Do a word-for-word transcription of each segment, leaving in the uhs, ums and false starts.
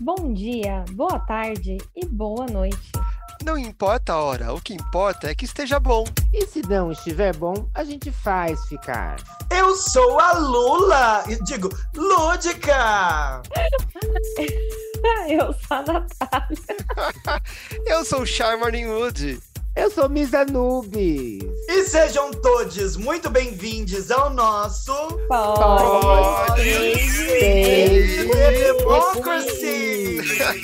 Bom dia, boa tarde e boa noite. Não importa a hora, o que importa é que esteja bom. E se não estiver bom, a gente faz ficar. Eu sou a Lula, e digo, Lúdica! Eu sou a Natália. Eu sou o Chay Morningwood. Eu sou Miss Anubis. E sejam todos muito bem-vindos ao nosso... Pode ser Democracy!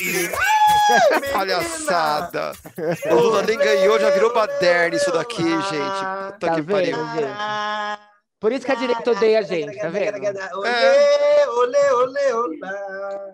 Palhaçada. O Lula nem ganhou, já virou baderna isso daqui, gente. Puta Tá que vendo, pariu. gente? Por isso que a direita odeia a gente, tá vendo? Olê, olê, olê, olá.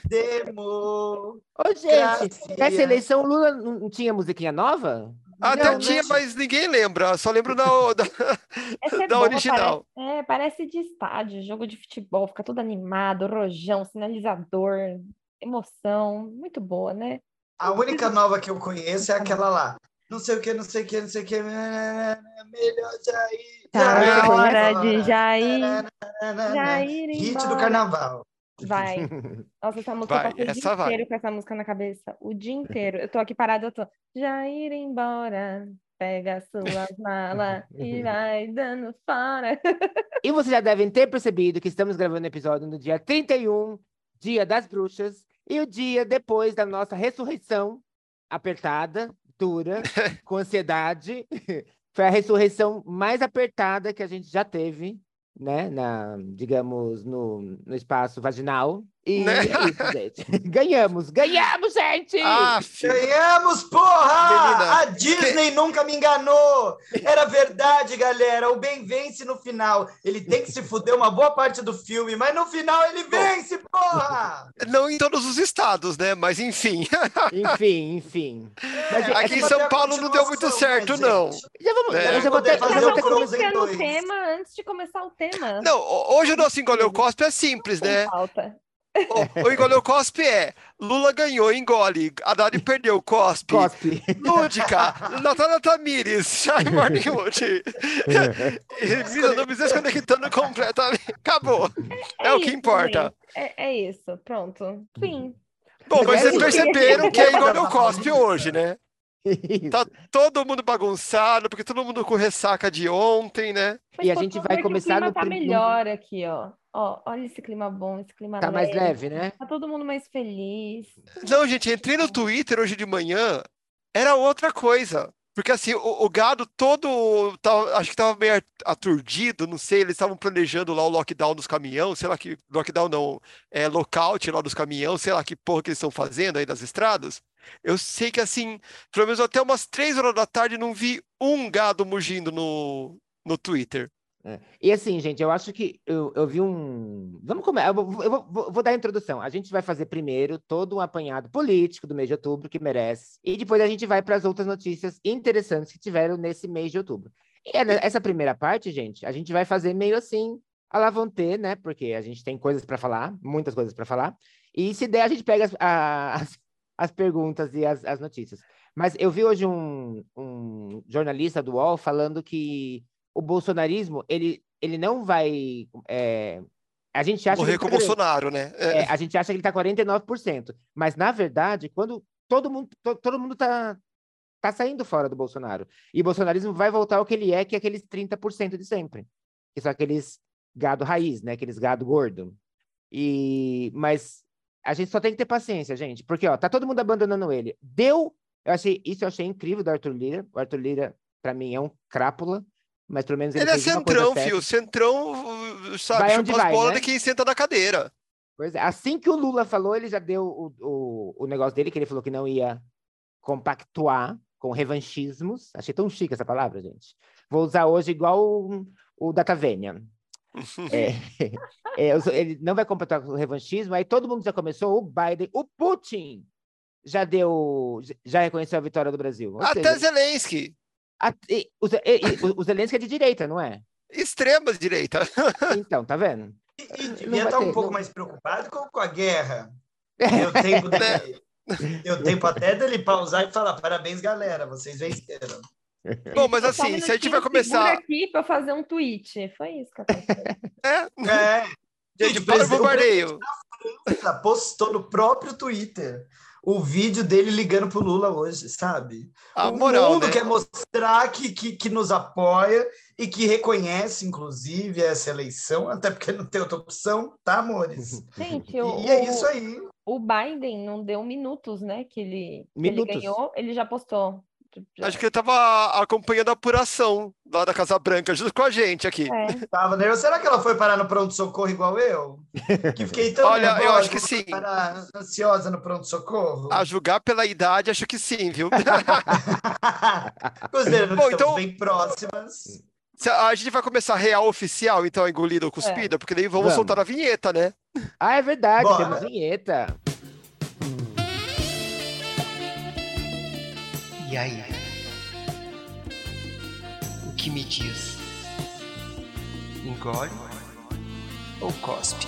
Demo. Ô, gente, nessa eleição o Lula não tinha musiquinha nova? Até Não, tinha, né? mas ninguém lembra. Só lembro da, da, Essa é da boa, original. Parece, é, parece de estádio, jogo de futebol, fica tudo animado, rojão, sinalizador, emoção, muito boa, né? A única nova que eu conheço é aquela lá. Não sei o que, não sei o que, não sei o que. Melhor já ir. Tá já na hora embora. de já ir, já ir Hit embora. do carnaval. Vai. Nossa, essa música Vai, eu passei o dia essa vai. inteiro com essa música na cabeça. O dia inteiro. Eu tô aqui parada, eu tô. Já ir embora, pega suas malas e vai dando fora. E vocês já devem ter percebido que estamos gravando o episódio no dia trinta e um, Dia das Bruxas, e o dia depois da nossa ressurreição, apertada, dura, com ansiedade. Foi a ressurreição mais apertada que a gente já teve, né? Na, digamos, no, no espaço vaginal. E Né? é isso, gente. Ganhamos, ganhamos, gente! Ah, filho. Ganhamos, porra! Menina, A Disney nunca me enganou! Era verdade, galera. O bem vence no final. Ele tem que se fuder uma boa parte do filme, mas no final ele vence, porra! Não em todos os estados, né? Mas enfim. Enfim, enfim. Mas, Aqui em essa São foi a Paulo não deu muito continuação, certo, né, não. gente? já vamos, É. eu já vou ter, Poder eu já vou fazer ter um que Frozen Música no dois. tema antes de começar o tema. Não, hoje o nosso Engoleu Cospe é simples, Tem né? falta. O, o Engoleu Cospe é Lula ganhou, engole. Haddad perdeu, cospe. cospe. Lúdica, Natália Tamires, Chay Morningwood. E Misa não me desconectando completamente. Acabou. É, o que isso, importa. gente. É, é isso, pronto. Fim. Bom, mas Mas vocês é- perceberam que é Engoleu Cospe hoje, né? Isso. Tá todo mundo bagunçado, porque todo mundo com ressaca de ontem, né? E a Mas gente pode vai ver que começar o clima no tá prim- melhor aqui, ó. Ó, olha esse clima bom, esse clima Tá mais leve, né? Tá todo mundo mais feliz. Não, gente, entrei no Twitter hoje de manhã, era outra coisa. Porque assim, o, o gado todo, tava- acho que tava meio aturdido, não sei, eles estavam planejando lá o lockdown dos caminhões, sei lá que, lockdown não, é lockout lá dos caminhões, sei lá que porra que eles estão fazendo aí nas estradas. Eu sei que assim, pelo menos até umas três horas da tarde não vi um gado mugindo no, no Twitter. É. E assim, gente, eu acho que eu, eu vi um. Vamos começar. Eu, vou, eu vou- vou dar a introdução. A gente vai fazer primeiro todo um apanhado político do mês de outubro, que merece. E depois a gente vai para as outras notícias interessantes que tiveram nesse mês de outubro. E é ne- essa primeira parte, gente, a gente vai fazer meio assim, à la vontade, né? Porque a gente tem coisas para falar, muitas coisas para falar. E se der, a gente pega as, a- as, as perguntas e as, as notícias. Mas eu vi hoje um, um jornalista do U O L falando que o bolsonarismo, ele, ele não vai... é, a gente acha que Morrer ele com o tá grande. Bolsonaro, né? É. É, a gente acha que ele está quarenta e nove por cento. Mas, na verdade, quando todo mundo to- todo mundo tá, tá saindo fora do Bolsonaro. E o bolsonarismo vai voltar ao que ele é, que é aqueles trinta por cento de sempre. Que são aqueles gado raiz, né? Aqueles gado gordo. E... Mas a gente só tem que ter paciência, gente. Porque, ó, tá todo mundo abandonando ele. Deu... Eu achei, isso eu achei incrível do Arthur Lira. O Arthur Lira, para mim, é um crápula. Mas pelo menos ele, Ele é fez uma coisa centrão, certa. fio. Centrão, uh, sabe, Vai onde chupa as vai, bolas né? de quem senta na cadeira. Pois é, assim que o Lula falou, ele já deu o, o, o negócio dele, que ele falou que não ia compactuar com revanchismos. Achei tão chique essa palavra, gente. Vou usar hoje igual o, o Data Vênia. É, é, eu sou- ele não vai compactuar com o revanchismo, aí todo mundo já começou, o Biden, o Putin já deu, já reconheceu a vitória do Brasil. Ou Até seja, Zelensky. a- e- o, Ze- e- e- o Zelensky é de direita, não é? Extrema direita. Então, tá vendo? E, e Não devia vai estar um ter, pouco não- mais preocupado com, com a guerra. Deu tempo, dele, deu tempo até dele pausar e falar: parabéns, galera, vocês venceram. Bom, mas Só um assim, se a gente minutinho, vai começar. segura aqui pra fazer um tweet. Foi isso que eu tava fazendo. É, É, gente, para o presidente- bombardeio. Luiza postou no próprio Twitter o vídeo dele ligando pro Lula hoje, sabe? A O moral, mundo né? quer mostrar que, que, que nos apoia e que reconhece, inclusive, essa eleição, até porque não tem outra opção, tá, amores? Gente, o, E é isso o, aí. o Biden não deu minutos, né? Que ele, que ele Minutos. ganhou, ele já postou. Já- Acho que ele tava acompanhando a apuração lá da Casa Branca, junto com a gente aqui. É. Tava nervoso. Será que ela foi parar no pronto-socorro igual eu? Que fiquei tão Olha, eu nervosa, acho que vou sim. parar ansiosa no pronto-socorro. A julgar pela idade, acho que sim, viu? Considerando que Bom, estamos então- bem próximas. Se A a gente vai começar real oficial, então, a engolida ou cuspida, porque daí vamos, Vamos. soltar a vinheta, né? Ah, é verdade, Bora. temos vinheta. E aí? O que me diz? Engole ou cospe?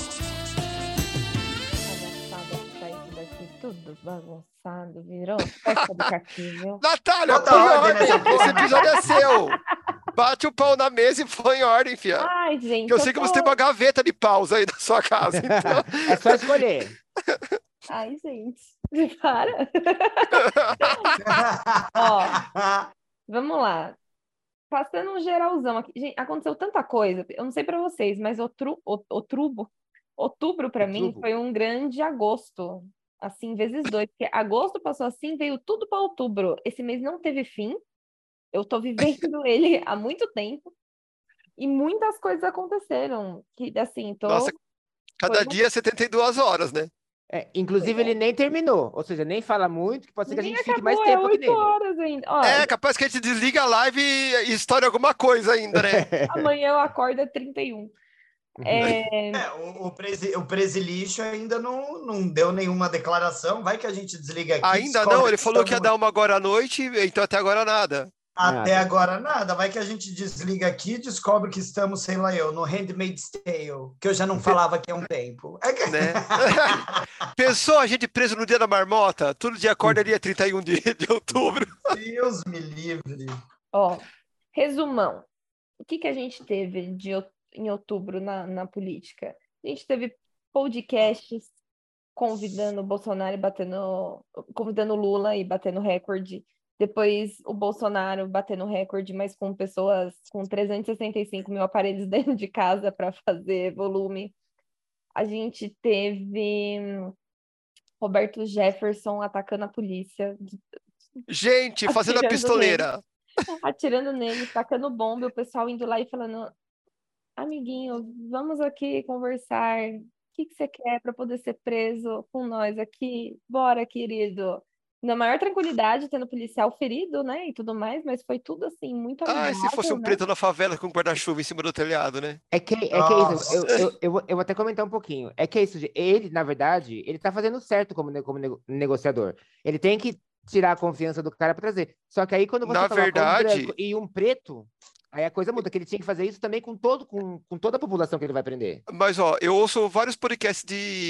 Bagunçado que tá isso daqui, tudo bagunçado, virou festa do caquinho. Natália, Bota põe em ordem ordem! nessa porra, Esse episódio é seu! Bate o pau na mesa e põe em ordem, fia. Ai, gente, Que eu sei que tô- você tem uma gaveta de paus aí na sua casa, então... É só escolher. Ai, gente, para. Ó, vamos lá. Passando um geralzão aqui. Gente, aconteceu tanta coisa. Eu não sei pra vocês, mas outru, o- outubro, outubro para mim Outubro. foi um grande agosto. Assim, vezes dois. Porque agosto passou assim, veio tudo para outubro. Esse mês não teve fim. Eu tô vivendo ele há muito tempo. E muitas coisas aconteceram. Que, assim, tô... Nossa, cada Foi uma- dia setenta e duas horas, né? É, inclusive, ele nem terminou. Ou seja, nem fala muito, que pode ser que a Nem gente fique acabou, mais é tempo aqui oito nele. horas ainda. Ó, É, capaz que a gente desliga a live e estoura alguma coisa ainda, né? amanhã eu acordo é trinta e um. É, É, o, o, presi, o Presilixo ainda não, não deu nenhuma declaração. Vai que a gente desliga aqui. Ainda descobre não, ele falou que ia estamos- dar uma agora à noite, então até agora nada. Até Nada. agora nada. Vai que a gente desliga aqui e descobre que estamos, sei lá eu, no Handmaid's Tale, que eu já não falava aqui há um tempo. É que... Né? Pensou a gente preso no dia da marmota? Todo dia acorda ali é trinta e um de, de outubro. Deus me livre. ó, resumão. O que que a gente teve de, ou- em outubro na, na política? A gente teve podcasts convidando o Bolsonaro e batendo, convidando o Lula e batendo recorde. Depois o Bolsonaro batendo recorde, mas com pessoas com trezentos e sessenta e cinco mil aparelhos dentro de casa para fazer volume. A gente teve hum, Roberto Jefferson atacando a polícia, Gente, fazendo a Atirando pistoleira. atirando nele, tacando bomba, e o pessoal indo lá e falando: amiguinho, vamos aqui conversar. O que que você quer para poder ser preso com nós aqui? Bora, querido. Na maior tranquilidade, tendo policial ferido, né? E tudo mais, mas foi tudo assim, muito Ah, amigável, se fosse um né? preto na favela com guarda-chuva em cima do telhado, né? É que, é que é Nossa. isso, eu, eu, eu, vou- eu vou até comentar um pouquinho. É que é isso, gente, ele, na verdade, ele tá fazendo certo como, ne- como nego- negociador. Ele tem que tirar a confiança do cara para trazer. Só que aí, quando você Na coloca verdade- um branco e um preto, aí a coisa muda, que ele tinha que fazer isso também com, todo, com, com toda a população que ele vai prender. Mas, ó, eu ouço vários podcasts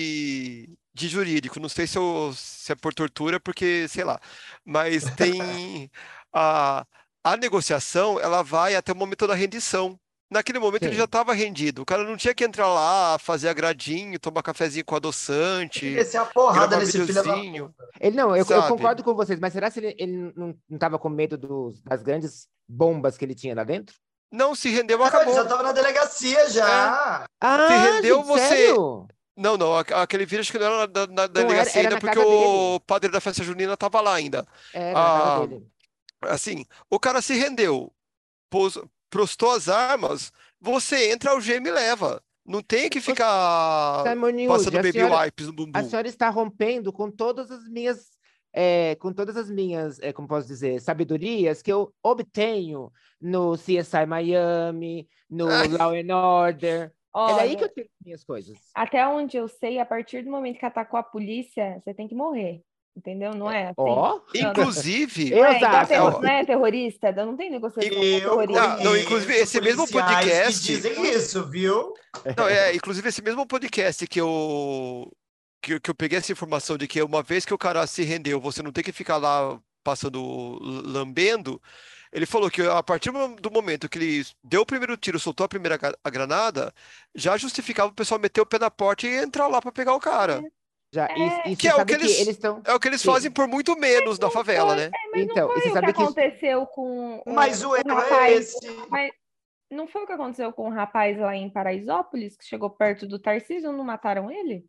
de, de jurídico. Não sei se, eu- se é por tortura, porque, sei lá. Mas tem a, a negociação, ela vai até o momento da rendição. Naquele momento ele Sim. já estava rendido. O cara não tinha que entrar lá, fazer agradinho, tomar cafezinho com Tem adoçante, que descer a porrada gravar nesse filho da videozinho. puta. Ele não, eu, eu Sabe? concordo com vocês, mas será que ele, ele não, não tava com medo dos, das grandes bombas que ele tinha lá dentro? Não, se rendeu, Ele acabou. já estava na delegacia já. Ah, rendeu, gente, você- sério? Não, não, a- aquele vírus acho que não era na, na era- delegacia era ainda, na porque casa o padre da festa junina estava lá ainda. Era na casa Ah, dele. Assim, o cara se rendeu, pôs, prostou as armas, você entra, algema e leva. Não tem que ficar Simon News, passando a baby senhora- wipes no A bumbum. senhora está rompendo com todas as minhas, é, com todas as minhas, é, como posso dizer, sabedorias que eu obtenho no C S I Miami, no Law and Order. É daí que eu Olha, tenho minhas coisas. até onde eu sei, a partir do momento que atacou a polícia, você tem que morrer. Entendeu? Não é assim? Ó, Inclusive, Não é, igual Exato. terro- Ó. não é terrorista? Não tem negociação com Eu terrorista. Ah, não, inclusive, conheço esse mesmo policiais podcast- que dizem isso, viu? não, é, inclusive esse mesmo podcast que eu, que, eu- que eu peguei essa informação de que uma vez que o cara se rendeu, você não tem que ficar lá passando, lambendo. Ele falou que a partir do momento que ele deu o primeiro tiro, soltou a primeira ga- a granada, já justificava o pessoal meter o pé na porta e entrar lá para pegar o cara. Já, e, É, e Que você é o sabe que que eles, eles estão. é o que eles fazem por muito menos na não favela, foi, né? é, mas não Então, e foi você o que sabe que. aconteceu com o, Mas o o erro é rapaz. esse. Mas não foi o que aconteceu com o rapaz lá em Paraisópolis, que chegou perto do Tarcísio, não mataram ele?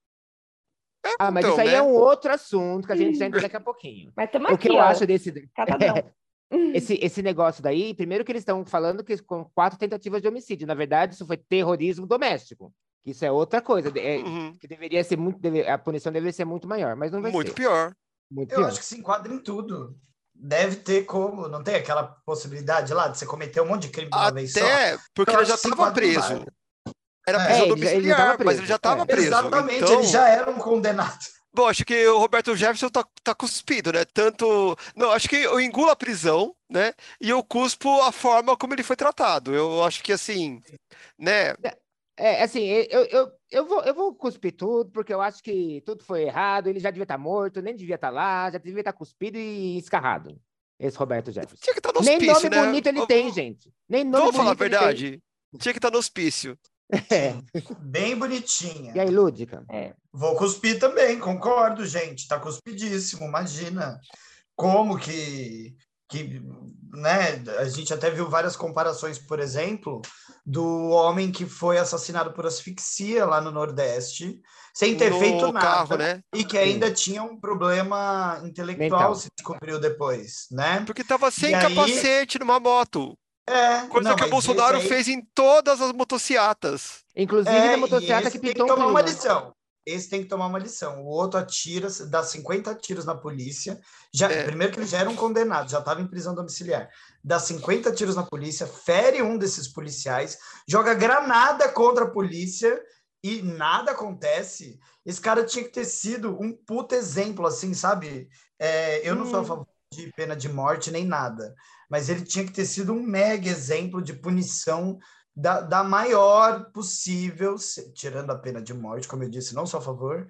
Ah, mas Então, isso aí é né? um outro assunto que a gente já entra daqui a pouquinho. Mas estamos O que aqui, eu ó, acho desse. catadão. Esse, esse negócio daí, primeiro que eles estão falando que com quatro tentativas de homicídio. Na verdade, isso foi terrorismo doméstico. Que isso é outra coisa. É, Uhum. que deveria ser muito. deve- a punição deveria ser muito maior, mas não vai Muito ser. pior. Muito Eu pior. acho que se enquadra em tudo. Deve ter como, não tem aquela possibilidade lá de você cometer um monte de crime de uma vez só? Até porque Eu ele acho já que se estava enquadra em preso. vários. Era É. prisão É, ele já, ele já tava domiciliar, mas ele preso. já estava É. preso. Exatamente, Então, ele já era um condenado. bom, acho que o Roberto Jefferson tá, tá cuspido, né? Tanto. Não, acho que eu engulo a prisão, né? E eu cuspo a forma como ele foi tratado. Eu acho que assim, né? É, assim, eu, eu, eu, vou, eu vou cuspir tudo, porque eu acho que tudo foi errado. Ele já devia estar morto, nem devia estar lá, já devia estar cuspido e escarrado. Esse Roberto Jefferson. Tinha que estar no Nem hospício, nome né? bonito ele V- tem, v- gente. Nem nome Vamos falar a bonito ele tem. verdade? Tinha que estar no hospício. É. Sim, bem E bonitinha. aí, Lúdica? É. Vou cuspir também, concordo, gente. Tá cuspidíssimo, imagina. Como que, que, né? A gente até viu várias comparações, por exemplo, do homem que foi assassinado por asfixia lá no Nordeste, sem ter feito No carro, nada, né? e que Sim. ainda tinha um problema intelectual, Mental. se descobriu depois, né? Porque tava sem E aí, capacete numa moto. é, Coisa não, que o mas esse Bolsonaro aí fez em todas as motocicletas. Inclusive na é, e motocicleta que esse tem que pintou um tomar uma clima. lição. Esse tem que tomar uma lição. O outro atira, dá cinquenta tiros na polícia. Já, É. Primeiro que ele já era um condenado, já estava em prisão domiciliar. Dá cinquenta tiros na polícia, fere um desses policiais, joga granada contra a polícia e nada acontece. Esse cara tinha que ter sido um puta exemplo, assim, sabe? É, eu não sou a Hum. favor de pena de morte nem nada, mas ele tinha que ter sido um mega exemplo de punição da, da maior possível, tirando a pena de morte, como eu disse, não sou a favor,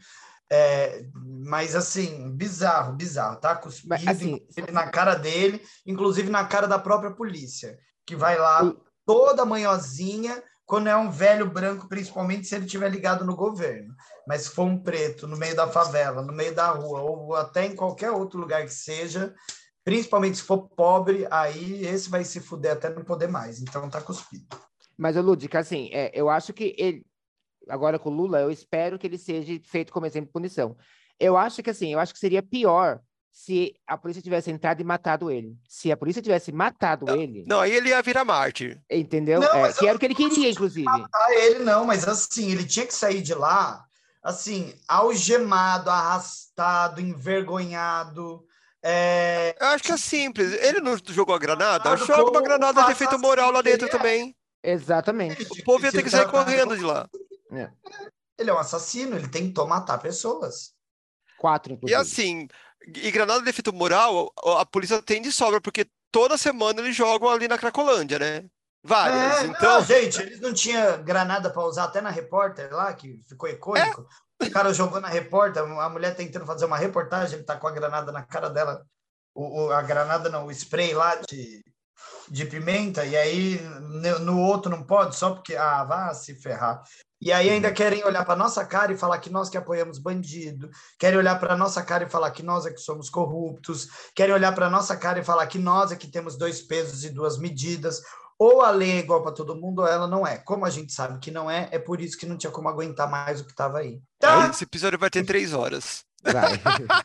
é, mas assim, bizarro, bizarro, tá? Mas, Cuspido assim, inclusive, na cara dele, inclusive na cara da própria polícia, que vai lá o- toda manhosinha, quando é um velho branco, principalmente se ele estiver ligado no governo. Mas se for um preto no meio da favela, no meio da rua, ou até em qualquer outro lugar que seja, principalmente se for pobre, aí esse vai se fuder até não poder mais. Então tá cuspido. mas, ô, Lúdica, assim, é, eu acho que ele, agora com o Lula, eu espero que ele seja feito como exemplo de punição. Eu acho que, assim, eu acho que seria pior se a polícia tivesse entrado e matado ele. Se a polícia tivesse matado ele, Não, aí ele ia virar mártir. entendeu? Não, É, mas que era o que ele queria, inclusive. Ah, ele não, mas assim, ele tinha que sair de lá, assim, algemado, arrastado, envergonhado. É, Eu acho que é simples. Ele não jogou a granada? tratado Joga uma como granada o de efeito moral lá assassino que dentro ele é. também. Exatamente. Ele O tinha povo ia ter sido que sair tratado correndo como- de lá. É. Ele é um assassino, ele tentou matar pessoas. Quatro, E inclusive. assim, e granada de efeito moral, a a polícia tem de sobra, porque toda semana eles jogam ali na Cracolândia, né? Várias. É, Então, não, gente, eles não tinham granada para usar até na repórter lá, que ficou icônico. O cara jogou na repórter, a mulher tentando fazer uma reportagem, ele tá com a granada na cara dela. O, o- a granada não, o spray lá de, de pimenta, e aí no, no outro não pode, só porque, ah, vá se ferrar. E aí ainda Uhum. querem olhar para nossa cara e falar que nós que apoiamos bandido, querem olhar para nossa cara e falar que nós é que somos corruptos, querem olhar para nossa cara e falar que nós é que temos dois pesos e duas medidas, ou a lei é igual para todo mundo, ou ela não é. Como a gente sabe que não é, é por isso que não tinha como aguentar mais o que estava aí. Tá? esse episódio vai ter três horas. Vai.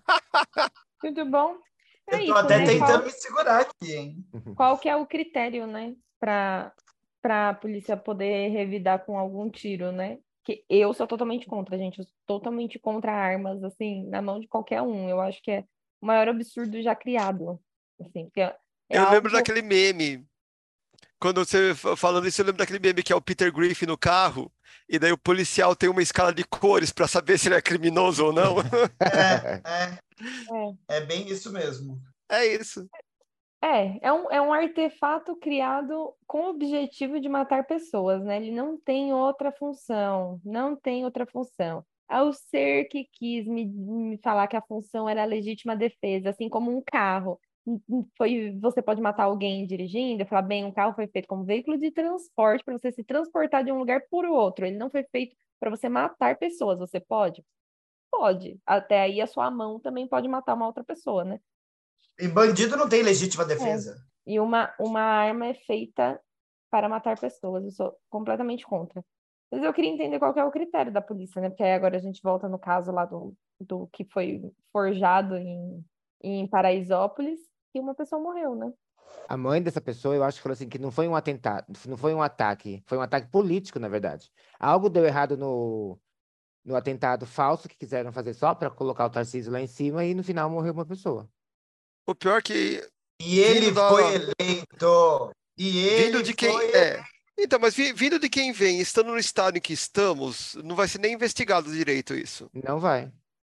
Tudo bom? É Eu tô isso, até né? tentando Qual, me segurar aqui, hein? qual que é o critério, né? Para para a polícia poder revidar com algum tiro, né? Que eu sou totalmente contra, gente. Eu sou totalmente contra armas, assim, na mão de qualquer um. Eu acho que é o maior absurdo já criado. Assim, porque é Eu lembro algo. daquele meme. Quando você fa- falando isso, eu lembro daquele meme que é o Peter Griffin no carro, e daí o policial tem uma escala de cores para saber se ele é criminoso ou não. É, é, É, é bem isso mesmo. É isso. é, é um, é um artefato criado com o objetivo de matar pessoas, né? Ele não tem outra função, não tem outra função. É o ser que quis me, me falar que a função era a legítima defesa, assim como um carro. N- n- Foi, você pode matar alguém dirigindo, e falar, bem, um carro foi feito como veículo de transporte para você se transportar de um lugar para o outro. Ele não foi feito para você matar pessoas, você pode? pode. Até aí a sua mão também pode matar uma outra pessoa, né? E bandido não tem legítima defesa. E uma, uma arma é feita para matar pessoas. Eu sou completamente contra. Mas eu queria entender qual que é o critério da polícia, né? Porque aí agora a gente volta no caso lá do, do que foi forjado em, em Paraisópolis e uma pessoa morreu, né? A mãe dessa pessoa, eu acho que falou assim, que não foi um atentado, não foi um ataque, foi um ataque político, na verdade. Algo deu errado no, no atentado falso que quiseram fazer só para colocar o Tarcísio lá em cima e no final morreu uma pessoa. O pior é que E ele Vindo da- foi eleito. E vindo ele de quem foi é. Então, mas vi- vindo de quem vem, estando no estado em que estamos, não vai ser nem investigado direito isso. Não vai.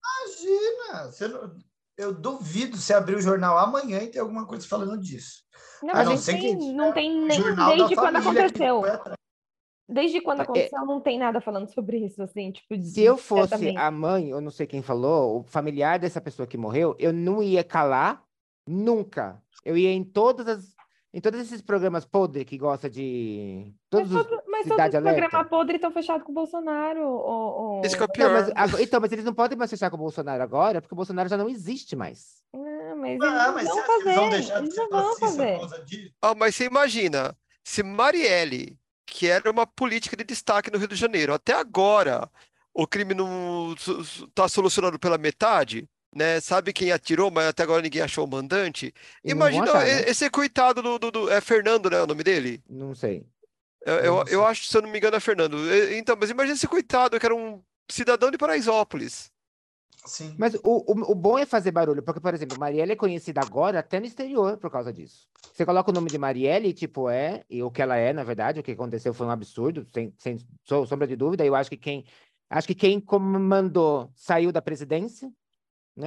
Imagina, você não- eu duvido você abrir o jornal amanhã e ter alguma coisa falando disso. Não, A a não gente ser que tem, não tem o nem jornal da desde quando família que aconteceu. foi atrás. Desde quando É, aconteceu, não tem nada falando sobre isso, assim, tipo, Se eu fosse diretamente. a mãe, eu não sei quem falou, o familiar dessa pessoa que morreu, eu não ia calar nunca. Eu ia em todas as, em todos esses programas podre que gosta de Mas, todos os todo, mas todos Cidade os programas Alerta. podres estão fechados com o Bolsonaro. O, o... Esse que é o Não, mas, pior. agora- então, mas eles não podem mais fechar com o Bolsonaro agora, porque o Bolsonaro já não existe mais. Não, mas eles Ah, não mas você vão acha que eles vão fazer. deixar de Eles ser não vão fascista por fazer. causa disso? Ah, mas você imagina, se Marielle, que era uma política de destaque no Rio de Janeiro, até agora o crime não está solucionado pela metade, né? Sabe quem atirou, mas até agora ninguém achou o mandante. E não vão Imagina achar, e- né? esse coitado do, do- do- é Fernando, né? O nome dele? Não sei. Eu, Eu eu, não sei. eu acho, se eu não me engano, é Fernando. E- Então, mas imagina esse coitado que era um cidadão de Paraisópolis. Sim. Mas o, o, o bom é fazer barulho, porque, por exemplo, Marielle é conhecida agora até no exterior por causa disso. Você coloca o nome de Marielle, e, tipo, é, e o que ela é, na verdade, o que aconteceu foi um absurdo, sem, sem so- sombra de dúvida. Eu acho que quem, acho que quem comandou saiu da presidência, né?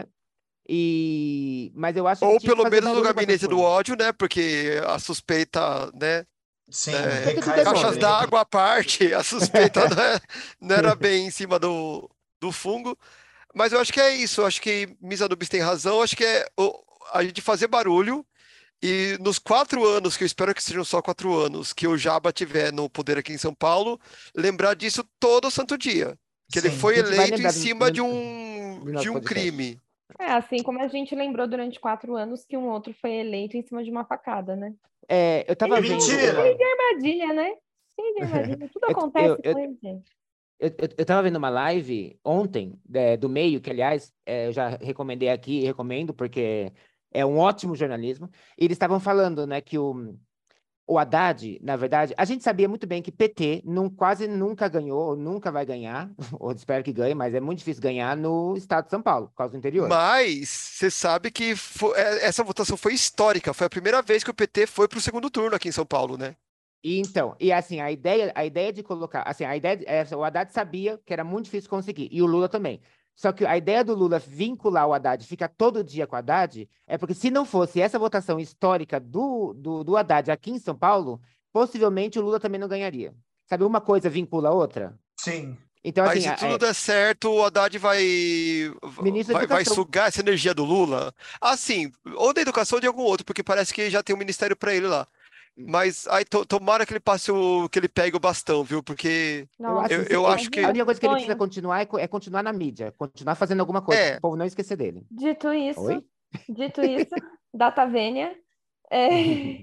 E, mas eu acho que Ou tinha que pelo fazer menos do barulho com essas gabinete do coisas. ódio, né? Porque a suspeita, né? Sim, É, Porque tudo recai é caixas nome. sobre ele. d'água à parte, a suspeita não, é- não era bem em cima do, do fungo. Mas eu acho que é isso. Eu acho que Misa Nubis tem razão. Eu acho que é o- a gente fazer barulho. E nos quatro anos, que eu espero que sejam só quatro anos, que o Jaba tiver no poder aqui em São Paulo, lembrar disso todo santo dia. Que ele Sim. A foi gente vai eleito em lembrar do, cima de no, um, no de nosso um podcast. crime. É, assim como a gente lembrou durante quatro anos que um outro foi eleito em cima de uma facada, né? É, eu tava Eles são vendo Mentira! uma. cheio de armadilha, né? Cheio de armadilha. Tudo Eu, acontece eu, com eu, eles, gente. Eu, eu, eu tava vendo uma live ontem, é, do Meio, que, aliás, é, eu já recomendei aqui e recomendo, porque é um ótimo jornalismo. E eles estavam falando, né, que o, o Haddad, na verdade, a gente sabia muito bem que P T não, quase nunca ganhou, ou nunca vai ganhar, ou espero que ganhe, mas é muito difícil ganhar no estado de São Paulo, por causa do interior. Mas você sabe que fo- é- essa votação foi histórica. Foi a primeira vez que o P T foi para o segundo turno aqui em São Paulo, né? E então, e assim, a ideia, a ideia de colocar, assim, a ideia, de- é, o Haddad sabia que era muito difícil conseguir, e o Lula também. Só que a ideia do Lula vincular o Haddad, ficar todo dia com o Haddad, é porque se não fosse essa votação histórica do, do, do Haddad aqui em São Paulo, possivelmente o Lula também não ganharia. Sabe, uma coisa vincula a outra? Sim. Então, Aí, assim, se a- tudo é, der certo, o Haddad vai, ministro da vai, vai Educação. sugar essa energia do Lula. Assim, ou da educação ou de algum outro, porque parece que já tem um ministério para ele lá. Mas aí to- tomara que ele passe o, que ele pegue o bastão, viu? Porque Eu acho Nossa, eu, que se- eu ele- acho a que imagina única que coisa que ele precisa sonho. continuar é, co- é continuar na mídia, continuar fazendo alguma coisa, para o é. povo não esquecer dele. Dito isso, Oi? dito isso, Data Vênia, é,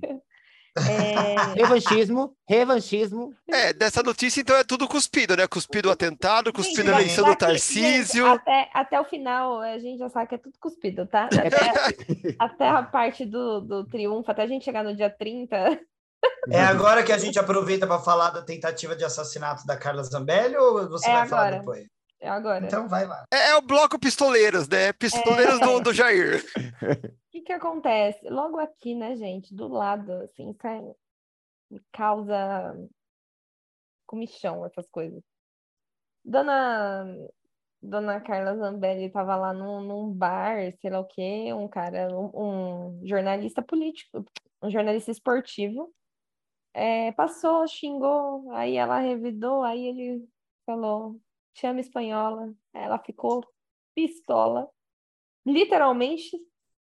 é, Revanchismo, revanchismo. É, dessa notícia, então é tudo cuspido, né? Cuspido o atentado, gente, cuspido a da- eleição do daqui, gente, Tarcísio. até, até o final a gente já sabe que é tudo cuspido, tá? Até, até a parte do, do triunfo, até a gente chegar no dia trinta. É agora que a gente aproveita para falar da tentativa de assassinato da Carla Zambelli ou você É vai falar agora, depois? é agora. Então vai lá. É, é o bloco Pistoleiros, né? Pistoleiros do, É, do Jair. o que que acontece? Logo aqui, né, gente, do lado, assim, isso é- me causa comichão, essas coisas. Dona, Dona Carla Zambelli estava lá num, num bar, sei lá o quê, um cara, um, um jornalista político, um jornalista esportivo, é, passou, xingou, aí ela revidou, aí ele falou, chama espanhola, ela ficou pistola, literalmente,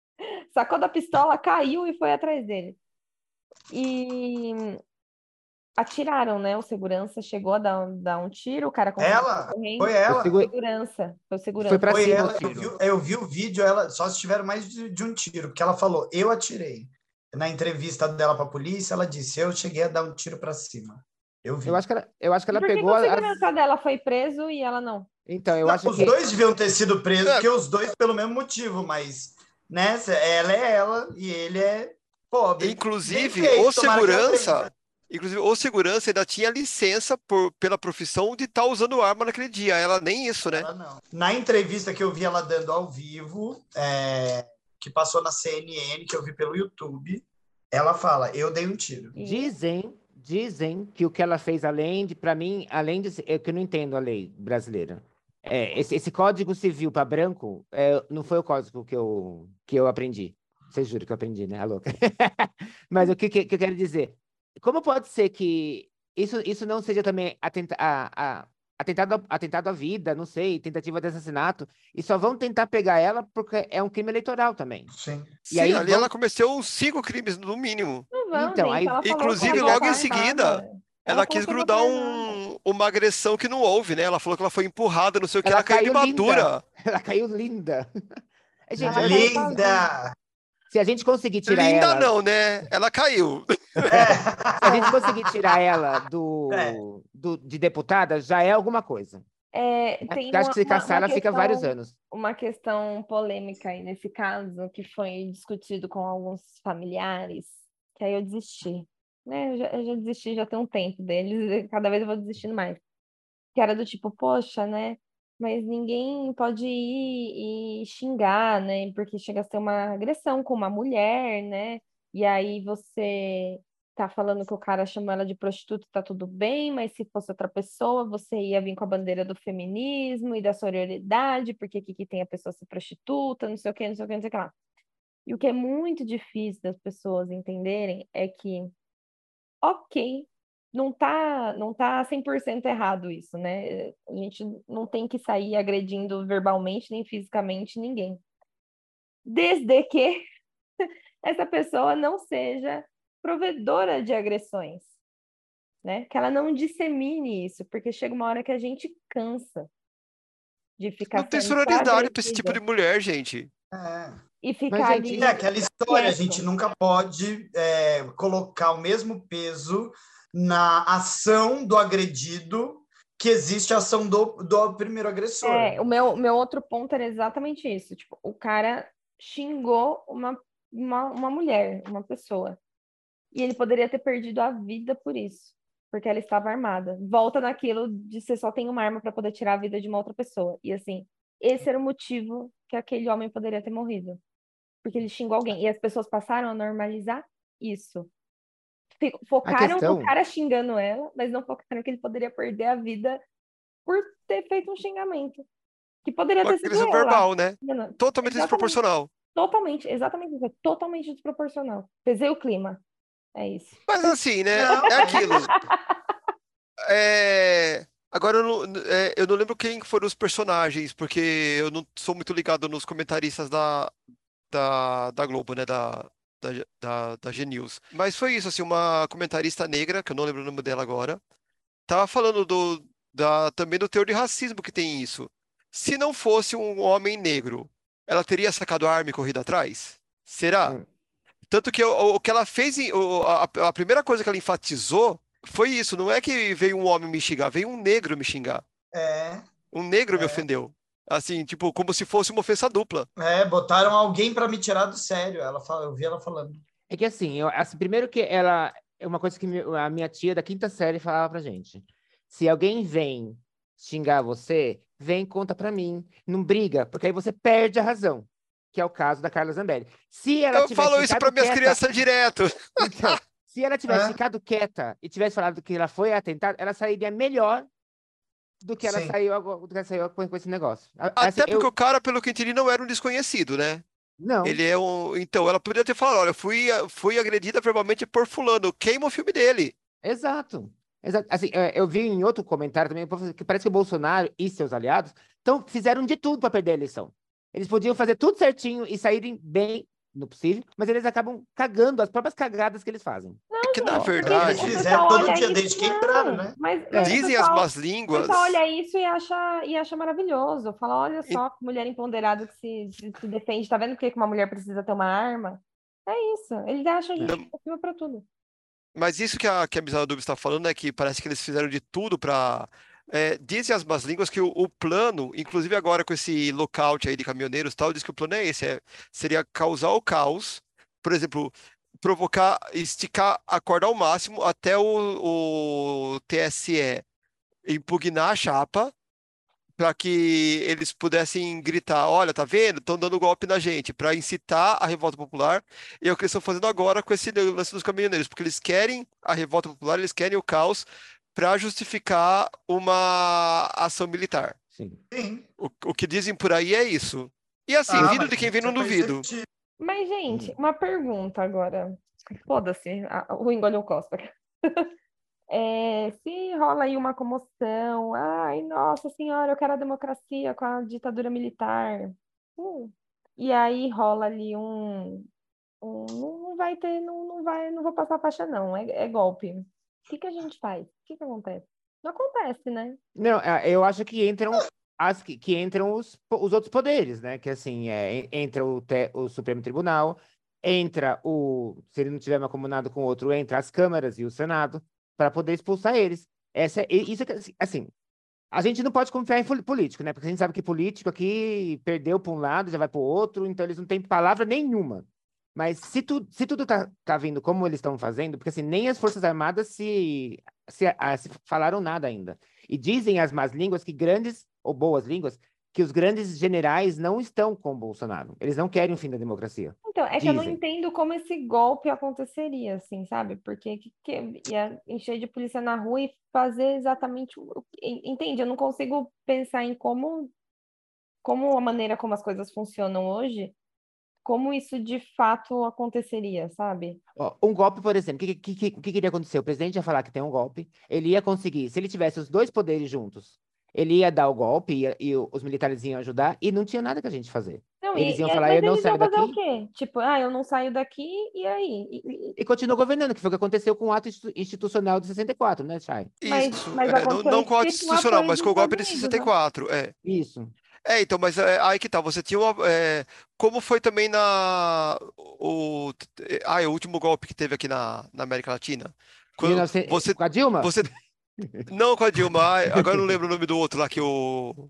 sacou da pistola, caiu e foi atrás dele. E atiraram, né? O segurança chegou a dar um, dar um tiro, o cara conseguiu Ela? correndo. Foi ela? O segura- Segurança, foi o segurança. Foi pra Foi cima ela. o Eu tiro. vi, eu vi o vídeo, ela só se tiveram mais de, de um tiro, porque ela falou, eu atirei. Na entrevista dela para a polícia, ela disse, eu cheguei a dar um tiro para cima. Eu vi. Eu acho que ela, eu acho que E ela por que, que pegou o as... segurança dela foi preso e ela não? Então, eu Não, acho os que... dois deviam ter sido presos, É. porque os dois pelo mesmo motivo, mas né, ela é ela e ele é pobre. Inclusive, Bem feito, o tomara que aprenda. segurança, inclusive, o segurança ainda tinha licença por, pela profissão de estar usando arma naquele dia. Ela nem isso, né? Ela não. Na entrevista que eu vi ela dando ao vivo, é, que passou na C N N, que eu vi pelo YouTube, ela fala, eu dei um tiro. E- Dizem, dizem que o que ela fez, além de, para mim, além de, ser- é que eu não entendo a lei brasileira. É, esse, esse Código Civil para branco é, não foi o código que eu, que eu aprendi. Vocês juram que eu aprendi, né? A louca. Mas o que, que, que eu quero dizer? Como pode ser que isso, isso não seja também atenta, a, a, atentado, atentado à vida, não sei, tentativa de assassinato, e só vão tentar pegar ela porque é um crime eleitoral também. Sim. E Sim, aí ali vão- ela cometeu uns cinco crimes no mínimo. Não vão, Então, gente. aí- Ela falou Inclusive, que ela logo tá em seguida, armada. Ela falou quis que ela grudar tá um, uma agressão que não houve, né? Ela falou que ela foi empurrada, não sei o que, Ela ela, caiu de caiu linda. madura. Ela caiu linda. Gente, Ela eu- caiu Linda! se a gente conseguir tirar Linda ela, não, né? Ela caiu. É. se a gente conseguir tirar ela do, É. do de deputada, já é alguma coisa. É, tem Porque acho uma, que se uma- caçar, uma ela fica questão- vários anos. uma questão polêmica aí nesse caso, que foi discutido com alguns familiares, que aí eu desisti. Né? Eu já, eu já desisti já tem um tempo deles, e cada vez eu vou desistindo mais. Que era do tipo, poxa, né? Mas ninguém pode ir e xingar, né? Porque chega a ser uma agressão com uma mulher, né? E aí você tá falando que o cara chamou ela de prostituta, tá tudo bem, mas se fosse outra pessoa, você ia vir com a bandeira do feminismo e da sororidade, porque aqui que tem a pessoa se prostituta, não sei o que, não sei o que, não sei o que lá. E o que é muito difícil das pessoas entenderem é que, ok, não tá, não tá cem por cento errado isso, né? A gente não tem que sair agredindo verbalmente nem fisicamente ninguém. Desde que essa pessoa não seja provedora de agressões, né? Que ela não dissemine isso, porque chega uma hora que a gente cansa de ficar Não tem sendo só sororidade pra esse agredida tipo de mulher, gente. É. e ficar Mas, gente, ali. isso- É aquela história, a quieto. gente nunca pode é, colocar o mesmo peso na ação do agredido que existe a ação do, do primeiro agressor. É, o meu, meu outro ponto era exatamente isso. Tipo, o cara xingou uma, uma, uma mulher, uma pessoa. E ele poderia ter perdido a vida por isso, porque ela estava armada. Volta naquilo de você só tem uma arma para poder tirar a vida de uma outra pessoa. E assim, esse era o motivo que aquele homem poderia ter morrido. Porque ele xingou alguém. E as pessoas passaram a normalizar isso. Fi- Focaram questão- no cara xingando ela, mas não focaram que ele poderia perder a vida por ter feito um xingamento. Que poderia Uma ter sido agressão ela. verbal, né? Entendeu? Totalmente Exatamente. desproporcional. Totalmente, exatamente isso. É totalmente desproporcional. Pesei o clima. É isso. Mas assim, né? Não. É aquilo. É, Agora eu não, é, eu não lembro quem foram os personagens, porque eu não sou muito ligado nos comentaristas da, da, da Globo, né? Da, da, da, da G News. Mas foi isso, assim, uma comentarista negra, que eu não lembro o nome dela agora, tava falando do, da, também do teor de racismo que tem isso. Se não fosse um homem negro, ela teria sacado a arma e corrido atrás? Será? Hum. Tanto que o, o que ela fez, em- o- a, a primeira coisa que ela enfatizou foi isso. Não é que veio um homem me xingar, veio um negro me xingar. É, Um negro me É. ofendeu. Assim, tipo, como se fosse uma ofensa dupla. é, botaram alguém para me tirar do sério. Ela fala, eu vi ela falando. É que assim, eu, assim, primeiro que ela é uma coisa que mi- a minha tia da quinta série falava pra gente. Se alguém vem xingar você, vem e conta pra mim. Não briga, porque aí você perde a razão. Que é o caso da Carla Zambelli. Se ela Eu tivesse falo isso ficado para minhas quieta- crianças direto. Então, se ela tivesse É. ficado quieta e tivesse falado que ela foi atentada, ela sairia melhor do que ela Sim. saiu agora, do que ela saiu com, com esse negócio. A- assim, Até porque eu- o cara, pelo que eu entendi, não era um desconhecido, né? Não. Ele é um. Então, ela poderia ter falado: olha, fui, fui agredida verbalmente por fulano, queima o filme dele. Exato. Exato. Assim, é, eu vi em outro comentário também que parece que o Bolsonaro e seus aliados então, fizeram de tudo para perder a eleição. Eles podiam fazer tudo certinho e saírem bem no possível, mas eles acabam cagando as próprias cagadas que eles fazem. Não, que, na porque verdade, o Eles pessoal fizeram todo olha dia, isso, desde que não, entraram, né? Mas, mas o dizem as pessoal, más o línguas. pessoal olha isso e acha, e acha maravilhoso. Fala, olha E- só, que mulher empoderada que se, se, se defende. Tá vendo por que que uma mulher precisa ter uma arma? É isso. Eles acham É. justificativa pra tudo. Mas isso que a, que a Mizana Dubs está falando é que parece que eles fizeram de tudo para. Dizem as más línguas que o, o plano, inclusive agora com esse lockout aí de caminhoneiros e tal, diz que o plano é esse: é, seria causar o caos, por exemplo, provocar, esticar a corda ao máximo até o, o T S E impugnar a chapa para que eles pudessem gritar: olha, tá vendo? Estão dando golpe na gente, para incitar a revolta popular. E é o que eles estão fazendo agora com esse lance dos caminhoneiros, porque eles querem a revolta popular, eles querem o caos para justificar uma ação militar. Sim. Sim. O, o que dizem por aí é isso. E assim, Ah, vindo mas de quem vem, isso não é duvido. perceptível. Mas, gente, Hum. uma pergunta agora. Foda-se, a- o engolheu Costa. É, se rola aí uma comoção, ai, nossa senhora, eu quero a democracia com a ditadura militar. Hum. E aí rola ali um, um- não não vai ter, não, não vai, não vou passar a faixa, não. É, é golpe. O que que a gente faz? O que que acontece? Não acontece, né? Não, é, eu acho que entram as que, que entram os, po- os outros poderes, né? Que assim, é, en- entra o, te- o Supremo Tribunal, entra o, se ele não tiver mancomunado com o outro, entra as câmaras e o Senado para poder expulsar eles. Essa, é- e- isso é que, assim, assim, a gente não pode confiar em foli- político, né? Porque a gente sabe que político aqui perdeu para um lado, já vai para o outro, então eles não têm palavra nenhuma. Mas se, tu, se tudo tá, tá vindo como eles estão fazendo, porque assim, nem as Forças Armadas se, se, ah, se falaram nada ainda. E dizem as más línguas que grandes, ou boas línguas, que os grandes generais não estão com o Bolsonaro. Eles não querem o fim da democracia. Então, é que eu não Dizem. entendo como esse golpe aconteceria, assim, sabe? Porque que, que ia encher de polícia na rua e fazer exatamente o o- entende? Eu não consigo pensar em como, como a maneira como as coisas funcionam hoje, como isso de fato aconteceria, sabe? Ó, um golpe, por exemplo, o que, que, que, que queria acontecer? O presidente ia falar que tem um golpe, ele ia conseguir, se ele tivesse os dois poderes juntos, ele ia dar o golpe ia- e o- os militares iam ajudar, e não tinha nada que a gente fazer. Não, Eles e, iam e aí- falar, mas eu não eles iam saio fazer o daqui, quê? Tipo, ah, eu não saio daqui, e aí? E- e- e continua governando, que foi o que aconteceu com o ato institu- institucional de sessenta e quatro, né, Chay? mas, Isso, mas é, não, aconteceu não com o ato isso com o institucional, apoio mas dos com o golpe Estados de Unidos, né? sessenta e quatro. É. Isso. É, então, mas é, aí que tá, você tinha uma, é, como foi também na, o, ah, é o último golpe que teve aqui na, na América Latina? Quando mil e novecentos, você, com a Dilma? você, não com a Dilma, ai, agora eu não lembro o nome do outro lá, que o,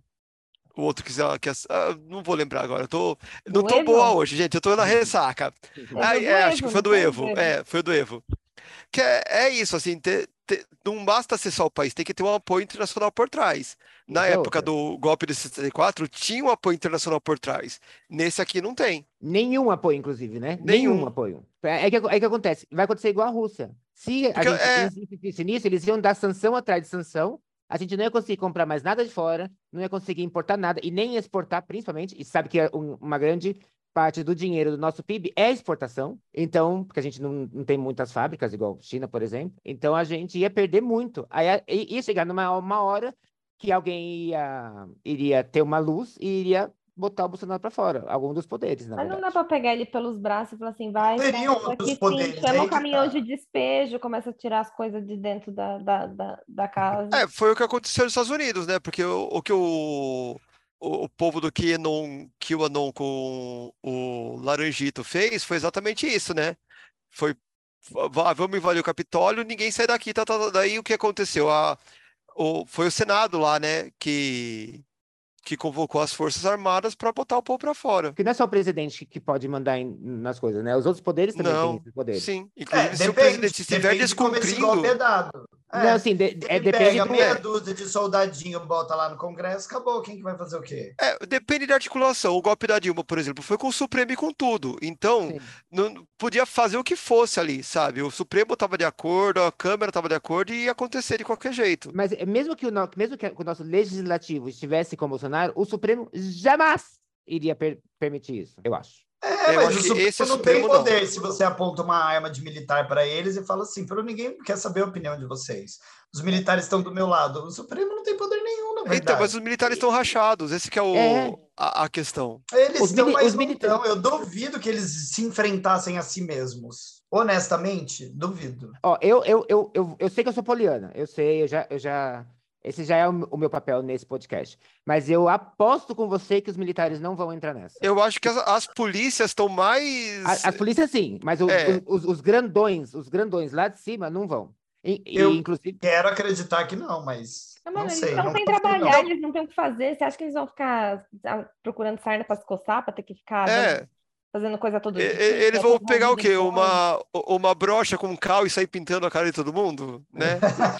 o outro que, que ah, não vou lembrar agora, eu tô, não Do tô boa Evo? hoje, gente, eu tô na ressaca. Teve Ai, o do é, acho que Evo, foi não do foi? Do Evo, Evo. é, foi o do Evo. Que é, é isso, assim, ter- ter- não basta ser só o país, tem que ter um apoio internacional por trás. Na Isso é época outra. do golpe de sessenta e quatro, tinha um apoio internacional por trás. Nesse aqui não tem. Nenhum apoio, inclusive, né? Nenhum Nenhum. apoio. É é que, é que acontece, vai acontecer igual a Rússia. Se a Porque gente é, insistisse nisso, eles iam dar sanção atrás de sanção, a gente não ia conseguir comprar mais nada de fora, não ia conseguir importar nada, e nem exportar, principalmente, e sabe que é um- uma grande parte do dinheiro do nosso P I B é exportação, então, porque a gente não, não tem muitas fábricas, igual China, por exemplo, então a gente ia perder muito. Aí a- i- ia chegar numa uma hora que alguém ia, iria ter uma luz e iria botar o Bolsonaro para fora, algum dos poderes, na Mas não dá verdade. para pegar ele pelos braços e falar assim, vai, sai Teriam outros daqui sim, poderes, chama aí o que caminhão tá. de despejo, começa a tirar as coisas de dentro da, da, da, da casa. é, foi o que aconteceu nos Estados Unidos, né? Porque o, o que o, o, o povo do QAnon, QAnon com o Laranjito fez foi exatamente isso, né? Foi, vá, vamos invadir o Capitólio, ninguém sai daqui, tá, tá, tá. Daí o que aconteceu? A, o, foi o Senado lá, né? Que que convocou as Forças Armadas para botar o povo para fora. Porque não é só o presidente que, que pode mandar em- nas coisas, né? Os outros poderes também têm Não, esses poderes. sim. É, Inclusive, se o depende. presidente estiver Depende de como esse golpe é descumprindo. dado. Não, É, assim, de- é, ele depende pega do... meia É, dúzia de soldadinho, bota lá no Congresso, acabou. Quem que vai fazer o quê? é, depende da articulação. O golpe da Dilma, por exemplo, foi com o Supremo e com tudo. Então, Sim. não, podia fazer o que fosse ali, sabe? O Supremo estava de acordo, a Câmara estava de acordo e ia acontecer de qualquer jeito. Mas é, mesmo que, o, no- mesmo que o nosso legislativo estivesse com o Bolsonaro, o Supremo jamais iria per- permitir isso, eu acho. É, Eu mas acho o que Supremo esse não Supremo tem não. poder se você aponta uma arma de militar para eles e fala assim, pero ninguém quer saber a opinião de vocês. Os militares estão do meu lado. O Supremo não tem poder nenhum, na Então, verdade. mas os militares estão rachados, esse que é, o, É. a, a questão. Eles Os estão, mili- mas os não militares- estão. Eu duvido que eles se enfrentassem a si mesmos. Honestamente, duvido. Ó, eu, eu, eu, eu, eu sei que eu sou poliana, eu sei, eu já, eu já. Esse já é o, o meu papel nesse podcast. Mas eu aposto com você que os militares não vão entrar nessa. Eu acho que as, as polícias estão mais... A- As polícias sim, mas o- É. os, os, os grandões, os grandões lá de cima não vão. E, e, Eu- inclusive, Quero acreditar que não, mas Não, não mano, sei. eles estão não sem confio, não. trabalhar, eles não têm o que fazer. Você acha que eles vão ficar ah, procurando sarna para se coçar, para ter que ficar É. dando- fazendo coisa todo E- dia? e- Eles vão Todo pegar o dia quê? depois? Uma, uma brocha com cal e sair pintando a cara de todo mundo, né?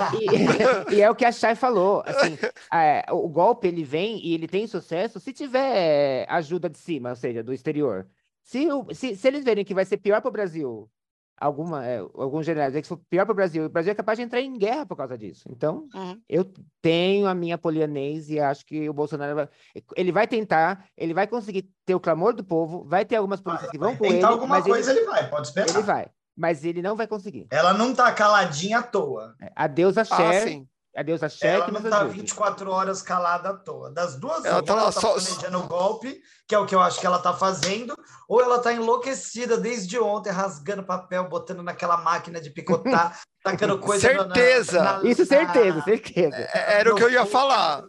e, e é o que a Chay falou, assim, é, o golpe ele vem e ele tem sucesso se tiver ajuda de cima, ou seja, do exterior. Se, o- se, se eles verem que vai ser pior para o Brasil, alguma, é, alguns generais dizem que for pior para o Brasil, o Brasil é capaz de entrar em guerra por causa disso. Então, Uhum. eu tenho a minha polianês e acho que o Bolsonaro vai, ele vai tentar, ele vai conseguir ter o clamor do povo, vai ter algumas polícias que vão com Tentar ele, alguma mas coisa, ele, ele vai, pode esperar. ele vai, mas ele não vai conseguir. Ela não tá caladinha à toa. Adeus a Ah, Cher, sim. adeus a Cher Ela que não nos tá ajude. vinte e quatro horas calada à toa. Das duas, Ela uma, tá lá ela tá só- planejando o golpe, que é o que eu acho que ela tá fazendo, ou ela tá enlouquecida desde ontem, rasgando papel, botando naquela máquina de picotar, tacando coisa na- na- Certeza. na- Isso, certeza, na- certeza. É- Era o que eu ia falar.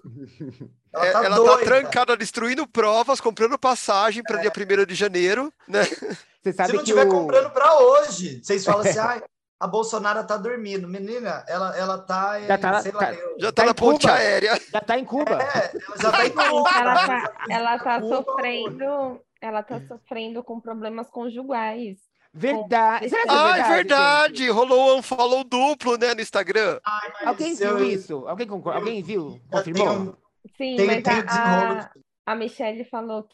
Ela É- tá Ela tá doida. trancada, destruindo provas, comprando passagem para dia primeiro de janeiro, né? Você sabe Se não que estiver o... comprando para hoje, vocês falam assim, ah, a Bolsonaro tá dormindo. Menina, ela, ela tá, Já tá- sei lá, tá- eu- Já tá, Tá na em ponte Cuba. aérea. já tá em Cuba. É, ela já tá em Gente, Cuba. ela já tá, foi ela tá Cuba, sofrendo, ela tá sofrendo com problemas conjugais. Verdade. Será que é Ah, é verdade, verdade. gente? Rolou um unfollow duplo, né, no Instagram. Ai, mas Alguém eu- viu isso? Alguém, concorda? Alguém viu? já Confirmou? tenho- Sim, Tem- mas tem a, o desenrolo a, a Michelle falou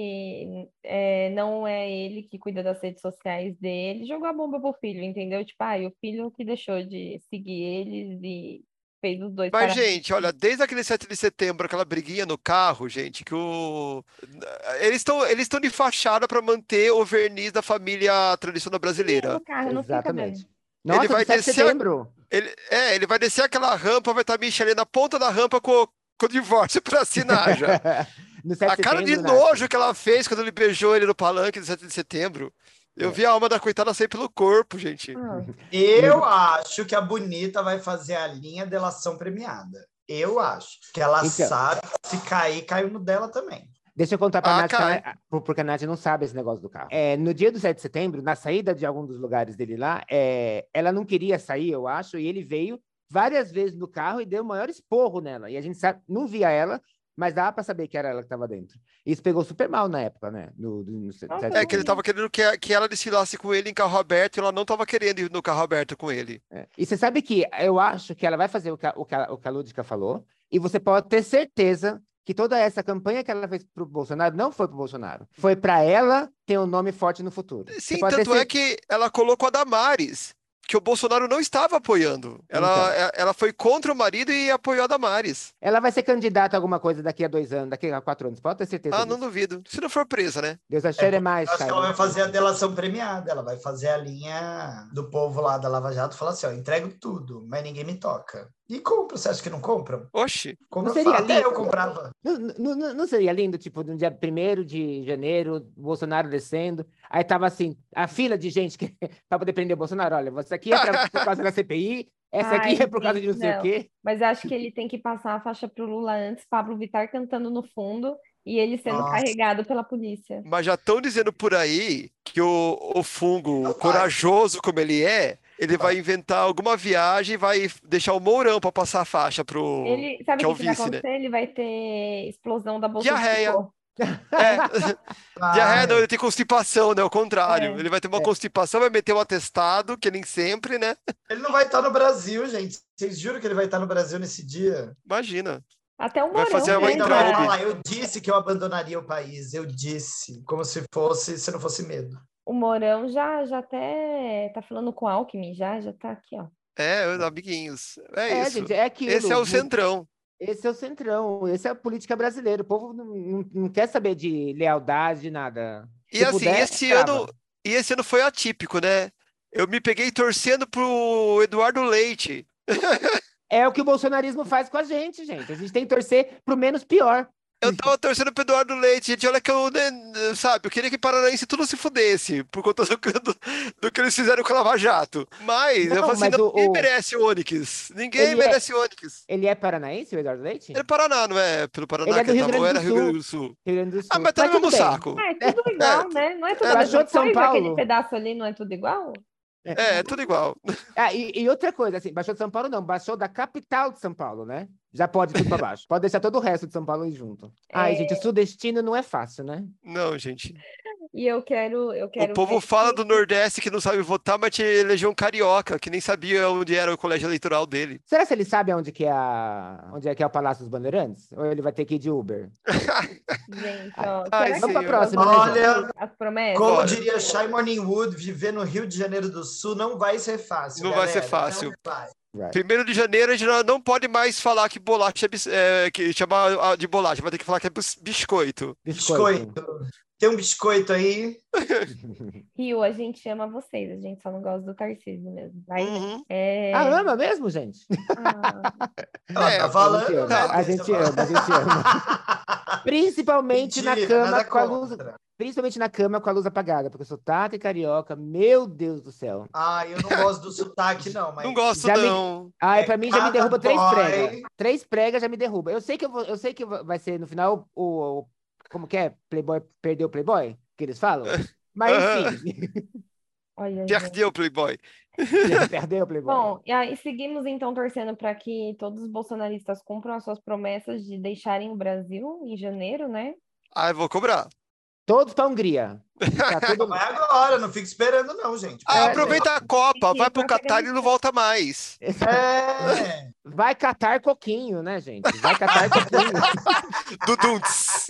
que é, não é ele que cuida das redes sociais dele. Jogou a bomba pro filho, entendeu? Tipo, ah, o filho que deixou de seguir eles e fez os dois Mas, parar. gente, olha, desde aquele sete de setembro, aquela briguinha no carro, gente, que o... Eles estão eles estão de fachada para manter o verniz da família tradicional brasileira. No carro, não fica bem. Exatamente. Nossa, Ele vai do sete de descer a- setembro. Ele, é, ele vai descer aquela rampa, vai estar a Michelle na ponta da rampa com, com o divórcio para assinar já. No sete A de cara de setembro, nojo Nath. que ela fez quando ele beijou ele no palanque do sete de setembro. Eu É. vi a alma da coitada sair pelo corpo, gente. Ah, Eu acho que a Bonita vai fazer a linha delação premiada. Eu acho. Que ela Então. sabe que se cair, caiu no dela também. Deixa eu contar pra Ah, Nath, que cai. ela- por- porque a Nath não sabe esse negócio do carro. É, no dia do sete de setembro, na saída de algum dos lugares dele lá, é, ela não queria sair, eu acho, e ele veio várias vezes no carro e deu o maior esporro nela. E a gente sabe, não via ela, mas dava pra saber que era ela que estava dentro. Isso pegou super mal na época, né? No, no, no sete de Nossa, É setembro. que ele tava querendo que, que ela desfilasse com ele em carro aberto e ela não tava querendo ir no carro aberto com ele. É. E você sabe que eu acho que ela vai fazer o que a, o que a, o que a Lúdica falou, e você pode ter certeza que toda essa campanha que ela fez pro Bolsonaro não foi pro Bolsonaro. Foi para ela ter um nome forte no futuro. Você Sim, pode ter tanto é cer- que ela colocou a Damares, que o Bolsonaro não estava apoiando. Ela, Então. é- ela foi contra o marido e apoiou a Damares. Ela vai ser candidata a alguma coisa daqui a dois anos, daqui a quatro anos. Pode ter certeza Ah, não disso. duvido. Se não for presa, né? Deus a Cher é mais, Eu acho que Chay. ela vai fazer a delação premiada. Ela vai fazer a linha do povo lá da Lava Jato e falar assim: ó, entrego tudo, mas ninguém me toca. E compra. Você acha que não compram? Oxi. Compra Não seria fácil. Até lindo? eu comprava. Não, não, não- não seria lindo, tipo, no dia primeiro de janeiro, o Bolsonaro descendo, aí tava assim, a fila de gente que para poder prender o Bolsonaro, olha, você aqui é pra- por causa da C P I, essa aqui Ai, é por causa de não gente, sei o não. quê. Mas eu acho que ele tem que passar a faixa pro Lula antes, Pablo Vittar cantando no fundo e ele sendo Nossa. carregado pela polícia. Mas já estão dizendo por aí que o, o fungo, Vai. corajoso como ele é, ele vai inventar alguma viagem e vai deixar o Mourão para passar a faixa pro. Ele, sabe que é o o que, que vai vice, né? acontecer? Ele vai ter explosão da bolsa de Diarreia. cocô. É. Vai. Diarreia não, ele tem constipação, né? O contrário. É. Ele vai ter uma É. constipação, vai meter um atestado, que nem sempre, né? Ele não vai estar no Brasil, gente. Vocês juram que ele vai estar no Brasil nesse dia? Imagina. Até o Vai Mourão, fazer né? uma Ainda entrada. vai já- falar, eu disse que eu abandonaria o país. Eu disse. Como se fosse, se não fosse medo. O Mourão já, já até tá falando com o Alckmin, já, já tá aqui, ó. É, amiguinhos. É, É, isso. gente, é aquilo. Esse é o mu- centrão. Esse é o centrão, esse é a política brasileira. O povo não, não, não quer saber de lealdade, de nada. E Se assim, puder, esse crava. ano, e esse ano foi atípico, né? Eu me peguei torcendo pro Eduardo Leite. É o que o bolsonarismo faz com a gente, gente. A gente tem que torcer pro menos pior. Eu tava torcendo pro Eduardo Leite, gente. Olha que eu, né, sabe, eu queria que Paranaense tudo se fudesse, por conta do, do, do que eles fizeram com a Lava Jato. Mas, Não, eu falo assim, mas não, o- ninguém o- merece o Onix. Ninguém Ele é- merece o Onix. Ele é paranaense, o Eduardo Leite? Ele é Paraná, não é? Pelo Paraná Ele é que do ele Rio tava, ou Grande era do Rio Grande do Sul. Rio Grande do Sul. Ah, mas tá no Mas mesmo tudo bem. saco. É, tudo igual, né? Não é tudo a mesma Baixou de São coisa? Paulo. Aquele pedaço ali não é tudo igual? É, é tudo igual. Ah, e, e outra coisa, assim, baixou de São Paulo não, baixou da capital de São Paulo, né? Já pode tudo pra baixo. Pode deixar todo o resto de São Paulo aí junto. Ai, É. gente, o sudestino não é fácil, né? Não, gente. E eu quero, eu quero O povo ver fala que- do Nordeste que não sabe votar, mas tinha elegeu um carioca, que nem sabia onde era o colégio eleitoral dele. Será que ele sabe onde que é, a... onde é que é o Palácio dos Bandeirantes? Ou ele vai ter que ir de Uber? Gente, ó, Ai, será vamos pra que próxima, eu- né, Olha, as promessas? Como Bora. diria Shai Morning Wood, viver no Rio de Janeiro do Sul não vai ser fácil. Não vai ser galera. fácil. Não vai. Vai. Primeiro de janeiro a gente não- não pode mais falar que bolacha é, bis- é, que chamar a- de bolacha, vai ter que falar que é bis- biscoito. Biscoito. Biscoito. Tem um biscoito aí. Rio, a gente ama vocês, a gente só não gosta do Tarcísio mesmo. Vai, Uhum. é... Ah, ama mesmo, gente? Ah, Ela É, tá A falando, gente ama, né? a gente ama, a gente ama. Principalmente na Mentira, cama nada com a luz, contra. principalmente na cama com a luz apagada, porque eu sou tata e carioca, meu Deus do céu. Ah, eu não gosto do sotaque, não. Mas Não gosto, Já me- não. Ai, É pra mim já me cada derruba três boy. pregas. Três pregas já me derruba. Eu sei que eu, vou, eu sei que vai ser no final o, o- como que é? Playboy perdeu o Playboy, que eles falam. Mas enfim, olha, gente. Perdeu o Playboy. perdeu o Playboy. Bom, e aí seguimos então torcendo para que todos os bolsonaristas cumpram as suas promessas de deixarem o Brasil em janeiro, né? Ah, eu vou cobrar. Todos pra Hungria. Tá tudo... vai agora, não fica esperando, não, gente. Ah, É, aproveita a Copa, E vai pro pra Catar e não volta mais. É. Vai catar coquinho, né, gente? Vai catar coquinho. Dudunts.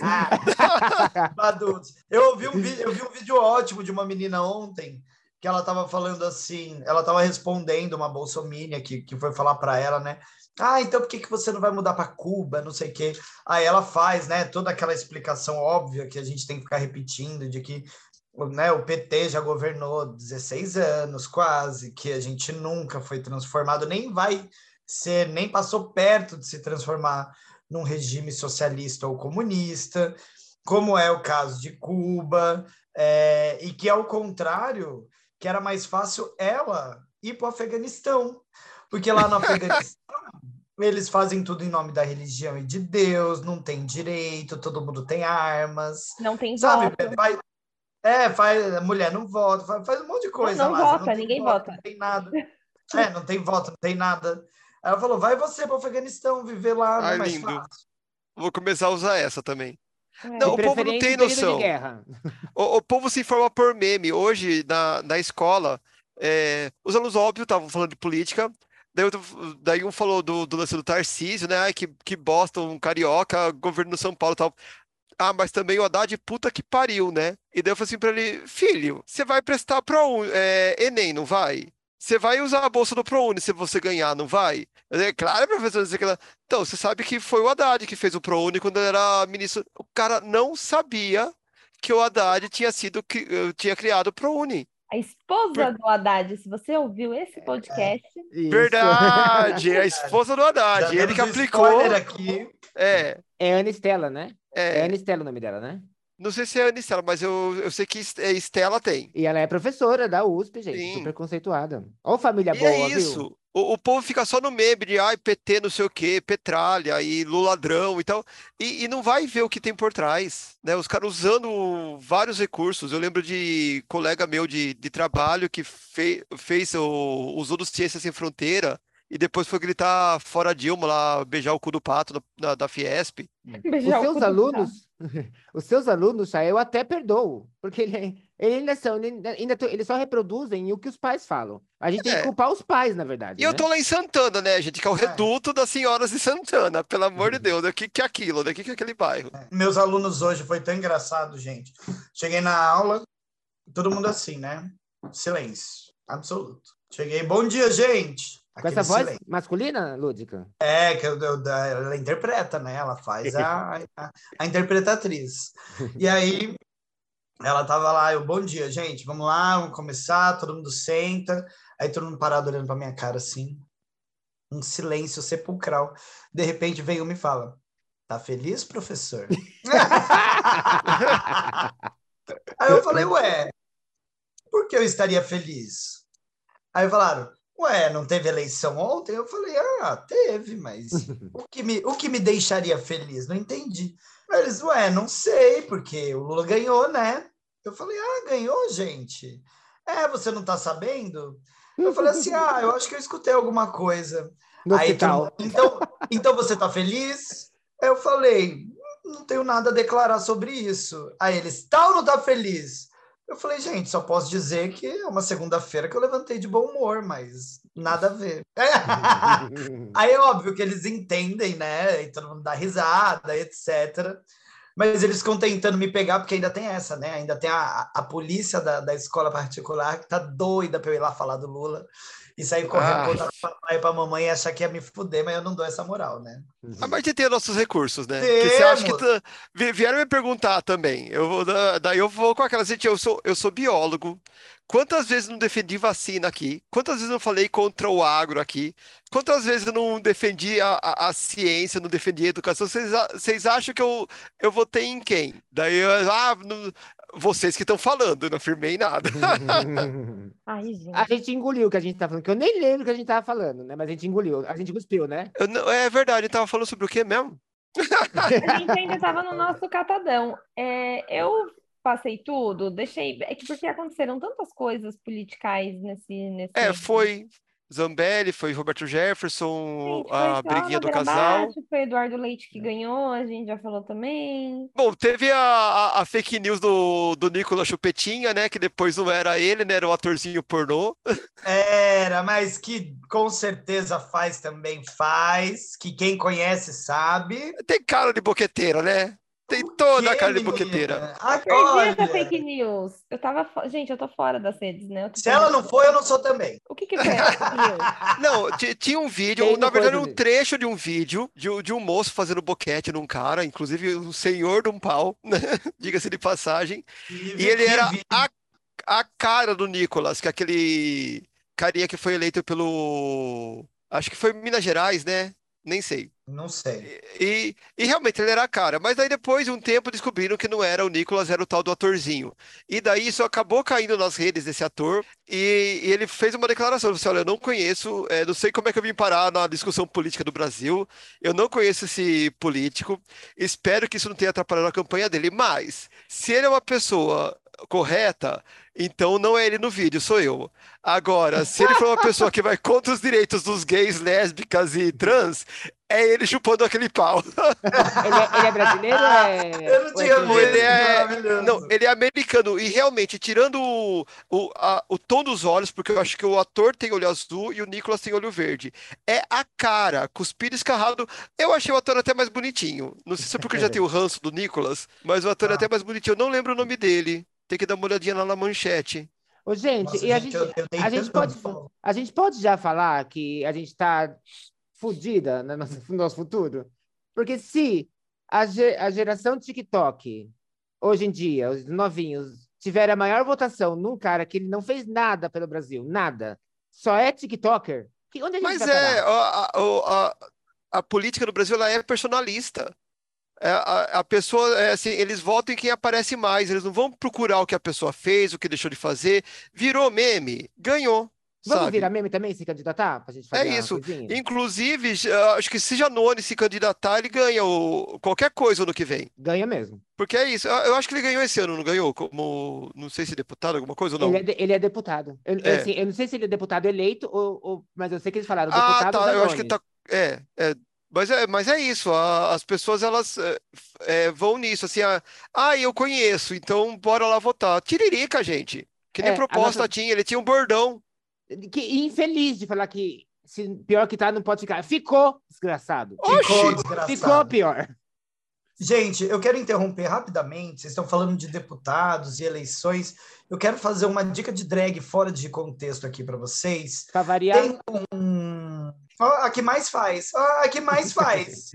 Adultos. Eu ouvi um vídeo, eu vi um vídeo ótimo de uma menina ontem que ela estava falando assim, ela estava respondendo uma bolsominion que, que foi falar para ela, né? Ah, então por que, que você não vai mudar para Cuba, não sei o quê. Aí ela faz, né, toda aquela explicação óbvia que a gente tem que ficar repetindo de que, né, o P T já governou dezesseis anos quase, que a gente nunca foi transformado, nem vai ser, nem passou perto de se transformar num regime socialista ou comunista, como é o caso de Cuba, é, e que, ao contrário, que era mais fácil ela ir para o Afeganistão, porque lá no Afeganistão eles fazem tudo em nome da religião e de Deus, não tem direito, todo mundo tem armas, Não tem sabe? voto. Faz, é, faz, a mulher não vota, faz, faz um monte de coisa não lá. vota, tem ninguém voto, vota. Não tem nada. É, não tem voto, não tem nada. Aí ela falou, vai você para o Afeganistão, viver lá, não é Ai, mais lindo. fácil. Vou começar a usar essa também. É. Não, De o povo não preferência tem em período de noção. guerra. O, o povo se informa por meme. Hoje, na, na escola, é, os alunos, óbvio, estavam falando de política. Daí, outro- daí um falou do, do lance do Tarcísio, né? Ai, que, que bosta, um carioca, governo de São Paulo e tal. Ah, mas também o Haddad, puta que pariu, né? E daí eu falei assim pra ele, filho, você vai prestar pro é, Enem, não vai? Você vai usar a bolsa do ProUni se você ganhar, não vai? Eu falei, claro, professor, não sei o que lá. Então, você sabe que foi o Haddad que fez o ProUni quando ele era ministro. O cara não sabia que o Haddad tinha sido, cri- eh, tinha criado o ProUni. A esposa do Haddad, se você ouviu esse podcast, Isso. Verdade, é a esposa do Já Haddad, ele demos que um aplicou. spoiler aqui. É, É Ana Estela, né? É é. Ana Estela o nome dela, né? Não sei se é a Anistela, mas eu, eu sei que Est- é, Estela tem. E ela é professora da U S P, gente, Sim. super conceituada. Ó, família E boa, é viu? isso. O, o povo fica só no meme de ai, P T não sei o quê, Petralha e Lula ladrão e tal. E, e não vai ver o que tem por trás, né? Os caras usando vários recursos. Eu lembro de colega meu de, de trabalho que fe, fez o, usou do Ciência Sem Fronteira e depois foi gritar fora Dilma lá, beijar o cu do pato da, da, da Fiesp. beijar Os o seus cu do alunos, os seus alunos, Chay, eu até perdoo, porque ele, ele ainda são, ele ainda, ainda to- eles só reproduzem o que os pais falam. A gente tem É. que culpar os pais, na verdade, E eu né? tô lá em Santana, né, gente? Que é o É. reduto das senhoras de Santana, pelo amor de Deus. O que, que é aquilo? O que, que é aquele bairro? Meus alunos hoje foi tão engraçado, gente. Cheguei na aula, todo mundo assim, né? Silêncio, absoluto. Cheguei, bom dia, gente. Com essa Aquele voz silêncio. masculina, Lúdica? É, que eu- eu- da- ela interpreta, né? Ela faz a, a, a interpretatriz. E aí, ela tava lá, eu, bom dia, gente, vamos lá, vamos começar, todo mundo senta. Aí todo mundo parado olhando pra minha cara assim. Um silêncio sepulcral. De repente vem um e fala, tá feliz, professor? Aí eu falei, ué, por que eu estaria feliz? Aí falaram, ué, não teve eleição ontem? Eu falei, ah, teve, mas o que me, o que me deixaria feliz? Não entendi. Aí eles, ué, não sei, porque o Lula ganhou, né? Eu falei, ah, ganhou, gente? É, você não tá sabendo? Eu falei assim, ah, eu acho que eu escutei alguma coisa. No Aí todo hospital. mundo, então, então você tá feliz? Aí eu falei, não tenho nada a declarar sobre isso. Aí eles, tá ou não tá feliz? Eu falei, gente, só posso dizer que é uma segunda-feira que eu levantei de bom humor, mas nada a ver. Aí é óbvio que eles entendem, né? E todo mundo dá risada, etcétera. Mas eles ficam tentando me pegar, porque ainda tem essa, né? Ainda tem a, a polícia da, da escola particular que tá doida pra eu ir lá falar do Lula e sair correndo, Ah. contar pro papai e pra mamãe e achar que ia me fuder, mas eu não dou essa moral, né? Ah, mas a gente tem nossos recursos, né? Que você acha que Temos! tá- vi- vieram me perguntar também. Eu vou, da- daí eu vou com aquela, gente, eu sou, eu sou biólogo. Quantas vezes eu não defendi vacina aqui? Quantas vezes eu não falei contra o agro aqui? Quantas vezes eu não defendi a, a, a ciência, não defendi a educação? Vocês, a- vocês acham que eu, eu votei em quem? Daí, eu, ah, não- vocês que estão falando, eu não afirmei nada. Ai, A gente. gente engoliu o que a gente tá falando, que eu nem lembro o que a gente tava falando, né? Mas a gente engoliu, a gente cuspiu, né? Eu não- é verdade, eu tava falando sobre o quê mesmo? A gente ainda estava no nosso catadão. É, eu passei tudo, deixei. É que porque aconteceram tantas coisas politicais nesse, É, nesse. foi Zambelli, foi Roberto Jefferson, Gente, foi a só briguinha do ladeira casal. abaixo, foi Eduardo Leite que ganhou, a gente já falou também. Bom, teve a, a- a fake news do, do Nicolas Chupetinha, né? Que depois não era ele, né? Era o atorzinho pornô. Era, mas que com certeza faz também faz, que quem conhece sabe. Tem cara de boqueteira, né? Tem O toda a quê, cara de boqueteira. menina? Ah, Perdi essa olha, fake news. Eu tava. fo- Gente, eu tô fora das redes, né? Eu tô se ela não perdendo. foi, eu não sou também. O que que foi a fake news? Não, ti- tinha um vídeo, Tem na no verdade, coisa um dele. trecho de um vídeo de, um- de um moço fazendo boquete num cara, inclusive um senhor de um pau, né? Diga-se de passagem. Que, E ele que era vi- a, a cara do Nicolas, que é aquele carinha que foi eleito pelo. Acho que foi Minas Gerais, né? Nem sei. Não sei. E, e realmente ele era a cara, mas daí depois de um tempo descobriram que não era o Nicolas, era o tal do atorzinho. E daí isso acabou caindo nas redes desse ator e, e ele fez uma declaração, ele disse, olha, eu não conheço, é, não sei como é que eu vim parar na discussão política do Brasil, eu não conheço esse político, espero que isso não tenha atrapalhado a campanha dele, mas se ele é uma pessoa correta, então não é ele no vídeo, sou eu. Agora, se ele for uma pessoa que vai contra os direitos dos gays, lésbicas e trans, é ele chupando aquele pau. Ele é, ele é brasileiro ou é. Eu não ou é tinha Não, estrangeiro? ele visto, é. maravilhoso. Não, ele é americano. E realmente, tirando o, o, a- o tom dos olhos, porque eu acho que o ator tem olho azul e o Nicolas tem olho verde. É a cara, cuspido escarrado. Eu achei o ator até mais bonitinho. Não sei se é porque eu já tenho o ranço do Nicolas, mas o ator é Ah. até mais bonitinho. Eu não lembro o nome dele. Tem que dar uma olhadinha lá na manchete. Ô, gente, Nossa, e a gente, gente, eu, eu dei a gente tanto pode, pau. a gente pode já falar que a gente tá fodida no nosso, no nosso futuro? Porque se a, ge- a geração TikTok, hoje em dia, os novinhos, tiver a maior votação num cara que ele não fez nada pelo Brasil, nada, só é TikToker, que, onde a gente Mas vai é, parar? a, a, a, a política no Brasil ela é personalista. É, a, a pessoa, é, assim, eles votam em quem aparece mais, eles não vão procurar o que a pessoa fez, o que deixou de fazer. Virou meme, ganhou, Vamos virar sabe? meme também, se candidatar, pra gente É fazer uma isso. coisinha? Inclusive, já- acho que se Janone se candidatar, ele ganha o, qualquer coisa no que vem. Ganha mesmo. Porque é isso. Eu, eu acho que ele ganhou esse ano, não ganhou? Como, não sei se deputado, alguma coisa ou Ele é, não. de- ele é deputado. Eu, eu, É. assim, eu não sei se ele é deputado eleito, ou, ou- mas eu sei que eles falaram Ah, deputado tá. Eu acho que Zanoni. tá. É, é. Mas é, mas é isso. a- as pessoas elas é, f- é, vão nisso, assim. Ah, ah, eu conheço, então bora lá votar. Tiririca, gente. Que nem É, a proposta nossa... tinha. Ele tinha um bordão. Que infeliz de falar que se pior que tá, não pode ficar. Ficou desgraçado. Ficou Oxi! desgraçado. Ficou pior. Gente, eu quero interromper rapidamente. Vocês estão falando de deputados e eleições. Eu quero fazer uma dica de drag fora de contexto aqui para vocês. Pra variar, Tem um. Ó, a que mais faz. Ó, a que mais faz.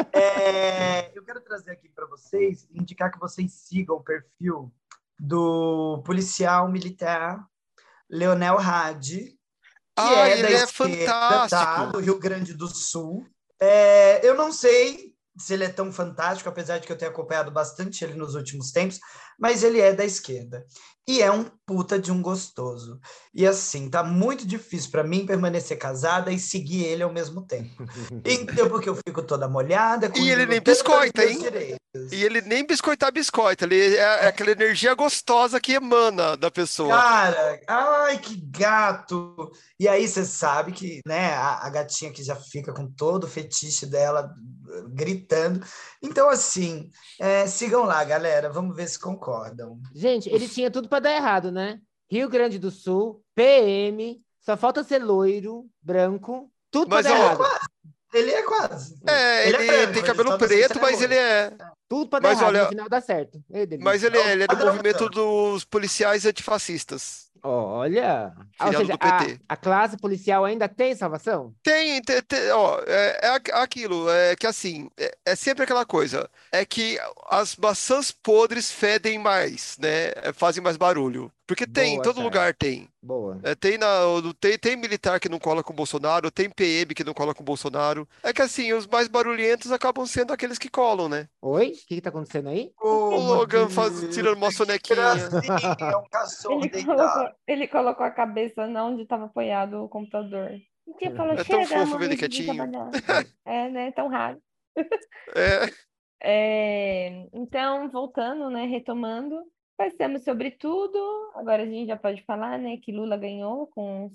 É, eu quero trazer aqui para vocês, indicar que vocês sigam o perfil do policial militar Leonel Hadi. que Ah, é da ele é esquerda, tá? fantástico. Do Rio Grande do Sul. É, eu não sei se ele é tão fantástico, apesar de que eu tenha acompanhado bastante ele nos últimos tempos, mas ele é da esquerda. E é um puta de um gostoso. E assim, tá muito difícil para mim permanecer casada e seguir ele ao mesmo tempo. Então, porque eu fico toda molhada, com E ele ele nem lutando pelos biscoita, meus hein? direitos. E ele nem biscoitar biscoita. Ele é, é aquela energia gostosa que emana da pessoa. Cara, ai, que gato! E aí você sabe que, né, a, a gatinha que já fica com todo o fetiche dela eh, gritando. Então, assim, é, sigam lá, galera. Vamos ver se concordam. Gente, ele tinha tudo para dar errado, né? Rio Grande do Sul, P M, só falta ser loiro, branco, tudo para Mas, dar ó, errado. Ele é quase. é, Ele é ele branco, tem ele cabelo só não sei se preto, ele é mas ele loiro. é. Tudo para dar Mas errado, no olha, final dá certo. Ei, mas delícia. ele é, ele é do Padrão movimento branco. dos policiais antifascistas, Olha, ah, ou filiado seja, do P a, T. a classe policial ainda tem salvação? Tem, tem, tem, ó, é, é aqu- aquilo, é que assim, é, é sempre aquela coisa, é que as maçãs podres fedem mais, né? É, fazem mais barulho. Porque tem, em Boa, todo Chay. lugar tem. Boa. É, tem, na, tem, tem militar que não cola com o Bolsonaro, tem P M que não cola com o Bolsonaro. É que assim, os mais barulhentos acabam sendo aqueles que colam, né? Oi? O que que tá acontecendo aí? O Oh, meu Logan faz, Deus, tirando uma que sonequinha. gracinha, um cachorro Ele deitado. colocou, ele colocou a cabeça na onde estava apoiado o computador. E tia falou, É tão chega, fofo ver ele mamãe, de vir quietinho. trabalhar. É, né? Tão raro. É, É, então, voltando, né? Retomando, passamos sobre tudo. Agora a gente já pode falar, né? Que Lula ganhou com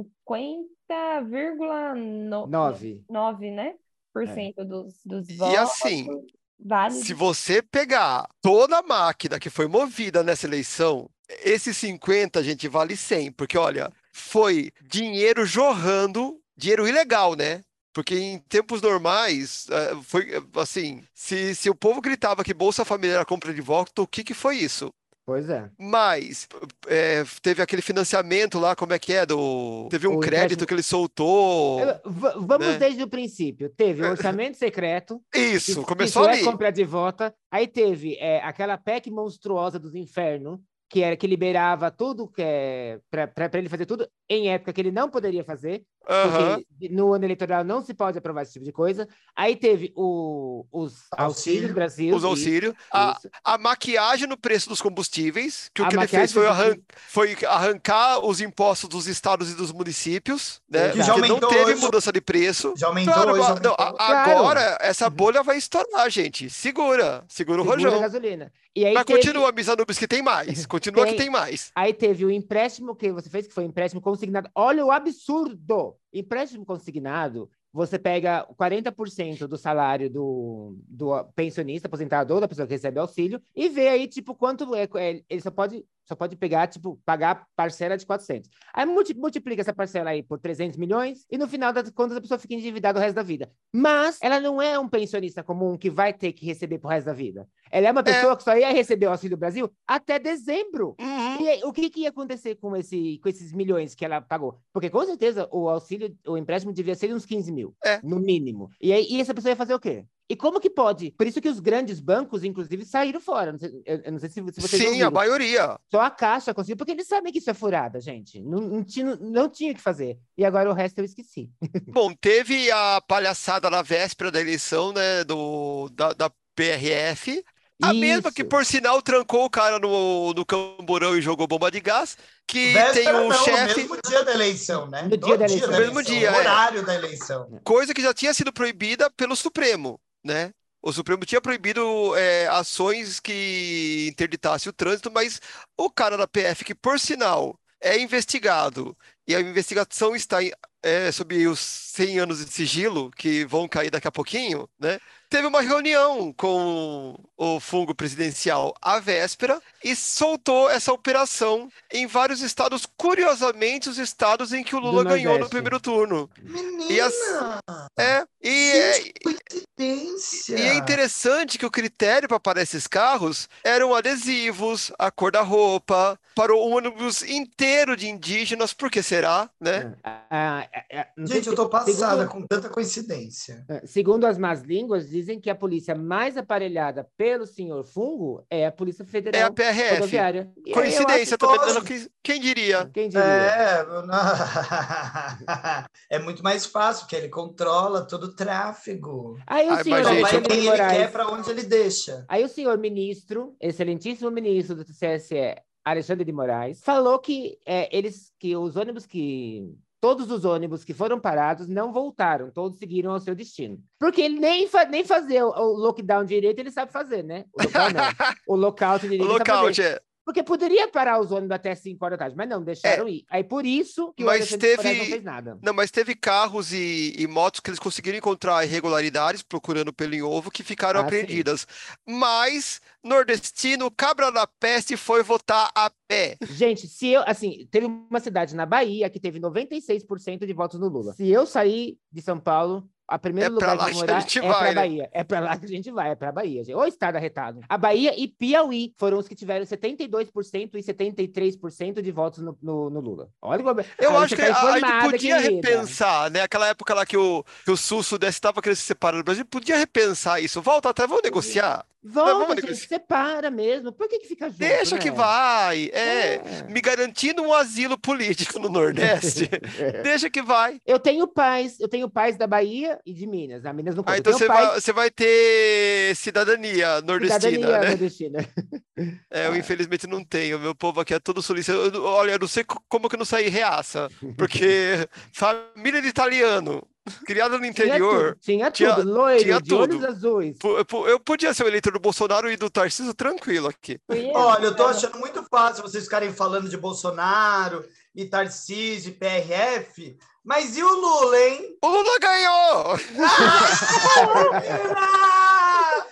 cinquenta vírgula Nove. nove, né? Por É. cento dos, dos e votos assim, se válidos. você pegar toda a máquina que foi movida nessa eleição, esses cinquenta, gente, vale cem, porque olha, foi dinheiro jorrando, dinheiro ilegal, né? Porque em tempos normais, eh, foi eh, assim, se, se o povo gritava que Bolsa Família era compra de voto, o que que foi isso? Pois é. Mas eh, teve aquele financiamento lá, como é que é? Do... Teve um O crédito empréstimo. que ele soltou, Eu- v- Vamos né? desde o princípio. Teve o orçamento secreto, que, Isso, que começou isso é ali. compra de vota. Aí teve é, aquela P E C monstruosa dos infernos, que era que liberava tudo que é para ele fazer tudo em época que ele não poderia fazer, Aham. porque no ano eleitoral não se pode aprovar esse tipo de coisa. Aí teve o, os auxílios Auxílio. Brasil, Os isso, auxílios, a, isso. a maquiagem no preço dos combustíveis, que o A que ele fez maquiagem foi, dos arran- combustíveis. foi arrancar os impostos dos estados e dos municípios, né? Que já Exato. Porque não aumentou teve hoje. mudança de preço. Já aumentou Claro, hoje, a- não, aumentou. a- Claro. agora essa bolha vai estourar, gente. Segura, segura o Segura a rojão. gasolina. E aí Mas teve, continua, Miss Anubis, que tem mais. Continua que tem, tem mais. aí teve o empréstimo que você fez, que foi um empréstimo consignado. Olha o absurdo! Empréstimo consignado, você pega quarenta por cento do salário do, do pensionista, aposentado ou da pessoa que recebe auxílio e vê aí, tipo, quanto é, é, ele só pode, só pode pegar, tipo, pagar parcela de quatrocentos. Aí multi- multiplica essa parcela aí por trezentos milhões e no final das contas a pessoa fica endividada o resto da vida. Mas ela não é um pensionista comum que vai ter que receber pro resto da vida. Ela é uma pessoa que só ia receber o Auxílio Brasil até dezembro. Uhum. E aí, o que, que ia acontecer com, esse, com esses milhões que ela pagou? Porque com certeza o auxílio, o empréstimo devia ser uns quinze mil, É. no mínimo. E aí e essa pessoa ia fazer o quê? E como que pode? Por isso que os grandes bancos, inclusive, saíram fora. Não sei- eu, eu não sei se, se vocês Sim, a ouviram. maioria. Só a Caixa conseguiu, porque eles sabem que isso é furada, gente. Não, não, tinha, não tinha o que fazer. E agora o resto eu esqueci. Bom, teve a palhaçada na véspera da eleição, né, do, da, da P R F. A mesma que, Isso. por sinal, trancou o cara no, no camburão e jogou bomba de gás, que tem Véspera o não, chefe, no mesmo dia da eleição, né? No dia da eleição. No mesmo dia, no é. horário da eleição. coisa que já tinha sido proibida pelo Supremo, né? O Supremo tinha proibido é, ações que interditassem o trânsito, mas o cara da P F, que por sinal é investigado, e a investigação está em- é, sob os cem anos de sigilo, que vão cair daqui a pouquinho, né? Teve uma reunião com o fungo presidencial à véspera e soltou essa operação em vários estados, curiosamente, os estados em que o Do Lula ganhou no Nordeste. primeiro turno. E as- Menina! É, e, é, Gente, que coincidência! e é interessante que o critério para parar esses carros eram adesivos, a cor da roupa, para o ônibus inteiro de indígenas, por que será, né? Ah, é, é, não sei Gente, se- eu tô passada segundo, com tanta coincidência. é, segundo as más línguas, dizem que a polícia mais aparelhada pelo senhor Fungo é a Polícia É a Federal P R F. Rodoviária. E aí eu acho, Coincidência também, não, Lógico. quem quem diria? quem diria? É, é muito mais fácil, porque ele controla todo o tráfego. Aí o Ai, senhor mas, Só gente, vai Alexandre quem de ele quer Moraes, para onde ele deixa. aí o senhor ministro, excelentíssimo ministro do T S E, Alexandre de Moraes, falou que é, eles, que os ônibus que todos os ônibus que foram parados não voltaram, todos seguiram ao seu destino. Porque ele nem, fa nem fazer o, o lockdown direito ele sabe fazer, né? O lockdown não. O lockout O direito ele sabe fazer. lockout, é. Porque poderia parar os ônibus até cinco horas da tarde, mas não, deixaram ir. Aí por isso que o Mas Alexandre de Moraes teve- não fez nada. Não, mas teve carros e, e motos que eles conseguiram encontrar irregularidades, procurando pelo em ovo, que ficaram Ah, sim. apreendidas. Mas, nordestino, cabra da peste, foi votar a pé. Gente, se eu, assim, teve uma cidade na Bahia que teve noventa e seis por cento de votos no Lula. Se eu sair de São Paulo, a primeiro É pra lugar lá que eu vou que a morar gente é vai, pra né? Bahia. É pra lá que a gente vai, é pra Bahia, gente. Ô estado arretado. A Bahia e Piauí foram os que tiveram setenta e dois por cento e setenta e três por cento de votos no, no, no Lula. Olha como... Eu Aí acho você que tá a, a gente informada, podia querida. repensar, né? Aquela época lá que o, que o Sul Sudeste estava querendo se separar do Brasil, podia repensar isso. Volta até, vamos negociar. Volta, vamos gente, negociar. separa mesmo. Por que que fica junto, Deixa né? que vai. É, É. me garantindo um asilo político no Nordeste. Deixa que vai. Eu tenho pais, eu tenho pais da Bahia e de Minas. A Minas não conta. Ah, Eu então tenho você pais vai, você vai ter cidadania nordestina, cidadania né? nordestina. É, eu infelizmente não tenho. Meu povo aqui é todo sulista. Eu- eu- olha, eu não sei co- como que eu não saí reaça. Porque família de italiano, criada no Tinha interior, tudo, tinha tinha- tudo. Loiro, tinha de olhos tudo. azuis. po- po- eu podia ser o eleitor do Bolsonaro e do Tarcísio tranquilo aqui. Fui eu, Olha, eu tô cara. achando muito fácil vocês ficarem falando de Bolsonaro e Tarcísio e P R F, mas e o Lula, hein? O Lula ganhou! Ah,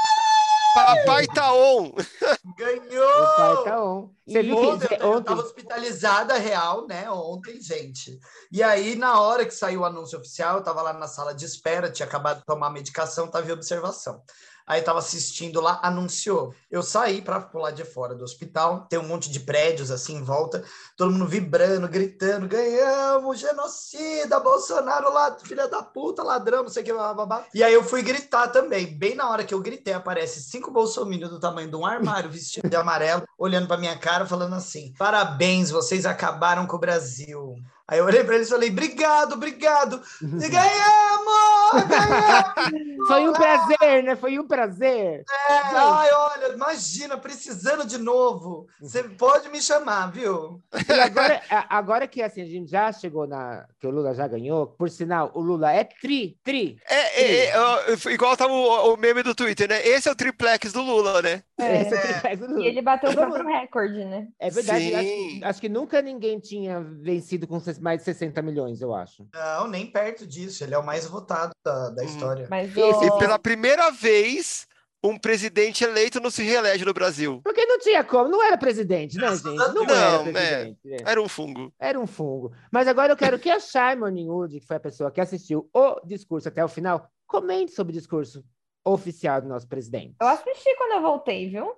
Papai tá on! ganhou! O pai tá on. Você E viu ontem, que eu ontem, estava hospitalizada real, né? Ontem, gente. E aí, na hora que saiu o anúncio oficial, eu estava lá na sala de espera, tinha acabado de tomar medicação, estava em observação. Aí estava assistindo lá, anunciou. Eu saí para pular de fora do hospital, tem um monte de prédios assim em volta, todo mundo vibrando, gritando, ganhamos, genocida, Bolsonaro lá, filha da puta, ladrão, não sei o que, blá, blá, blá. E aí eu fui gritar também. Bem na hora que eu gritei, aparece cinco bolsominions do tamanho de um armário, vestido de amarelo, olhando para minha cara, falando assim, parabéns, vocês acabaram com o Brasil. Aí eu olhei para eles e falei, obrigado, obrigado, e ganhamos, ganhamos. foi um prazer, né? Foi um prazer. É, ai, olha, imagina, precisando de novo. Você pode me chamar, viu? E agora, a- agora que assim, a gente já chegou na. Que o Lula já ganhou, por sinal, o Lula é tri, tri. É, é, é, ó, igual tava o, o meme do Twitter, né? Esse é o triplex do Lula, né? É. Esse é o triplex do E Lula. ele bateu o Vamos- próprio recorde, né? É verdade, acho Sim. que, acho que nunca ninguém tinha vencido com mais de sessenta milhões, eu acho. Não, nem perto disso. Ele é o mais votado da, da Hum. história. Mas Esse- E o... pela primeira vez, um presidente eleito não se reelege no Brasil. Porque não tinha como, não era presidente, né, gente? Não, Não, era é. presidente. é. Era um fungo. Era um fungo. Mas agora eu quero que a Chay Morningwood, que foi a pessoa que assistiu o discurso até o final, comente sobre o discurso oficial do nosso presidente. eu assisti quando eu voltei, viu?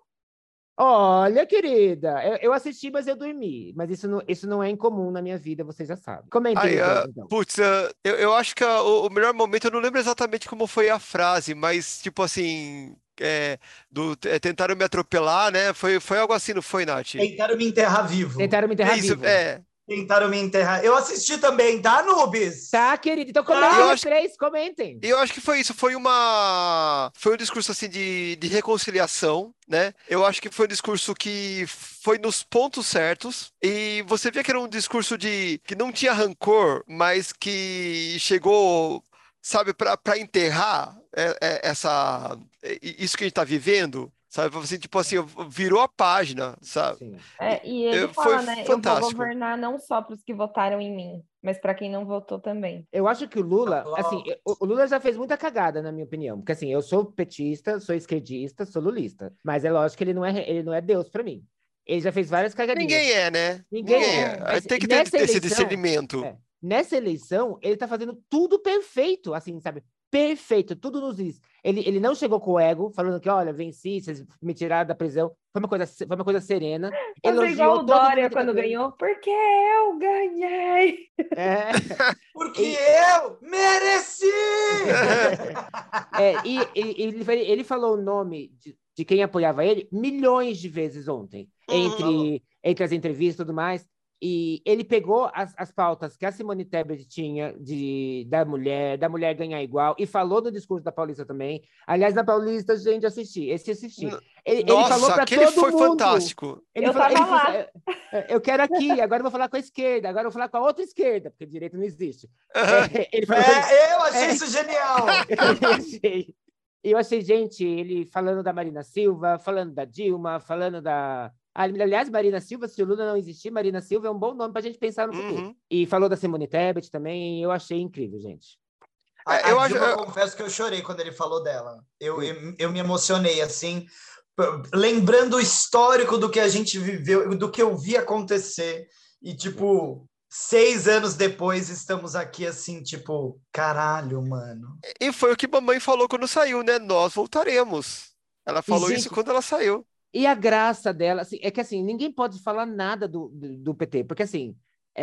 Olha, querida, eu, eu assisti, mas eu dormi. Mas isso não, isso não é incomum na minha vida, você já sabe. Comentem Aí, os ah, dois, então. putz, ah, eu, eu acho que ah, o, o melhor momento, eu não lembro exatamente como foi a frase, mas tipo assim, é, do, é, tentaram me atropelar, né? Foi, foi algo assim, não foi, Nath? Tentaram me enterrar vivo. Tentaram me enterrar Isso, vivo. é. Tentaram me enterrar. Eu assisti também, tá, Nubes? Tá, querido? Então comentem Eu os acho- três, comentem. E eu acho que foi isso, foi uma, foi um discurso assim de, de reconciliação, né? Eu acho que foi um discurso que foi nos pontos certos e você vê que era um discurso de que não tinha rancor, mas que chegou, sabe, para para enterrar é, é, essa é, isso que a gente está vivendo, sabe? Assim, tipo assim, virou a página, sabe? Sim. É, e ele Eu- foi fala, né? Eu vou fantástico. governar não só para os que votaram em mim, mas para quem não votou também. Eu acho que o Lula, Aplausos. assim, o o Lula já fez muita cagada, na minha opinião. Porque, assim, eu sou petista, sou esquerdista, sou lulista. Mas é lógico que ele não é, ele não é Deus pra mim. Ele já fez várias cagadinhas. Ninguém é, né? Ninguém Ninguém é, é. Aí mas tem que ter nessa esse eleição- discernimento. É. Nessa eleição, ele tá fazendo tudo perfeito, assim, sabe? perfeito, tudo nos is. Ele, ele não chegou com o ego, falando que, olha, venci, vocês me tiraram da prisão. Foi uma coisa, foi uma coisa serena. Fazer igual o todo mundo Dória que quando tá vendo. ganhou, porque eu ganhei. É, Porque E- eu mereci! é, e, e- ele, ele falou o nome de, de quem apoiava ele milhões de vezes ontem, Uhum. entre, entre as entrevistas e tudo mais. E ele pegou as, as pautas que a Simone Tebet tinha de, da mulher, da mulher ganhar igual, e falou no discurso da Paulista também. Aliás, na Paulista, gente, assisti, esse assisti. N- Ele, ele Nossa, falou para aquele todo foi mundo. fantástico. Ele Eu falou, tava ele falou lá. assim, eu quero aqui, agora eu vou falar com a esquerda, agora eu vou falar com a outra esquerda, porque direito não existe. Aham. É, ele falou, É, eu achei É. isso genial! eu achei, eu achei, gente, ele falando da Marina Silva, falando da Dilma, falando da... Aliás, Marina Silva, se o Lula não existir, Marina Silva é um bom nome para a gente pensar no futuro. Uhum. E falou da Simone Tebet também, eu achei incrível, gente. A, É, eu a acho- Dilma, eu- confesso que eu chorei quando ele falou dela. Eu, eu, eu me emocionei, assim, p- lembrando o histórico do que a gente viveu, do que eu vi acontecer. E, tipo, seis anos depois, estamos aqui, assim, tipo, caralho, mano. E foi o que mamãe falou quando saiu, né? Nós voltaremos. Ela falou gente, isso quando ela saiu. E a graça dela, assim, é que assim, ninguém pode falar nada do, do, do P T, porque assim,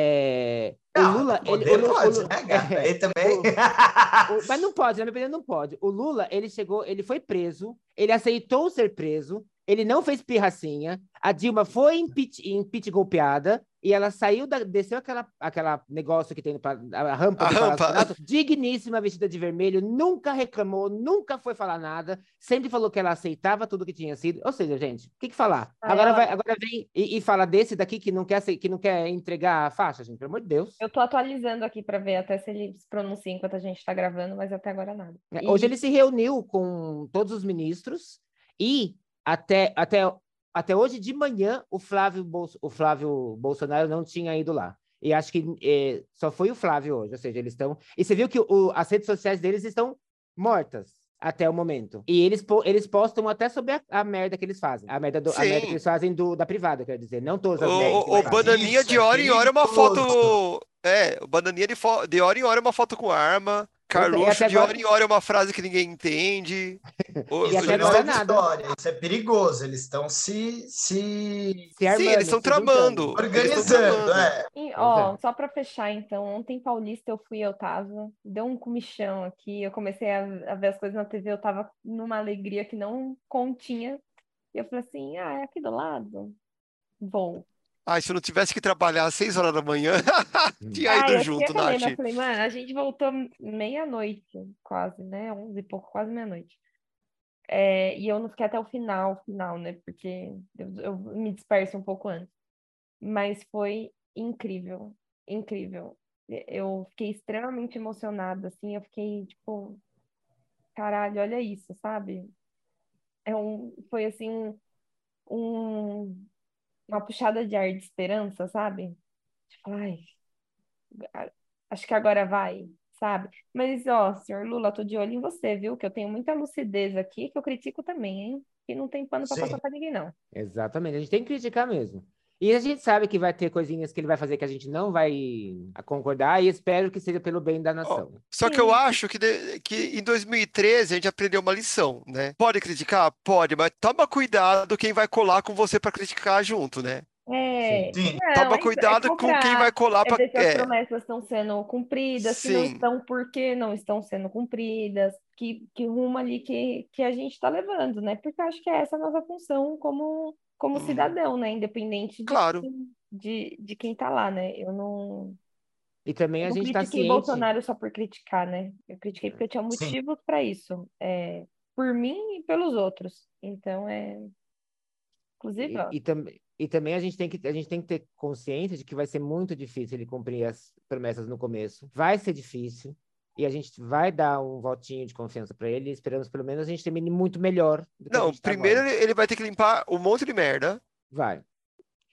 é, o Não, Lula, ele, poder o Lu- o pode, Lu- né, gata? é, Ele também. o- mas não pode, na minha opinião, não pode. O Lula, ele chegou, ele foi preso, ele aceitou ser preso, ele não fez pirracinha, a Dilma foi impeach, impeach golpeada, e ela saiu, da, desceu aquela, aquela negócio que tem no, pa- a rampa A do Palácio rampa. Planalto, digníssima, vestida de vermelho, nunca reclamou, nunca foi falar nada, sempre falou que ela aceitava tudo que tinha sido. Ou seja, gente, o que, que falar? Ah, Agora, ela- vai, agora vem e, e fala desse daqui que não, quer, acei- que não quer entregar a faixa, gente, pelo amor de Deus. Eu tô atualizando aqui para ver até se ele se pronuncia enquanto a gente tá gravando, mas até agora nada. É, E- Hoje ele se reuniu com todos os ministros e até, até, até hoje de manhã o Flávio, Bolso, o Flávio Bolsonaro não tinha ido lá. E acho que eh, só foi o Flávio hoje, ou seja, eles estão... E você viu que o, as redes sociais deles estão mortas até o momento. E eles, po- eles postam até sobre a, a merda que eles fazem. A merda, do, a Sim. merda que eles fazem do, da privada, quer dizer. Não todas as O, merdas que o, o eles fazem. Bananinha Isso, de é hora em hora é uma perigoso. foto. É, o Bananinha de, fo... de hora em hora é uma foto com arma. Carluxo até de agora- hora em hora é uma frase que ninguém entende. O- E Isso até não agora é nada. história, isso é perigoso. Eles estão se, se Se armando, Sim, eles estão se juntando. tramando. Eles estão organizando. tramando. É. E, Pois ó, é. só para fechar, então, ontem Paulista eu fui, eu tava, deu um comichão aqui, eu comecei a, a ver as coisas na T V, eu tava numa alegria que não continha, e eu falei assim, ah, é aqui do lado? Vou. Ai, se eu não tivesse que trabalhar às seis horas da manhã, tinha Ah, ido eu junto, tinha mesmo, eu Nath. falei, mano, a gente voltou meia-noite, quase, né, onze e pouco, quase meia-noite. É, e eu não fiquei até o final, final, né, porque eu, eu me disperso um pouco antes. Mas foi incrível, incrível. Eu fiquei extremamente emocionada, assim, eu fiquei, tipo, caralho, olha isso, sabe? É um, foi, assim, um, um- uma puxada de ar de esperança, sabe? Tipo, ai, a- acho que agora vai, sabe? Mas, ó, senhor Lula, tô de olho em você, viu? Que eu tenho muita lucidez aqui, que eu critico também, hein? Que não tem pano pra Sim. passar pra ninguém, não. Exatamente, a gente tem que criticar mesmo. E a gente sabe que vai ter coisinhas que ele vai fazer que a gente não vai concordar, e espero que seja pelo bem da nação. Só que Sim. eu acho que, de- que em dois mil e treze a gente aprendeu uma lição, né? Pode criticar? Pode, mas toma cuidado quem vai colar com você para criticar junto, né? É, Sim. não, Toma é- é cuidado com quem cobrar. vai colar É para. ver se as promessas estão sendo cumpridas, se não Sim. estão, por que não estão sendo cumpridas, que, que rumo ali que, que a gente está levando, né? Porque eu acho que é essa a nossa função como, como Uhum. cidadão, né? Independente de, Claro. de, de quem tá lá, né? Eu não, E também eu a não gente está critiquei ciente. Bolsonaro só por criticar, né? Eu critiquei porque eu tinha motivos para isso. É, por mim e pelos outros. Então, é... Inclusive, ó, E, e, tam, e também a gente, tem que, a gente tem que ter consciência de que vai ser muito difícil ele cumprir as promessas no começo. Vai ser difícil. E a gente vai dar um votinho de confiança para ele. E esperamos, pelo menos, a gente termine muito melhor do que a Não, gente tá primeiro agora. ele ele vai ter que limpar um monte de merda. Vai.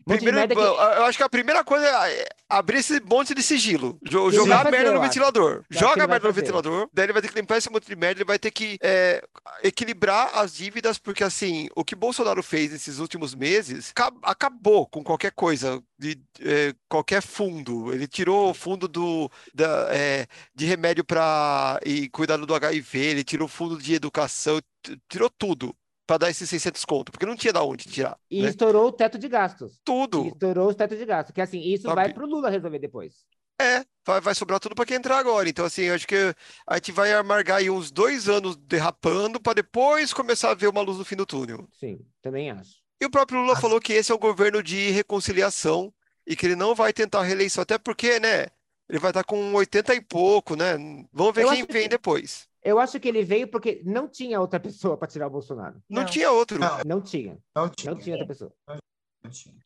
Monte de Primeiro, merda que eu eu acho que a primeira coisa é abrir esse monte de sigilo. Jo- ele Jogar vai a merda fazer, no eu acho. ventilador. Eu acho que Joga ele a vai merda no fazer. ventilador, daí ele vai ter que limpar esse monte de merda, ele vai ter que é, equilibrar as dívidas, porque assim, o que Bolsonaro fez nesses últimos meses ca- acabou com qualquer coisa, de é, qualquer fundo. Ele tirou o fundo do, da, é, de remédio para e cuidado do H I V, ele tirou o fundo de educação, t- tirou tudo para dar esses seiscentos conto, porque não tinha da onde tirar, E né? estourou o teto de gastos. E Tudo, estourou o teto de gastos. Que assim, isso vai sabe? pro Lula resolver depois. É, vai, vai sobrar tudo para quem entrar agora. Então, assim, eu acho que a gente vai amargar aí uns dois anos derrapando para depois começar a ver uma luz no fim do túnel. Sim, também acho. E o próprio Lula As- falou que esse é um governo de reconciliação e que ele não vai tentar a reeleição, até porque, né, ele vai estar com oitenta e pouco, né? Vamos ver Eu quem acho vem que, depois. eu acho que ele veio porque não tinha outra pessoa para tirar o Bolsonaro. Não Não. tinha outro. Não, Não tinha. não Não tinha. tinha outra pessoa. Não tinha.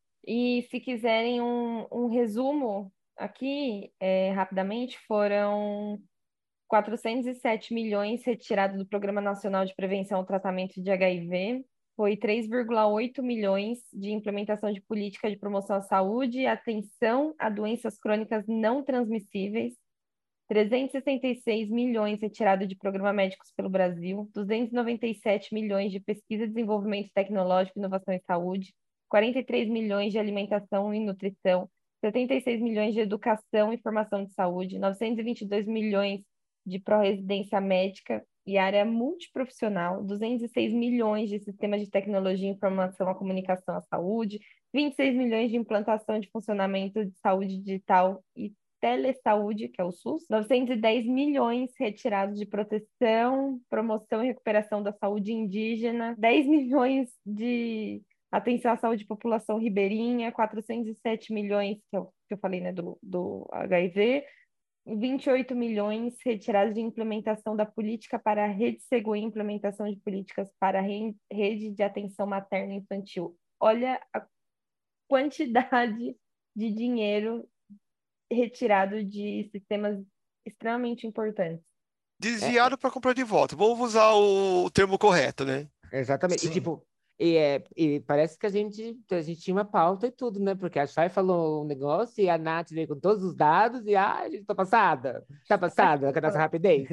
E se quiserem um, um resumo aqui, é, rapidamente, foram quatrocentos e sete milhões retirados do Programa Nacional de Prevenção ao Tratamento de H I V, foi três vírgula oito milhões de implementação de política de promoção à saúde e atenção a doenças crônicas não transmissíveis, trezentos e sessenta e seis milhões retirados de Programa Médicos pelo Brasil, duzentos e noventa e sete milhões de pesquisa, desenvolvimento tecnológico, inovação e saúde, quarenta e três milhões de alimentação e nutrição, setenta e seis milhões de educação e formação de saúde, novecentos e vinte e dois milhões de pró-residência médica e área multiprofissional, duzentos e seis milhões de sistemas de tecnologia, informação, a comunicação, à saúde, vinte e seis milhões de implantação de funcionamento de saúde digital e telesaúde, que é o SUS, novecentos e dez milhões retirados de proteção, promoção e recuperação da saúde indígena, dez milhões de atenção à saúde de população ribeirinha, quatrocentos e sete milhões, que eu, que eu falei, né, do, do H I V, vinte e oito milhões retirados de implementação da política para a rede segura e implementação de políticas para a re- rede de atenção materna e infantil. Olha a quantidade de dinheiro retirado de sistemas extremamente importantes. É, Desviado para comprar de volta. Vamos usar o termo correto, né? exatamente. E Sim. tipo, e, é, e parece que a gente, a gente tinha uma pauta e tudo, né? Porque a Chay falou um negócio e a Nath veio com todos os dados e ah, a gente tá passada. Tá passada com a nossa rapidez.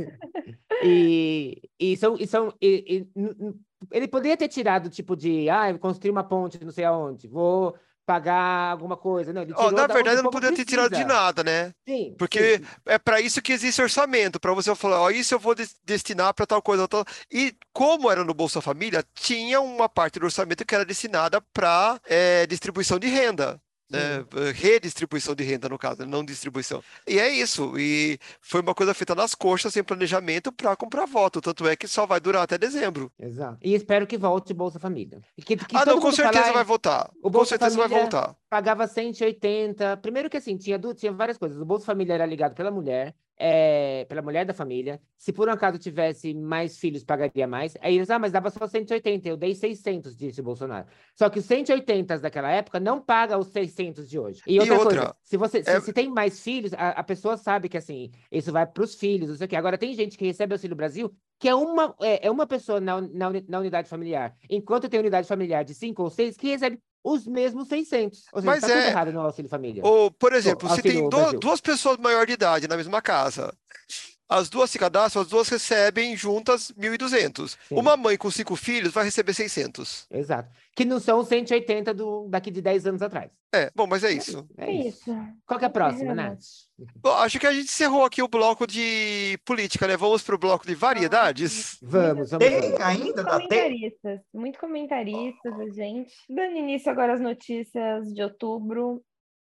E, e são, e são e, e, n- n- ele poderia ter tirado tipo de ah, construir uma ponte não sei aonde, vou pagar alguma coisa. Não, ele Ó, tirou na da onde verdade, o eu não povo podia ter tirado de precisa. nada, né? Sim, Porque sim. é para isso que existe orçamento, para você falar, ó, isso eu vou des- destinar para tal coisa, tal. E como era no Bolsa Família, tinha uma parte do orçamento que era destinada para distribuição de renda, né? Sim. Eh, Redistribuição de renda, no caso, não distribuição. E é isso. E foi uma coisa feita nas coxas, sem planejamento, para comprar voto. Tanto é que só vai durar até dezembro. Exato. E espero que volte o Bolsa Família. E que, que Ah, não, todo com mundo fala, certeza vai "Ai, votar. o Com Bolsa certeza vai Família voltar. pagava cento e oitenta. Primeiro que assim, tinha, du- tinha várias coisas. O Bolsa Família era ligado pela mulher, é, pela mulher da família. Se por um acaso tivesse mais filhos, pagaria mais. Aí eles, ah, mas dava só cento e oitenta. Eu dei seiscentos, disse o Bolsonaro. Só que os cento e oitenta daquela época não paga os seiscentos de hoje. E E outra outra, coisa, se você se, é, se tem mais filhos, a, a pessoa sabe que assim, isso vai para os filhos, não sei o quê. Agora tem gente que recebe Auxílio Brasil que é uma, é, é uma pessoa na, uni- na, uni- na unidade familiar, enquanto tem unidade familiar de cinco ou seis que recebe os mesmos seiscentos. Ou seja, mas está tudo é, errado no Auxílio Família. ou, por Pô, exemplo, se tem Auxílio do- Brasil. duas pessoas maior de idade na mesma casa, as duas se cadastram, as duas recebem juntas mil e duzentos. Sim, Uma mãe com cinco filhos vai receber seiscentos. exato. Que não são os cento e oitenta do, daqui de dez anos atrás. É, bom, mas é isso. É É isso. isso. Qual que é a próxima, Encerramos. Nath? Bom, acho que a gente encerrou aqui o bloco de política, né? Vamos pro bloco de variedades. Vamos, vamos, Tem vamos. ainda? Dá tempo? Comentaristas, muito comentaristas, a gente. Dando início agora às notícias de outubro.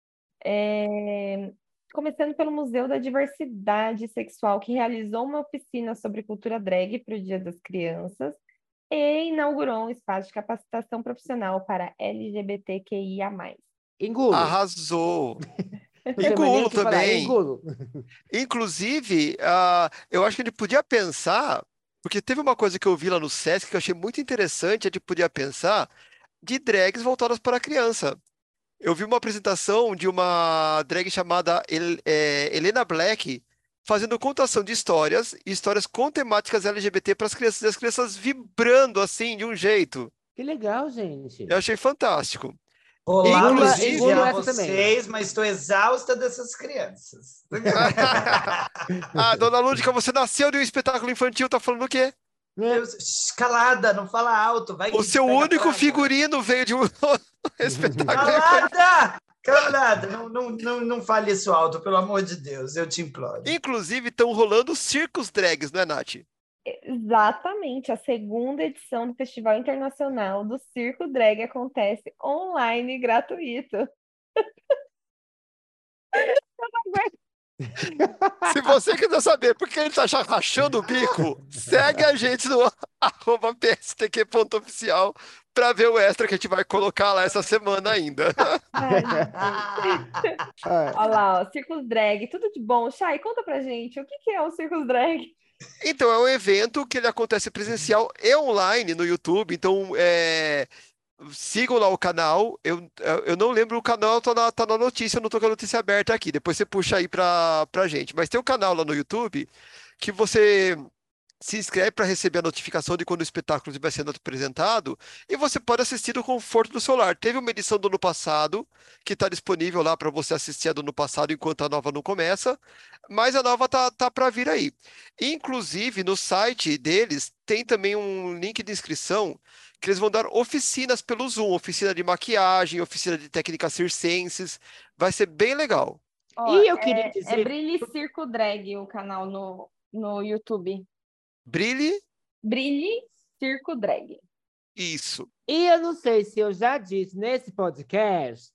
É, Começando pelo Museu da Diversidade Sexual, que realizou uma oficina sobre cultura drag para o Dia das Crianças e inaugurou um espaço de capacitação profissional para L G B T Q I A mais. Engulo. Arrasou. Não tem mais nem Engulo o que falar. também. Engulo. Inclusive, ah, eu acho que a gente podia pensar, porque teve uma coisa que eu vi lá no Sesc que eu achei muito interessante, a gente podia pensar de drags voltadas para a criança. Eu vi uma apresentação de uma drag chamada El- é, Helena Black, fazendo contação de histórias, e histórias com temáticas L G B T para as crianças, e as crianças vibrando assim, de um jeito. Que legal, gente. Eu achei fantástico. Olá, Inclusive- prestigiar essa também. vocês, mas estou exausta dessas crianças. Ah, dona Lúdica, você nasceu de um espetáculo infantil, tá falando o quê? Eu- Shh, calada, não fala alto. Vai O que seu pega único praga. figurino veio de um espetáculo infantil. Calada! Calada! Não, não, não, não fale isso alto, pelo amor de Deus, eu te imploro. Inclusive, estão rolando circos drags, não é, Nath? Exatamente, a segunda edição do Festival Internacional do Circo Drag acontece online gratuito. Se você quiser saber por que ele tá já rachando o bico, segue a gente no arroba pstq.oficial para ver o extra que a gente vai colocar lá essa semana ainda. Ai, meu Deus. Ah, Olha lá, ó, Circos Drag, tudo de bom. Chay, conta pra gente, o que que é o Circos Drag? Então, é um evento que ele acontece presencial e online no YouTube. Então, é, sigam lá o canal. Eu, eu não lembro o canal, tá na, tá na notícia, eu não tô com a notícia aberta aqui. Depois você puxa aí pra, pra gente. Mas tem um canal lá no YouTube que você se inscreve para receber a notificação de quando o espetáculo estiver sendo apresentado e você pode assistir do conforto do celular. Teve uma edição do ano passado que está disponível lá para você assistir a do ano passado enquanto a nova não começa, mas a nova tá, tá para vir aí. Inclusive, no site deles tem também um link de inscrição que eles vão dar oficinas pelo Zoom, oficina de maquiagem, oficina de técnicas circenses. Vai ser bem legal. Ó, E eu queria é, dizer- é Brilhe Circo Drag o canal no, no YouTube. Brilhe, Brilhe Circo Drag. isso. E eu não sei se eu já disse nesse podcast,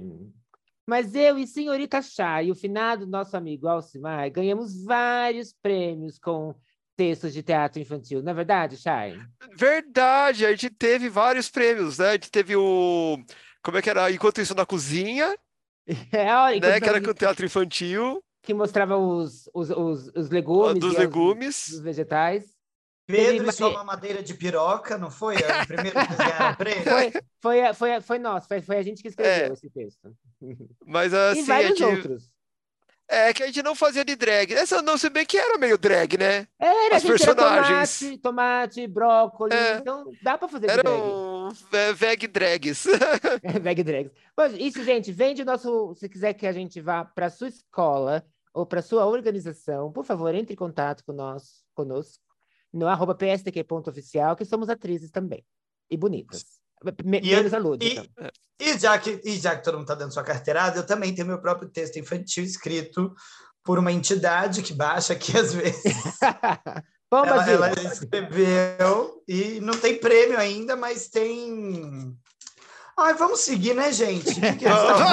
mas eu e senhorita Chá e o finado nosso amigo Alcimar ganhamos vários prêmios com textos de teatro infantil. Não é verdade, Chay? Verdade, a gente teve vários prêmios, né? A gente teve o. Como é que era? Enquanto isso na cozinha, É, olha, né? enquanto Que era nós- com teatro infantil, que mostrava os, os, os, os legumes dos e as- legumes. os vegetais. Pedro Teve e sua Maria- mamadeira de piroca, não foi? O primeiro que vocês ganharam prêmio? Foi, foi, foi, foi nosso, foi, foi a gente que escreveu É. esse texto. Mas E assim, a vários gente. outros. É que a gente não fazia de drag. Essa não, se bem que era meio drag, né? Era, As gente, era personagens. tomate, tomate, brócolis. É. Então dá pra fazer de drag. Eram é, veg drags. É, Veg drags. Mas isso, gente, vende o nosso. Se quiser que a gente vá para sua escola ou para sua organização, por favor, entre em contato com nós, conosco, no arroba pstq.oficial, que somos atrizes também. E bonitas. Me- E eu- menos a Lúdica. E já que, e já que todo mundo está dando sua carteirada, eu também tenho meu próprio texto infantil escrito por uma entidade que baixa aqui às vezes. Pomba Ela, gira. ela escreveu e não tem prêmio ainda, mas tem. Ai, vamos seguir, né, gente? O que que eles estão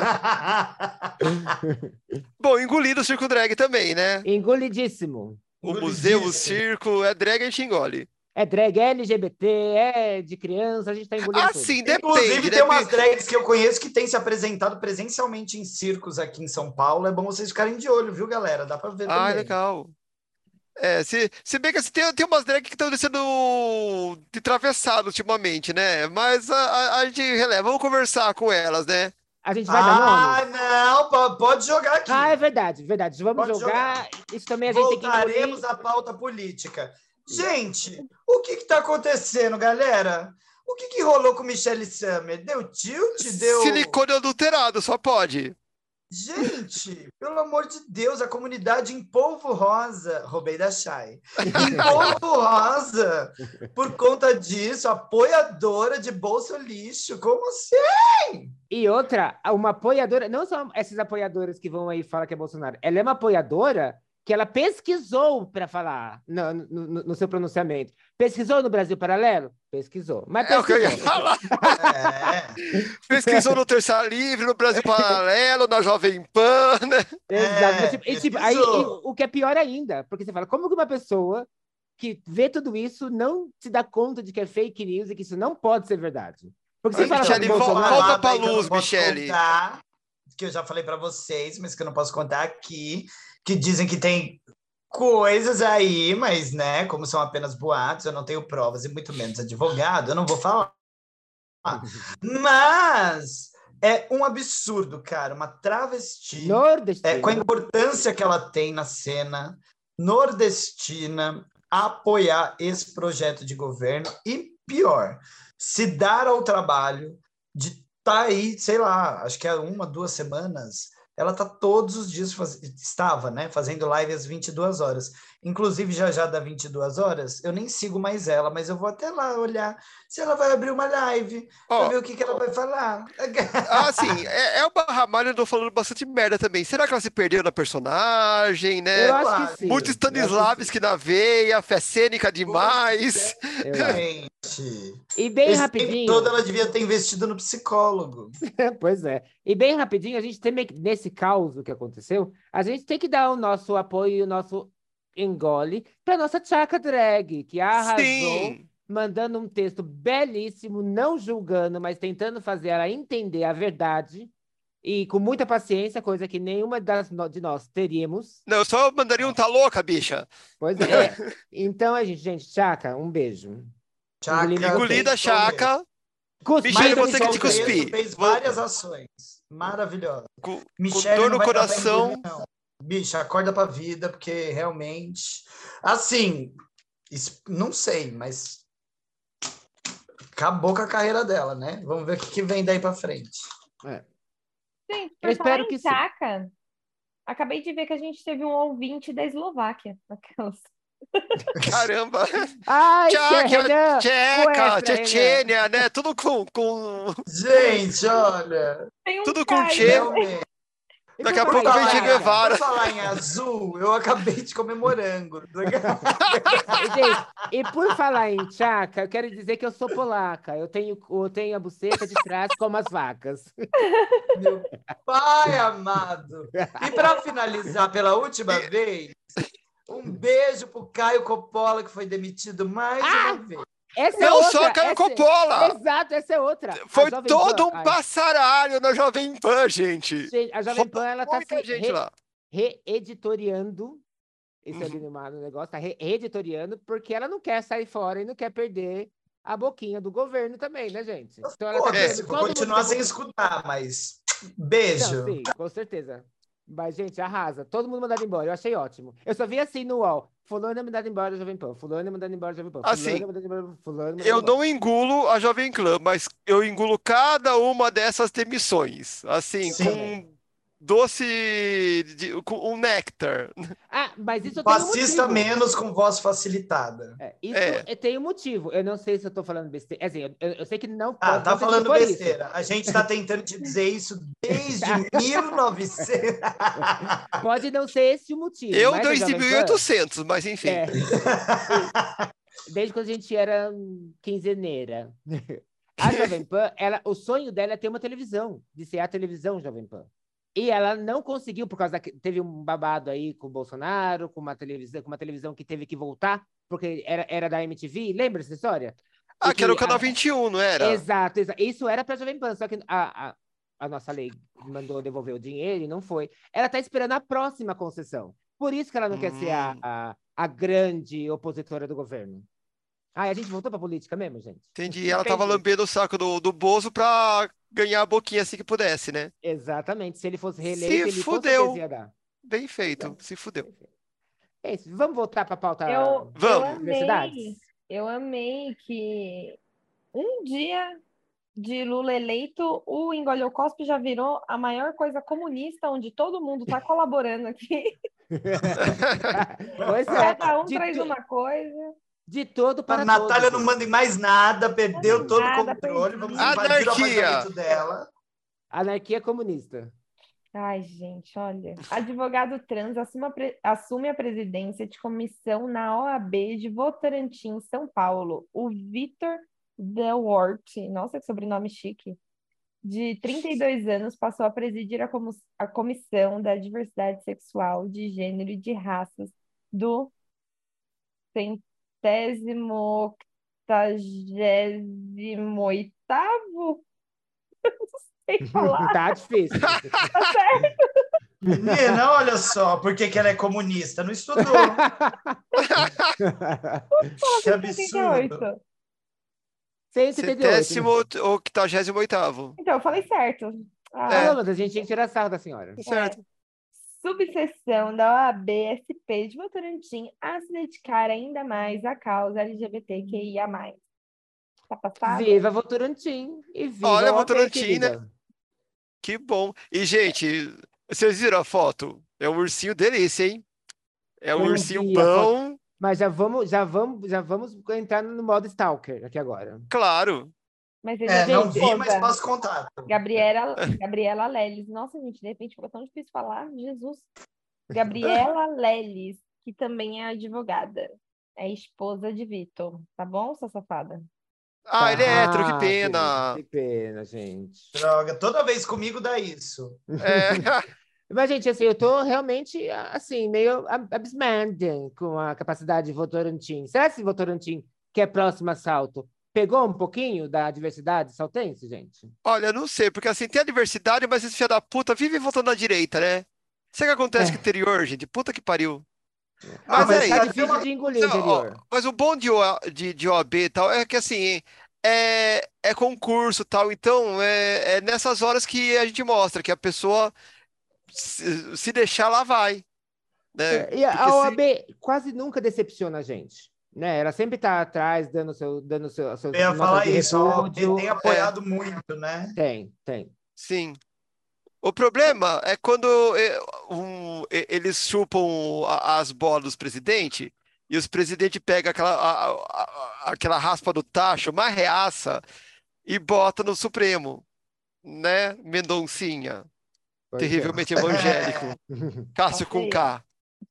falando? Bom, engolido o circo drag também, né? Engolidíssimo. O museu, o Engolidíssimo. circo, é drag, a gente engole. É drag, é L G B T, é de criança, a gente tá engolindo tudo. Assim, Inclusive, depende, tem umas depende. drags que eu conheço que têm se apresentado presencialmente em circos aqui em São Paulo. É bom vocês ficarem de olho, viu, galera? Dá para ver Ah, também. legal. É, se, se bem que assim, tem, tem umas drags que estão descendo de travessado ultimamente, né? Mas a, a, a gente releva, vamos conversar com elas, né? A gente vai dar Ah, nome? não, po- pode jogar aqui. Ah, é verdade, verdade. Vamos Pode jogar. Isso também a gente tem que Voltaremos engolir. à pauta política. Gente, o que está acontecendo, galera? O que, que rolou com Michelle Summer? Deu tilt? Deu... Silicone adulterado, só pode. Gente, pelo amor de Deus, a comunidade em polvo rosa, roubei da Chay, em polvo rosa, por conta disso, apoiadora de bolso lixo, como assim? E outra, uma apoiadora, não são essas apoiadoras que vão aí falar que é Bolsonaro, ela é uma apoiadora que ela pesquisou para falar no, no, no- no seu pronunciamento. Pesquisou no Brasil Paralelo? Pesquisou. Mas É o que eu ia pesquisou. falar. É, Pesquisou no Terça Livre, no Brasil Paralelo, na Jovem Pan, né? Exato. É, Tipo, e, tipo, aí, pesquisou. e o que é pior ainda, porque você fala, como que uma pessoa que vê tudo isso não se dá conta de que é fake news e que isso não pode ser verdade? Porque você Ai, fala Michele, sobre vol- Bolsonaro, volta Falada pra aí que eu não luz, posso Michele. contar, que eu já falei para vocês, mas que eu não posso contar aqui, que dizem que tem coisas aí, mas, né, como são apenas boatos, eu não tenho provas e muito menos advogado, eu não vou falar. Mas é um absurdo, cara, uma travesti, nordestino. é, com a importância que ela tem na cena nordestina, apoiar esse projeto de governo e, pior, se dar ao trabalho de tá aí, sei lá, acho que é uma, duas semanas, ela tá todos os dias, faz... estava, né, fazendo live às vinte e duas horas. Inclusive, já já dá vinte e duas horas, eu nem sigo mais ela, mas eu vou até lá olhar se ela vai abrir uma live, para Ó, ver o que, que ela vai falar. ah, sim, é, é uma Ramalho andou falando bastante merda também. Será que ela se perdeu na personagem, né? Eu acho que Claro. sim. Muito eu acho que sim. Stanislavski na veia, fé cênica demais. Eu acho. Gente, E bem esse tempo rapidinho, todo ela devia ter investido no psicólogo. pois é. E bem rapidinho, a gente tem meio que- nesse caos que aconteceu, a gente tem que dar o nosso apoio e o nosso engole para nossa Tchaka Drag, que arrasou, Sim. mandando um texto belíssimo, não julgando, mas tentando fazer ela entender a verdade e com muita paciência, coisa que nenhuma das no- de nós teríamos. Não, eu só mandaria um tá louca, bicha. Pois é. Então é isso, gente. Tchaka, um beijo. Engolimos Tchaka vocês. Engolida a fez todo mesmo. chaca. Cuspida Michele, vou de ter que te volta. Mesmo, cuspir. fez Vou- várias ações maravilhosas. Com, com Michele dor não no vai dar pra coração. engolir, não. Bicha, acorda pra vida, porque realmente... Assim, es- não sei, mas acabou com a carreira dela, né? Vamos ver o que, que vem daí pra frente. É. Gente, Eu por falar espero em que sim. Tchaka, acabei de ver que a gente teve um ouvinte da Eslováquia. Aquelas... Caramba. Ai, Tchaca, Renan! Tcheca, Sequestra, Renan. Tchetchênia, né? Tudo com, com, Gente, olha, Tem um tudo com Caio. Tchê. realmente. E Daqui por a falar pouco em vem Che Tchaka? Guevara. Por falar em azul, eu acabei de comer morango. Gente, e por falar em Tchaka, eu quero dizer que eu sou polaca. Eu tenho, eu tenho a buceta de trás como as vacas. Meu pai amado. E para finalizar pela última vez, um beijo pro Caio Coppola, que foi demitido mais Ah! uma vez. Essa é Não outra. só Caio essa... Coppola. Exato, essa é outra. A Foi Jovem todo Pan- um Ai, passaralho na Jovem Pan, gente. gente, a Jovem Pan, ela tá Muita se gente re- lá. reeditoriando. Esse é Uhum. ali no no negócio, tá re- reeditoriando, porque ela não quer sair fora e não quer perder a boquinha do governo também, né, gente? Então ela tá Pô, querendo se que for todo mundo continuar que- sem escutar, mas Não, beijo. sim, com certeza. Mas, gente, arrasa. Todo mundo mandado embora. Eu achei ótimo. Eu só vi assim no U O L. Fulano é mandado embora da Jovem Pan. Fulano é mandado embora da Jovem Pan. Fulano Assim, é mandado embora. Fulano é mandado Eu embora. não engulo a Jovem Clã, mas eu engulo cada uma dessas demissões. Assim, Sim. com doce, de- com um néctar. Ah, mas isso tem um Fascista motivo. menos com voz facilitada. É, isso É. é- tem um motivo. Eu não sei se eu tô falando besteira. Assim, eu, eu- eu sei que não Ah, pode tá não ter sido falando por isso. besteira. A gente está tentando te dizer isso desde mil e novecentos. Pode não ser esse o motivo. Eu mas a desde Jovem Pan- mil e oitocentos, mas enfim. É. Desde quando a gente era hum, quinzeneira. A Jovem Pan, ela, o sonho dela é ter uma televisão, de ser a televisão Jovem Pan. E ela não conseguiu, por causa da... Teve um babado aí com o Bolsonaro, com uma televisão, com uma televisão que teve que voltar, porque era, era da M T V. Lembra essa história? Ah, E que era o a- Canal vinte e um, não era? Exato, exato. Isso era para a Jovem Pan, só que a, a, a nossa lei mandou devolver o dinheiro e não foi. Ela está esperando a próxima concessão. Por isso que ela não quer ser a, Hum. a, a grande opositora do governo. Ah, a gente voltou para política mesmo, gente? Entendi. Ela tava Entendi. lambendo o saco do, do Bozo pra ganhar a boquinha assim que pudesse, né? Exatamente. Se ele fosse Se reeleito, ele com fudeu. certeza ia dar. Bem feito, Exato. se fudeu. É isso. Vamos voltar para a pauta Eu, eu Vamos. amei, universidades? eu amei que um dia de Lula eleito, o Engole ou Cospe já virou a maior coisa comunista, onde todo mundo está colaborando aqui. Pois é. Cada um De, traz to- uma coisa. de todo A para Natália todos. não manda em mais nada, perdeu Manda em todo o nada, controle. perdi. Vamos invadir o Anarquia. apartamento dela. Anarquia comunista. Ai, gente, olha. Advogado trans assume a, pre- assume a presidência de comissão na O A B de Votorantim, São Paulo. O Vitor Delwart, nossa, que sobrenome chique, de trinta e dois anos, passou a presidir a, comu- a Comissão da Diversidade Sexual, de Gênero e de Raças do centésimo octagésimo oitavo? Não sei falar. Tá difícil. Menina, olha só, por que que ela é comunista? Não estudou. Que absurdo. setenta e oito. cento e setenta e oito. Centésimo octagésimo oitavo. Então, eu falei certo. Ah, É. Não, mas a gente tinha que tirar sarro da senhora. Certo. Subseção da O A B S P de Votorantim a se dedicar ainda mais à causa L G B T Q I A mais. Tá passada? Viva Votorantim e viva Olha, o O A B, Votorantim, né? querida. Que bom. E, gente, vocês viram a foto? É um ursinho delícia, hein? É um Eu não ursinho vi a foto, bom, mas já vamos, já vamos, já vamos entrar no modo Stalker aqui agora. claro. Mas ele É, é não de vi, mas esposa. posso contar. Gabriela, Gabriela Lelis. Nossa, gente, de repente ficou tão difícil falar. Jesus. Gabriela Lelis, que também é advogada. É esposa de Vitor. Tá bom, sua safada? Ah, ele é hétero, que Ah, querido, pena. que pena, gente. Droga, toda vez comigo dá isso. É. Mas, gente, assim, eu tô realmente, assim, meio ab- abismada com a capacidade de Votorantim. Será que esse Votorantim, que é próximo a Salto, pegou um pouquinho da diversidade saltense, gente? Olha, eu não sei, porque assim, tem a diversidade, mas esse filho da puta vive votando na direita, né? Sabe o que acontece É. com o interior, gente? Puta que pariu. Ah, Mas mas é tá isso. difícil de engolir o Não, ó, interior. mas o bom de, O- de, de O A B e tal é que assim, é, é concurso e tal, então é, é nessas horas que a gente mostra que a pessoa se, se deixar, lá vai, né? É, e a Porque se. O A B quase nunca decepciona a gente, né? Ela sempre tá atrás, dando seu, dando seu, suas Eu ia notas falar de isso, ó, repúdio. tem É, apoiado muito, né? Tem, tem. sim. O problema é quando é, um, e- eles chupam a- as bolas dos presidentes e os presidentes pegam aquela, a- a- a- aquela raspa do tacho, uma reaça, e bota no Supremo, né? Mendoncinha, Pois é. terrivelmente evangélico, Cássio Olha com aí. K.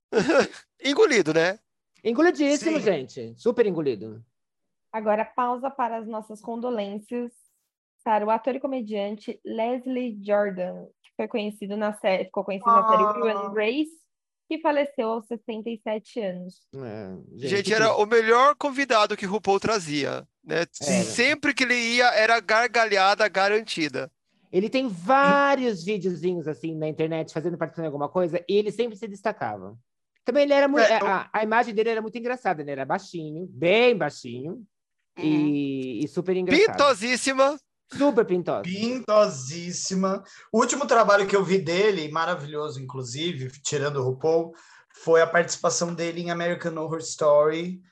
Engolido, né? Engolidíssimo, Sim. gente. Super engolido. Agora, pausa para as nossas condolências para o ator e comediante Leslie Jordan, que foi conhecido na série, ficou conhecido na série Will and Ah, Grace, que faleceu aos sessenta e sete anos. É, gente, Gente, que era o triste. melhor convidado que o RuPaul trazia, né? sim. Era. Sempre que ele ia, era gargalhada garantida. Ele tem vários videozinhos assim na internet fazendo participação em alguma coisa e ele sempre se destacava. Também ele era muito. É, eu- A, a imagem dele era muito engraçada, ele era baixinho, bem baixinho Uhum. e, e super engraçado. Pintosíssima. Super pintosa. Pintosíssima. O último trabalho que eu vi dele, maravilhoso, inclusive, tirando o RuPaul, foi a participação dele em American Horror Story,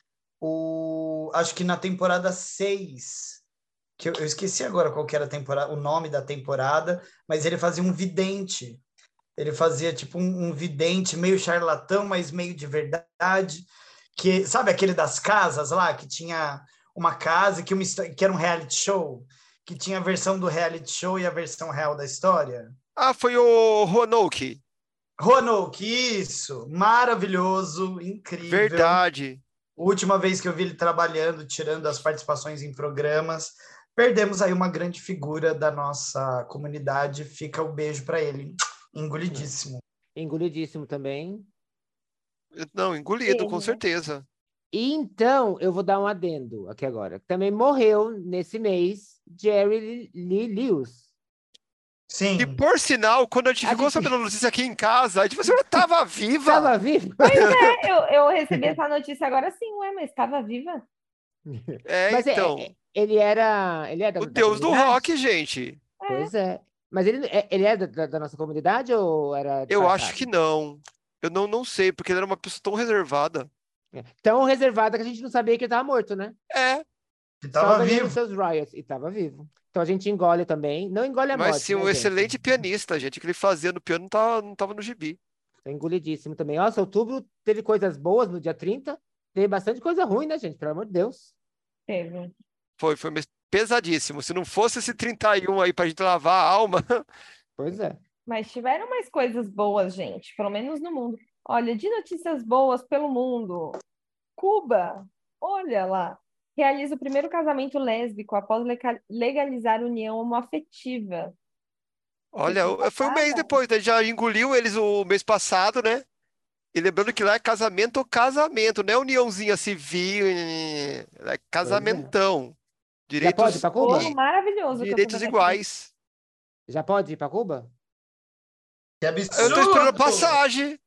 o, acho que na temporada seis, que eu, eu esqueci agora qual que era a temporada, o nome da temporada, mas ele fazia um vidente. Ele fazia tipo um, um vidente meio charlatão, mas meio de verdade. Que, sabe aquele das casas lá, que tinha uma casa que, uma, histó- que era um reality show? Que tinha a versão do reality show e a versão real da história? Ah, foi o Roanoke. Roanoke, isso! Maravilhoso, incrível. Verdade. Última vez que eu vi ele trabalhando, tirando as participações em programas. Perdemos aí uma grande figura da nossa comunidade. Fica o beijo para ele. Engolidíssimo. Engolidíssimo também. Não, engolido, com Ele, né? certeza. E então, eu vou dar um adendo aqui agora. Também morreu nesse mês Jerry Lee Lewis. E Sim. por sinal, quando a gente A ficou gente- sabendo a notícia aqui em casa, a gente falou assim, ela tava viva. Tava vivo? Pois é, eu, eu recebi essa notícia agora sim, ué, mas estava viva? É, Mas é- então. é- ele era. Ele é da, O da deus do comunidade? rock, gente. Pois é. Mas ele é, ele é da, da- da nossa comunidade ou era Eu disfarçado? acho que não. Eu não, não sei, porque ele era uma pessoa tão reservada. É. Tão reservada que a gente não sabia que ele tava morto, né? É, Que Só tava ganhando vivo. seus royalties. E tava vivo. Então a gente engole também. Não engole a mas morte, sim, né, um gente? excelente pianista, gente. O que ele fazia no piano não tava, não tava no gibi. Tá engolidíssimo também. Nossa, outubro teve coisas boas no dia trinta. Teve bastante coisa ruim, né, gente? Pelo amor de Deus. Teve. Foi, foi mes- pesadíssimo. Se não fosse esse trinta e um aí pra gente lavar a alma. Pois é. Mas tiveram mais coisas boas, gente, pelo menos no mundo. Olha, de notícias boas pelo mundo. Cuba, olha lá, realiza o primeiro casamento lésbico após leca- legalizar união homoafetiva. Olha, Fiquei o- foi um mês passada. depois, né? Já engoliu eles o mês passado, né? E lembrando que lá é casamento ou casamento, não é uniãozinha civil, é casamentão. Já Direitos, pode ir pra Cuba? Bolo maravilhoso que eu tô direitos vendo aqui. iguais. Já pode ir pra Cuba? Que Eu tô esperando a absurdo! passagem.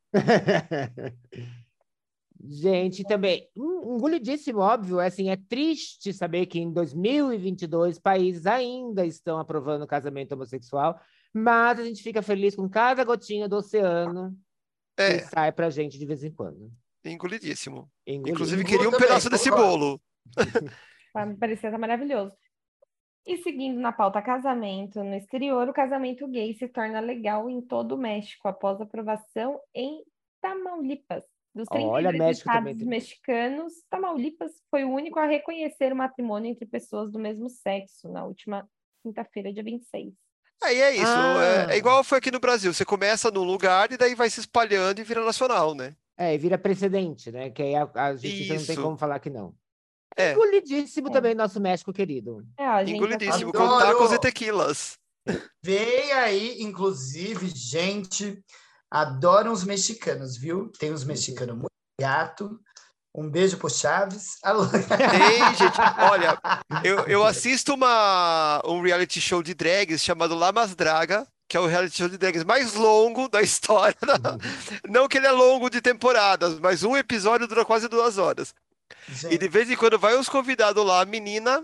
Gente, também, um- engolidíssimo, óbvio, é assim, é triste saber que em dois mil e vinte e dois países ainda estão aprovando o casamento homossexual, mas a gente fica feliz com cada gotinha do oceano que É, sai pra gente de vez em quando. engolidíssimo. Engolido. Inclusive, Engula queria um também, pedaço desse concordo. bolo. Pa- Parecia estar maravilhoso. E seguindo na pauta casamento no exterior, o casamento gay se torna legal em todo o México após aprovação em Tamaulipas. Dos Olha, trinta e dois México também estados tem. mexicanos, Tamaulipas foi o único a reconhecer o matrimônio entre pessoas do mesmo sexo na última quinta-feira, dia vinte e seis. Aí é isso, é, é Ah, igual foi aqui no Brasil. Você começa num lugar e daí vai se espalhando e vira nacional, né? é, vira precedente, né? Que aí a, a justiça não tem Isso. como falar que não. É, Engolidíssimo É. também nosso México querido. É, ó, a gente já engolidíssimo, falou. com tacos e Adoro! tequilas. Vem aí, inclusive, gente, adoram os mexicanos, viu? Tem uns mexicanos muito gato. Um beijo pro Chaves. Alô. Tem, gente. Olha, eu, eu assisto uma, um reality show de drags chamado La Mas Draga, que é o reality show de drags mais longo da história. da- Não que ele é longo de temporadas, mas um episódio dura quase duas horas. E Gente, de vez em quando vai uns convidados lá, menina,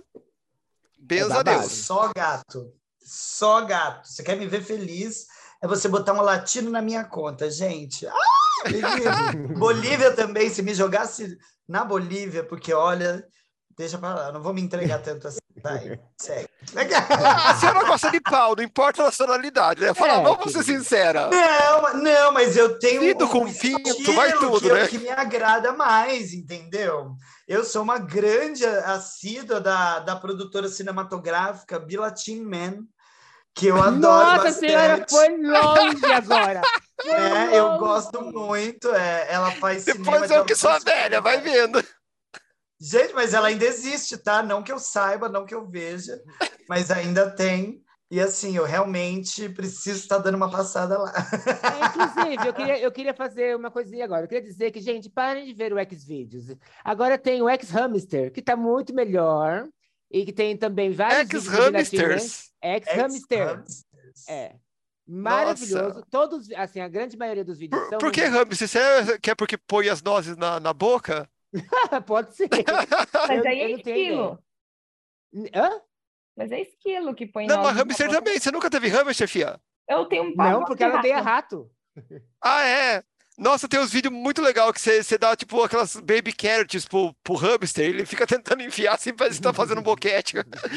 benza a babado. Deus. só gato. Só gato. Você quer me ver feliz? É você botar um latino na minha conta, gente. Ah, menino. Bolívia também, se me jogasse na Bolívia, porque olha, deixa pra lá, não vou me entregar tanto assim. Vai, segue. Ah, se ela gosta de pau, não importa a nacionalidade, né? Fala, É, vamos ser querido. sincera. Não, ma- não, mas eu tenho Fido um, com um pinto, vai estilo tudo, que, eu- né? que me agrada mais, entendeu? Eu sou uma grande assídua da, da produtora cinematográfica Bilatin Man, que eu adoro Nossa bastante. senhora, foi longe agora. Foi É, eu longe. gosto muito. É, ela faz cinema Depois de eu que sou a altíssima velha, vai qualidade. vendo. Gente, mas ela ainda existe, tá? Não que eu saiba, não que eu veja, mas ainda tem. E assim, eu realmente preciso estar dando uma passada lá. É, inclusive, eu queria, eu queria fazer uma coisinha agora. Eu queria dizer que, gente, parem de ver o Xvideos. Agora tem o X-Hamster, que tá muito melhor. E que tem também vários vídeos do Bilatin Man. Ex-hamsters. X-Hamster. Ex-hamsters. É. Maravilhoso. Nossa. Todos, assim, a grande maioria dos vídeos Por, são. por que hamster? Você é, quer porque põe as nozes na, na boca? Pode ser. Mas Eu, aí eu é não tenho ideia. esquilo. Hã? Mas é esquilo que põe Não, nozes mas na hamster boca. também. Você nunca teve hamster, fia? Eu tenho um Não, pavor porque de ela odeia rato. rato. Ah, é? Nossa, tem uns vídeos muito legais que você, você dá, tipo, aquelas baby carrots pro, pro hamster, ele fica tentando enfiar assim, parece que tá fazendo um boquete.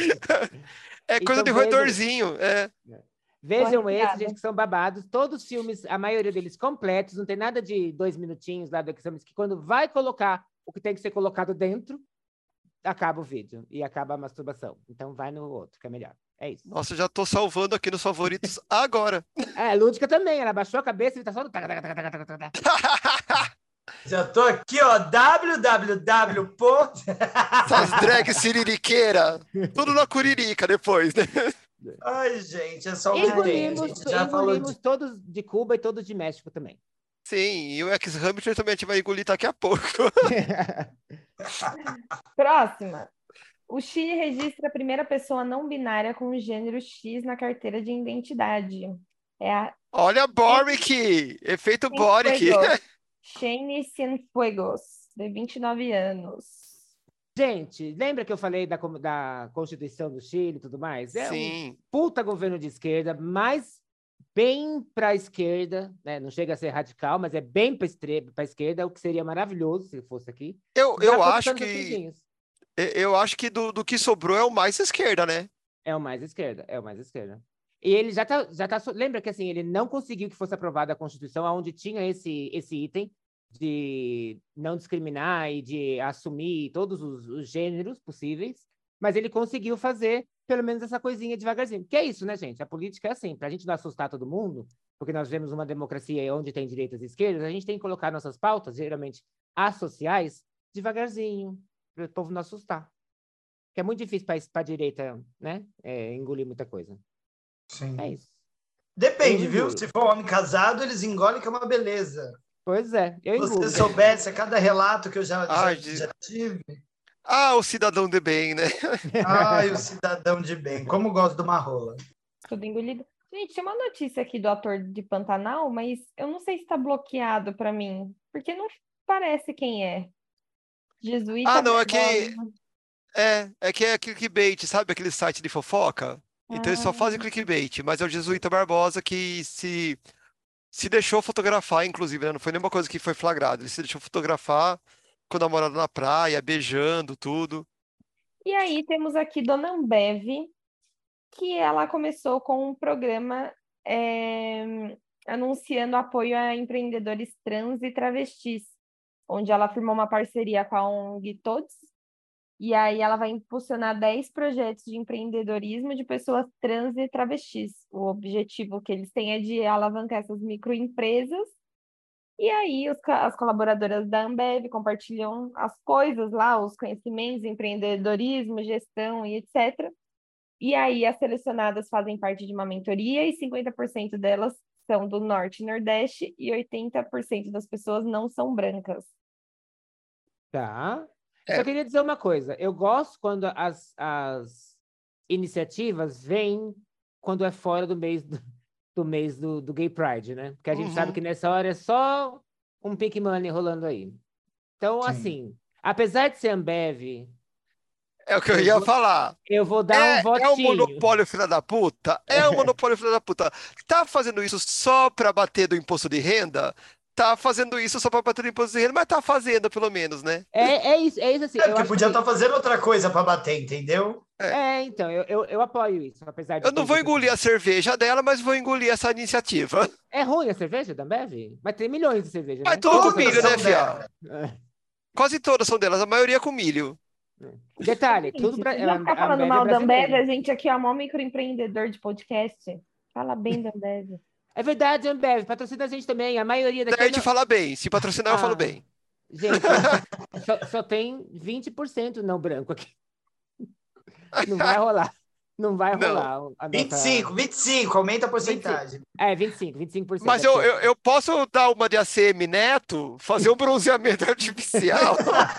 É coisa Então de vejam, roedorzinho, é. vejam Tô esses, arrepiada. gente, que são babados. Todos os filmes, a maioria deles completos, não tem nada de dois minutinhos lá do X-Hamster, que quando vai colocar o que tem que ser colocado dentro, acaba o vídeo e acaba a masturbação. Então vai no outro, que é melhor. É isso. Nossa, já tô salvando aqui nos favoritos agora. É, a Lúdica também, ela baixou a cabeça e tá só no... taca, taca, taca, taca, taca, taca. Já tô aqui, ó. www. Essas drags siririqueira. Tudo na curirica depois, né? Ai, gente, é só o que tem. A Engolimos, gente já falou engolimos de... todos de Cuba e todos de México também. Sim, e o ex-hamster também a gente vai engolir daqui a pouco. Próxima. O Chile registra a primeira pessoa não binária com o gênero X na carteira de identidade. É a Olha, Boric! Efeito Boric. Cienfuegos. Shane Cienfuegos, de vinte e nove anos. Gente, lembra que eu falei da, com- da Constituição do Chile e tudo mais? É um Sim. puta governo de esquerda, mas bem para a esquerda, né? Não chega a ser radical, mas é bem para a esquerda, o que seria maravilhoso se fosse aqui. Eu, Já eu acho conquistando os que quinzinhos. eu acho que do, do que sobrou é o mais esquerda, né? É o mais esquerda, é o mais esquerda. E ele já tá, já tá. so- Lembra que assim, ele não conseguiu que fosse aprovada a Constituição, onde tinha esse, esse item de não discriminar e de assumir todos os, os gêneros possíveis, mas ele conseguiu fazer pelo menos essa coisinha devagarzinho. Que é isso, né, gente? A política é assim, para a gente não assustar todo mundo, porque nós vivemos uma democracia onde tem direitas e esquerdas, a gente tem que colocar nossas pautas, geralmente associais, devagarzinho, para o povo não assustar. Que é muito difícil para a direita, né, é, engolir muita coisa. Sim. É isso. Depende, Eu viu? engulo. Se for homem casado, eles engolem que é uma beleza. Pois é, eu Se engulo. você soubesse a cada relato que eu já, Ah, já, de- já tive. Ah, o cidadão de bem, né? Ai, o cidadão de bem. Como gosto de uma rola. Tudo engolido. Gente, tem uma notícia aqui do ator de Pantanal, mas eu não sei se está bloqueado para mim, porque não parece quem é. Jesuíta Ah, não, é que Barbosa. é, é que é clickbait, sabe aquele site de fofoca? Então eles só Ah. fazem clickbait, mas é o Jesuíta Barbosa que se se deixou fotografar, inclusive, né? Não foi nenhuma coisa que foi flagrado. Ele se deixou fotografar com o namorado na praia, beijando, tudo. E aí temos aqui Dona Ambev, que ela começou com um programa é, anunciando apoio a empreendedores trans e travestis, onde ela firmou uma parceria com a O N G Todes, e aí ela vai impulsionar dez projetos de empreendedorismo de pessoas trans e travestis. O objetivo que eles têm é de alavancar essas microempresas. E aí os, as colaboradoras da Ambev compartilham as coisas lá, os conhecimentos, empreendedorismo, gestão e etcétera. E aí as selecionadas fazem parte de uma mentoria e cinquenta por cento delas são do Norte e Nordeste e oitenta por cento das pessoas não são brancas. Tá. É. Só queria dizer uma coisa. Eu gosto quando as, as iniciativas vêm quando é fora do mês do, do mês do, do Gay Pride, né? Porque a gente Uhum. sabe que nessa hora é só um pink money rolando aí. Então, Sim. assim, apesar de ser Ambev, É o que eu Eu ia vou- falar. eu vou dar um É, é votinho. um monopólio, filha da puta? É um monopólio, filha da puta. Tá fazendo isso só pra bater do imposto de renda? Tá fazendo isso só pra bater do imposto de renda, mas tá fazendo, pelo menos, né? É, é isso, é isso assim. É, eu porque acho podia que, estar fazendo outra coisa para bater, entendeu? é, então, eu, eu, eu apoio isso, apesar de Eu não ter vou dito engolir a assim, cerveja dela, mas vou engolir essa iniciativa. é ruim a cerveja da Ambev? Mas tem milhões de cerveja, Mas né? tudo com Todas milho, são né, fia? dela. É. Quase todas são delas, a maioria com milho. Detalhe, tudo Gente, bra... se já a ficar a falando Ambev é mal da Ambev, brasileira. a gente aqui é o maior microempreendedor de podcast. Fala bem da Ambev. É verdade, Ambev, patrocina a gente também. A maioria daqui Daí a é gente no... fala bem. Se patrocinar, eu falo Ah, bem. gente, só, só tem vinte por cento não branco aqui. Não vai rolar. Não vai Não. rolar a vinte e cinco, nossa... vinte e cinco, aumenta a vinte e cinco. porcentagem. É, vinte e cinco, vinte e cinco por cento. Mas é eu, porque- eu, eu posso dar uma de A C M Neto, fazer um bronzeamento artificial,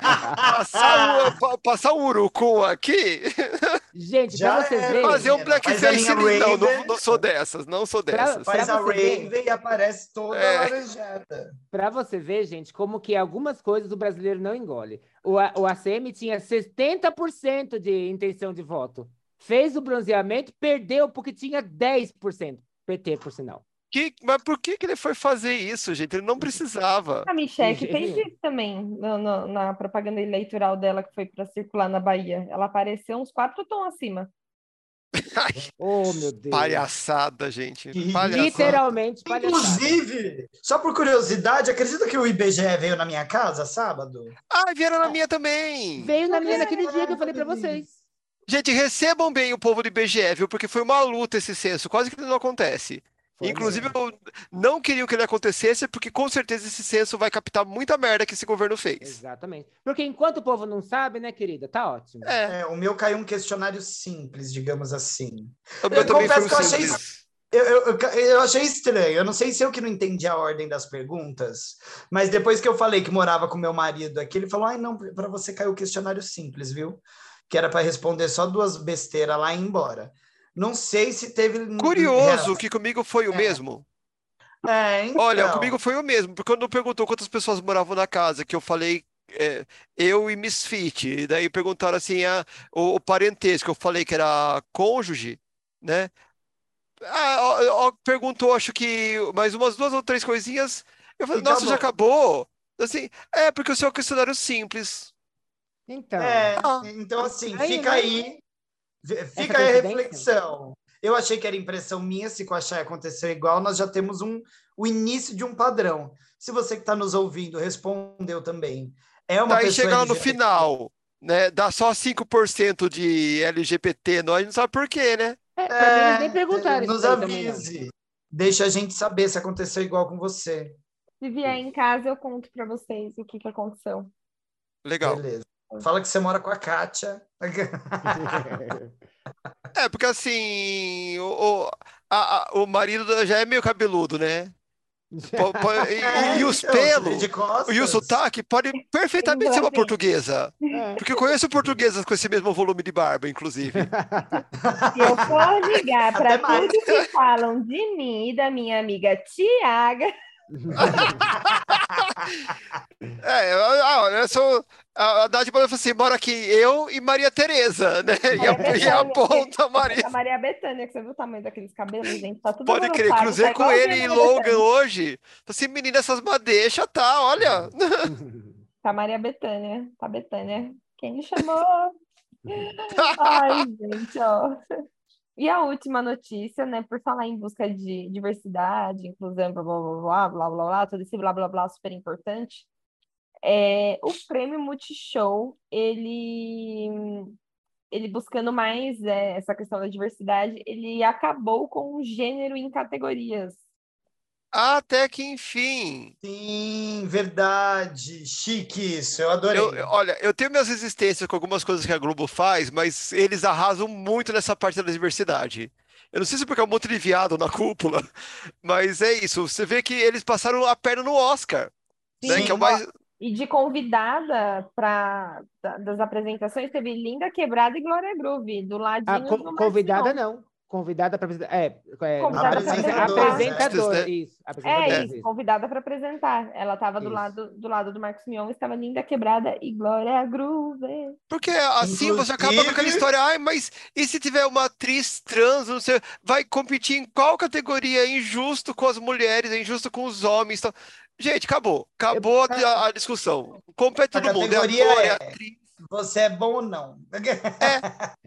passar, o, pa- passar um urucum aqui, Gente, Já pra vocês é, verem... fazer um menina. Faz a blackface. linha Não, não, Raven. não sou dessas, não sou Pra- dessas. pra- Faz a você ver. Raven e aparece toda É. laranjada. Para você ver, gente, como que algumas coisas o brasileiro não engole. O, A- o A C M tinha setenta por cento de intenção de voto. Fez o bronzeamento, perdeu porque tinha dez por cento. P T, por sinal. Que, mas por que, que ele foi fazer isso, gente? Ele não precisava. A Michelle De jeito fez nenhum. isso também no- no- na propaganda eleitoral dela que foi para circular na Bahia. Ela apareceu uns quatro tons acima. Ai, Oh, meu Deus. palhaçada, gente. Que Palhaçada. Literalmente palhaçada. Inclusive, só por curiosidade, acredita que o I B G E veio na minha casa sábado? Ah, vieram na minha também. Veio na minha naquele dia que eu falei para vocês. Gente, recebam bem o povo do I B G E, viu? Porque foi uma luta esse censo, quase que não acontece. Foi Inclusive, mesmo. eu não queria que ele acontecesse, porque com certeza esse censo vai captar muita merda que esse governo fez. Exatamente. Porque enquanto o povo não sabe, né, querida? Tá ótimo. É, É, o meu caiu um questionário simples, digamos assim. o meu Eu também foi confesso um que eu achei simples. Eu, eu, eu, eu achei estranho, eu não sei se eu que não entendi a ordem das perguntas, mas depois que eu falei que morava com meu marido aqui, ele falou, ai não, para você caiu o questionário simples, viu? Que era para responder só duas besteiras lá e ir embora. Não sei se teve... Curioso que comigo foi o É. mesmo. É, então... Olha, comigo foi o mesmo, porque quando perguntou quantas pessoas moravam na casa, que eu falei é, eu e Misfit, e daí perguntaram assim, a, o, o parentesco, eu falei que era cônjuge, né? Ah, ó, ó, perguntou, acho que mais umas duas ou três coisinhas. Eu falei, E nossa, já acabou. acabou? Assim, é, porque o seu questionário simples. Então, É, Ah. então assim, Estranho, fica né? aí, fica aí a coincidência? reflexão. Eu achei que era impressão minha, se com a Chay aconteceu igual, nós já temos um, o início de um padrão. Se você que está nos ouvindo respondeu também, é uma Daí pessoa chega lá no L G B T, final, né? Dá só cinco por cento de L G B T, nós não sabe por quê, né? é, pra mim eles nem é, perguntaram isso nos daí também, não. avise. Deixa a gente saber se aconteceu igual com você. Se vier em casa, eu conto para vocês o que, que aconteceu. Legal. Beleza. Fala que você mora com a Kátia. É, porque assim, o, o, a- a- o marido já é meio cabeludo, né? Po- po- e, e os Então, você pelos, vem de costas. e o sotaque pode perfeitamente ser uma Assim. portuguesa. É. Porque eu conheço portuguesas com esse mesmo volume de barba, inclusive. Se eu for ligar para Até mais. tudo que falam de mim e da minha amiga Tiaga, É, ah, olha, eu sou. A Haddad falou assim: mora aqui eu e Maria Tereza, né? E, Maria a, e Bethânia, aponta a Maria. a Maria Bethânia, que você viu o tamanho daqueles cabelos, gente, tá tudo Pode crer, alvoroçado, cruzei tá com igualzinho ele a em Maria Logan Bethânia. hoje. Falei assim, menina, essas madeixas, tá, olha. Tá Maria Bethânia, tá Bethânia. Quem me chamou? Ai, gente, ó. E a última notícia, né, por falar em busca de diversidade, inclusão, blá, blá, blá, blá, blá, blá, blá, todo esse blá, blá, blá super importante, é, o Prêmio Multishow, ele, ele buscando mais é, essa questão da diversidade, ele acabou com o gênero em categorias. Até que enfim. Sim, verdade. Chique isso, eu Eu, adorei. eu- olha, eu tenho minhas resistências com algumas coisas que a Globo faz, mas eles arrasam muito nessa parte da diversidade. Eu não sei se é porque é um monte de viado na cúpula, mas é isso. Você vê que eles passaram a perna no Oscar, né? Que é Sim, o ó, mais. e de convidada para das apresentações, teve Linda Quebrada e Glória Groove, do Ah, ladinho co- do Marcos convidada Mion. não. Convidada para apresentar. É, é, não Convidada pode para aparecer. Apresentadoras, apresentar. é. Apresentador, Né? isso. É Apresentadores, isso, isso. convidada para apresentar. Ela estava do Isso. lado do lado do Marcos Mion, estava Linda Quebrada e Glória Groove. Porque assim você acaba com aquela Inclusive, história, ai, mas e se tiver uma atriz trans, não sei, vai competir em qual categoria? É injusto com as mulheres, é injusto com os homens. Então... Gente, acabou. Eu Acabou a, a discussão. Compete a todo mundo, é categoria ator, é é atriz. você é bom ou não? É,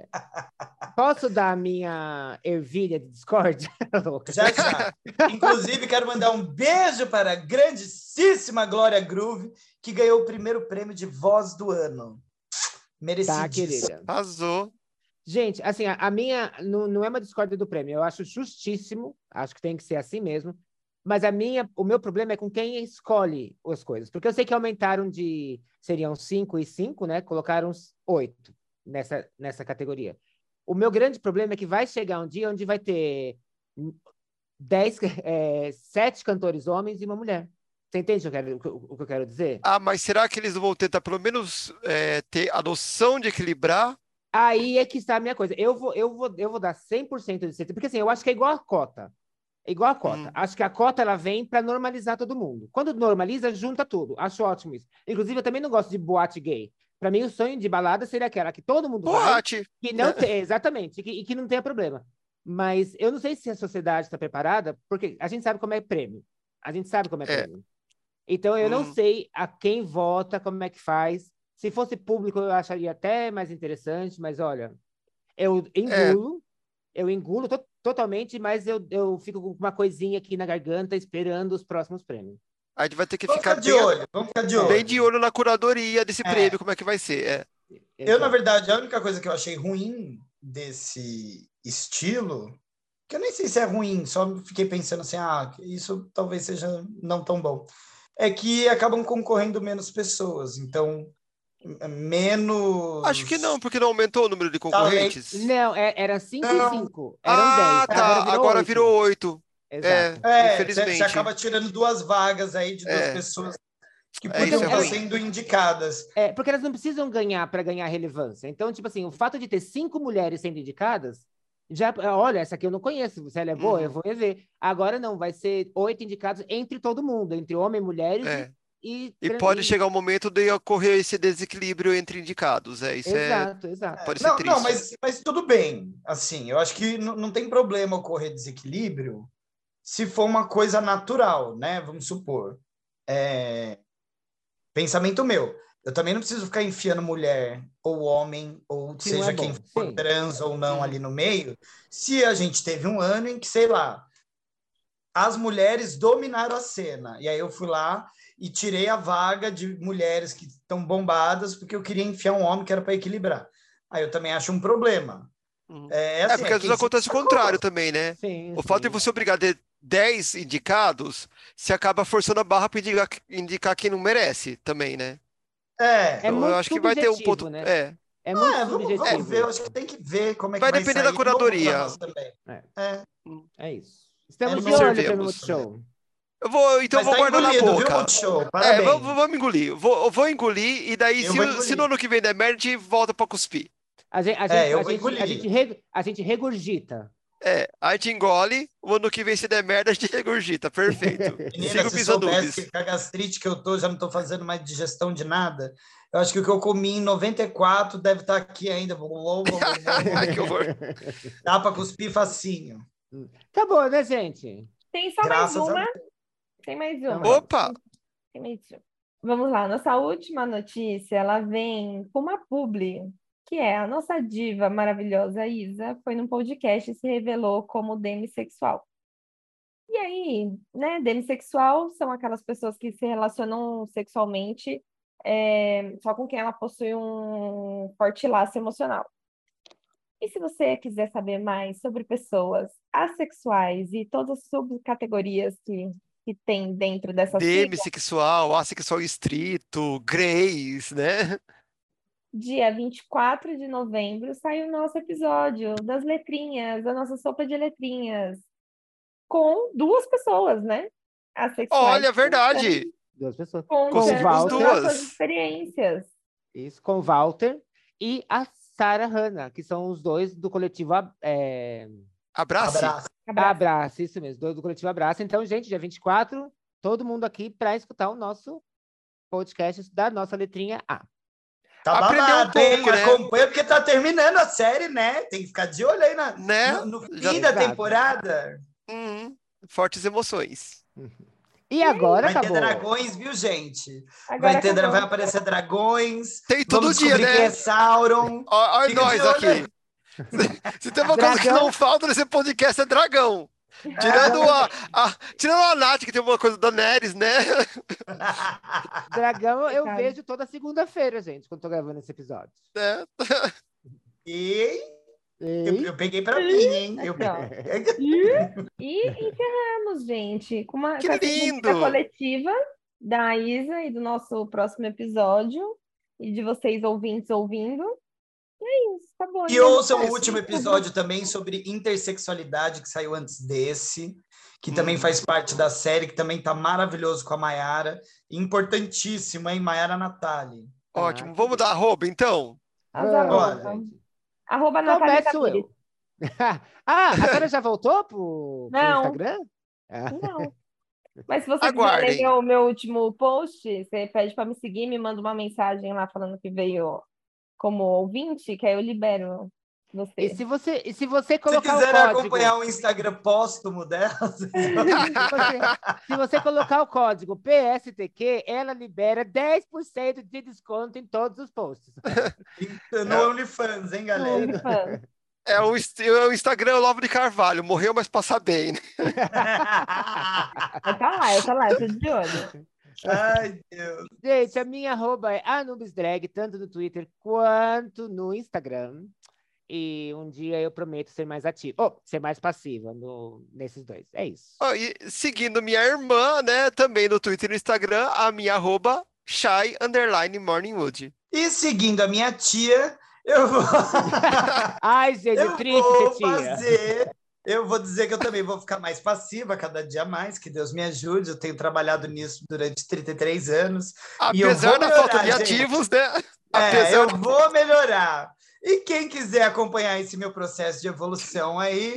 posso dar a minha ervilha de Discord? Louca. Já, já. Inclusive, quero mandar um beijo para a grandíssima Glória Groove, que ganhou o primeiro prêmio de voz do ano. Tá, Merecidíssimo. querida. arrasou. Gente, assim, a, a minha não, não é uma discórdia do prêmio. Eu acho justíssimo, acho que tem que ser assim mesmo. Mas a minha, o meu problema é com quem escolhe as coisas. Porque eu sei que aumentaram de... Seriam cinco e cinco, né? Colocaram os oito nessa, nessa categoria. O meu grande problema é que vai chegar um dia onde vai ter dez, é, sete cantores homens e uma mulher. Você entende o que eu quero, o que eu quero dizer? Ah, mas será que eles não vão tentar pelo menos é, ter a noção de equilibrar? Aí é que está a minha coisa. Eu vou, eu vou, eu vou dar cem por cento de certeza. Porque assim, eu acho que é igual a cota. É igual a cota. Hum. Acho que a cota ela vem para normalizar todo mundo. Quando normaliza, junta tudo. Acho ótimo isso. Inclusive, eu também não gosto de boate gay. Para mim, o sonho de balada seria aquela que todo mundo vai, Boate. que não tem, exatamente, e que, e que não tenha problema. Mas eu não sei se a sociedade está preparada, porque a gente sabe como é prêmio. A gente sabe como é, É. prêmio. Então, eu não Hum. sei a quem vota, como é que faz. Se fosse público, eu acharia até mais interessante, mas olha, eu engulo, eu engulo to- totalmente, mas eu, eu fico com uma coisinha aqui na garganta esperando os próximos prêmios. A gente vai ter que Vamos ficar ficar de bem, olho, vamos ficar de É. olho. bem de olho na curadoria desse É. prêmio, como é que vai ser. É. Eu, na Exato. verdade, a única coisa que eu achei ruim desse estilo, que eu nem sei se é ruim, só fiquei pensando assim, ah, isso talvez seja não tão bom, é que acabam concorrendo menos pessoas, então menos... Acho que não, porque não aumentou o número de concorrentes. Não, é- era cinco e Não. cinco. Eram Ah, dez. tá. Agora virou Agora oito. virou oito. Exato. É, É, você infelizmente. você acaba tirando duas vagas aí de duas É. pessoas que É, podiam isso é estar ruim. sendo indicadas. É, porque elas não precisam ganhar para ganhar relevância. Então, tipo assim, o fato de ter cinco mulheres sendo indicadas, já, olha, essa aqui eu não conheço, se ela é boa, Uhum. eu vou rever. Agora não, vai ser oito indicados entre todo mundo, entre homem e mulheres É. e... E pode chegar o momento de ocorrer esse desequilíbrio entre indicados. É, isso é, Exato, exato. pode ser Não, triste. não, mas, mas tudo bem. Assim, eu acho que não, não tem problema ocorrer desequilíbrio se for uma coisa natural, né? Vamos supor. É, pensamento meu. Eu também não preciso ficar enfiando mulher ou homem, ou Se não seja é quem bom, for sim. trans ou não Hum. ali no meio, se a gente teve um ano em que, sei lá, as mulheres dominaram a cena. E aí eu fui lá e tirei a vaga de mulheres que estão bombadas porque eu queria enfiar um homem que era para equilibrar. Aí eu também acho um problema. Uhum. É, É, assim, porque às quem vezes se acontece o destacou. contrário também, né? Sim, O fato de sim. você obrigar a ter dez indicados, você acaba forçando a barra para indicar, indicar quem não merece também, né? É, É Então, eu muito acho que vai ter um subjetivo, ponto. né? É. É muito é, vamos, subjetivo. vamos ver, eu acho que tem que ver como é que Vai vai depender sair. da curadoria. Novo pra nós também. É. É. É isso. Estamos É, de olho, observemos. Prêmio Multishow. Eu vou, então eu Mas vou tá guardar na engolido, viu, boca. Multishow? É, Parabéns. vamos, vamos engolir. Eu Vou, eu vou engolir e daí, Eu se, vou o- se engolir. no ano que vem der merda, a gente volta pra cuspir. A gente, a É, gente, eu a vou gente, a engolir. gente, reg- a gente regurgita. É, a gente engole, o ano que vem, se der merda, a gente regurgita. Perfeito. Menina, Siga o se Bisa soubesse Dubis. que com a gastrite que eu tô, já não tô fazendo mais digestão de nada. Eu acho que o que eu comi em noventa e quatro deve estar aqui ainda. Ai, que horror. Dá para cuspir facinho. Acabou, né, gente? Tem só Graças mais a uma. Deus. Tem mais Então uma. vai. Opa! Tem mais uma. Vamos lá. Nossa última notícia, ela vem com uma publi que é a nossa diva maravilhosa Isa, foi num podcast e se revelou como demissexual. E aí, né, demissexual são aquelas pessoas que se relacionam sexualmente é, só com quem ela possui um forte laço emocional. E se você quiser saber mais sobre pessoas assexuais e todas as subcategorias que, que tem dentro dessa sigla, Demissexual, assexual estrito, gays, né? dia vinte e quatro de novembro sai o nosso episódio das letrinhas, da nossa sopa de letrinhas, com duas pessoas, né? Assexuais Olha, verdade. Duas pessoas. contando Conseguimos Walter. as suas duas. experiências. Isso, com o Walter e a Sarah Hanna, que são os dois do coletivo é... Abraço. Abraço. Abraço. Abraço, isso mesmo, dois do coletivo Abraço. Então, gente, dia vinte e quatro, todo mundo aqui para escutar o nosso podcast da nossa letrinha A. Tá Aprendeu um babado, hein? pouco, né? Acompanha, porque tá terminando a série, né? Tem que ficar de olho aí na, Né? no, no fim Já- da Exato. temporada. Uhum. Fortes emoções. E agora Vai ter acabou. dragões, viu, gente? Agora Vai, ter, dra- acabou. vai aparecer dragões. Tem todo Vamos dia, descobrir né? quem é Sauron. Ó- Olha Fica de nós olho aqui. aí. Se tem uma coisa que Dragão. não falta nesse podcast é dragão. Tirando a, a, tirando a Nath, que tem uma coisa da Neres, né? Dragão eu Cara. vejo toda segunda-feira, gente, quando tô gravando esse episódio. É. E eu, Ei, eu peguei pra mim, hein? Eu... Aqui, ó. E encerramos, gente, com uma Que com essa despedida lindo! coletiva da Isa e do nosso próximo episódio, e de vocês ouvintes ouvindo. E é isso, tá bom. E ainda ouçam não- o último episódio também sobre intersexualidade, que saiu antes desse, que também Hum. faz parte da série, que também tá maravilhoso com a Mayara. Importantíssimo, hein? Mayara Natali. Ótimo. Ah, Vamos dar arroba, então? As Vamos, arroba. gente. Arroba Natália Começo Tamires. eu. Ah, a Sarah já voltou pro, pro Não. Instagram? Ah. Não. Mas se você Aguardem. quiser ler meu, meu último post, você pede para me seguir, me manda uma mensagem lá falando que veio como ouvinte, que aí eu libero você. E se você, e se você Se colocar o quiser código... acompanhar o Instagram póstumo dela, se, você, se você colocar o código P S T Q, ela libera dez por cento de desconto em todos os posts. no OnlyFans, hein, No galera? OnlyFans. É o, inst- é o Instagram Olavo de Carvalho. Morreu, mas passa bem, né? Mas tá lá, eu tô lá, eu tô de olho. Ai, Deus. Gente, a minha arroba é AnubisDrag, tanto no Twitter quanto no Instagram. E um dia eu prometo ser mais ativo, ou ser mais passiva no, nesses dois. É isso. Ó, e seguindo minha irmã, né? Também no Twitter e no Instagram, a minha arroba Shy underline Morningwood. E seguindo a minha tia, eu vou, Ai, gente, eu triste vou ser tia. fazer. Eu vou dizer que eu também vou ficar mais passiva cada dia mais, que Deus me ajude. Eu tenho trabalhado nisso durante trinta e três anos. E eu Apesar vou da melhorar, falta de gente. ativos, né? É, Apesar eu da- vou melhorar. E quem quiser acompanhar esse meu processo de evolução aí,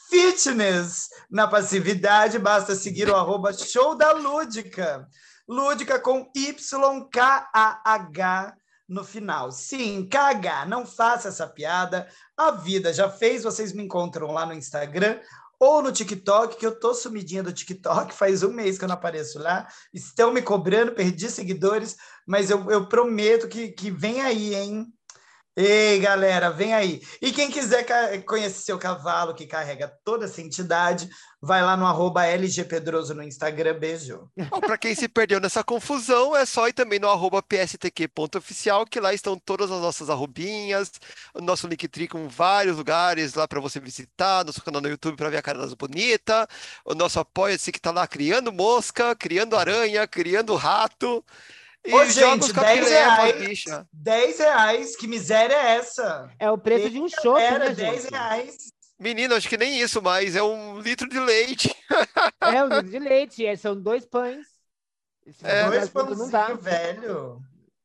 fitness na passividade, basta seguir o arroba show da Lúdica. Lúdica com Y K A H no final. Sim, K H, não faça essa piada. A vida já fez, vocês me encontram lá no Instagram ou no TikTok, que eu tô sumidinha do TikTok, faz um mês que eu não apareço lá. Estão me cobrando, perdi seguidores, mas eu, eu prometo que, que vem aí, hein? Ei, galera, vem aí. E quem quiser ca- conhecer seu cavalo, que carrega toda essa entidade, vai lá no arroba L G Pedroso no Instagram. Beijo. Bom, para quem se perdeu nessa confusão, é só ir também no arroba P S T Q ponto oficial, que lá estão todas as nossas arrobinhas, o nosso Linktree com vários lugares lá para você visitar, nosso canal no YouTube para ver a cara das bonitas, o nosso Apoia-se que tá lá criando mosca, criando aranha, criando rato, e Ô, joga os gente, dez capilé, as reais. bichas. dez reais, que miséria é essa? É o preço de um show, Era né, dez gente? reais. Menino, acho que nem isso mais, é um litro de leite. É o litro de leite, é, são dois pães. Se É, for Dois mais muito, não dá. pãozinhos, velho.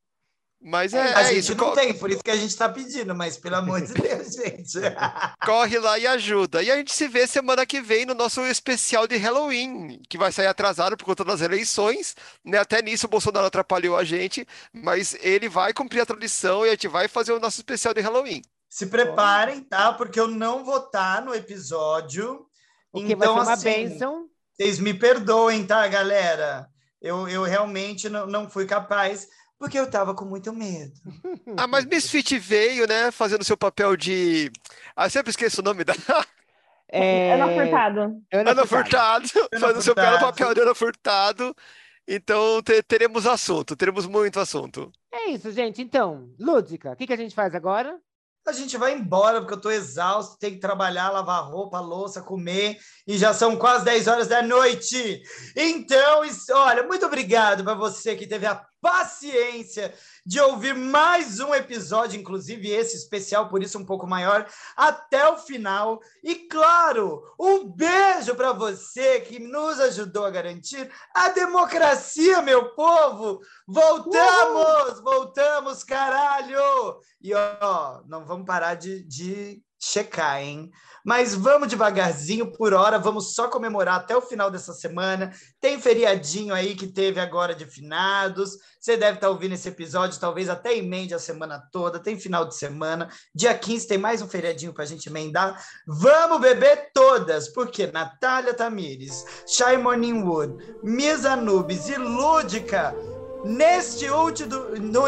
Mas é, A é gente isso, não co- tem, por isso que a gente tá pedindo, mas pelo amor de Deus, gente. corre lá e ajuda. E a gente se vê semana que vem no nosso especial de Halloween, que vai sair atrasado por conta das eleições, né? Até nisso o Bolsonaro atrapalhou a gente, mas ele vai cumprir a tradição e a gente vai fazer o nosso especial de Halloween. Se preparem, tá? Porque eu não vou estar no episódio. O que Então, vai ser uma assim, bênção. vocês me perdoem, tá, galera? Eu, eu realmente não, não fui capaz, porque eu tava com muito medo. Ah, mas Misfit veio, né, fazendo seu papel de... Ah, eu sempre esqueço o nome da... É... Ana Furtado. Ana, Ana Furtado. Furtado, Ana fazendo seu belo Furtado. papel de Ana Furtado. Então, te- teremos assunto, teremos muito assunto. É isso, gente. Então, Lúdica, o que, que a gente faz agora? A gente vai embora, porque eu tô exausto, tenho que trabalhar, lavar roupa, louça, comer, e já são quase dez horas da noite. Então, isso- olha, muito obrigado para você que teve a paciência de ouvir mais um episódio, inclusive esse especial, por isso um pouco maior, até o final. E, claro, um beijo para você que nos ajudou a garantir a democracia, meu povo! Voltamos! Voltamos, caralho! E, ó, não vamos parar de, de checar, hein? Mas vamos devagarzinho, por hora, vamos só comemorar até o final dessa semana. Tem feriadinho aí que teve agora de finados. Você deve estar ouvindo esse episódio, talvez até emende a semana toda. Tem final de semana. Dia quinze tem mais um feriadinho para a gente emendar. Vamos beber todas, porque Natália Tamires, Shai Morningwood, Miss Anubis e Lúdica, neste último, no,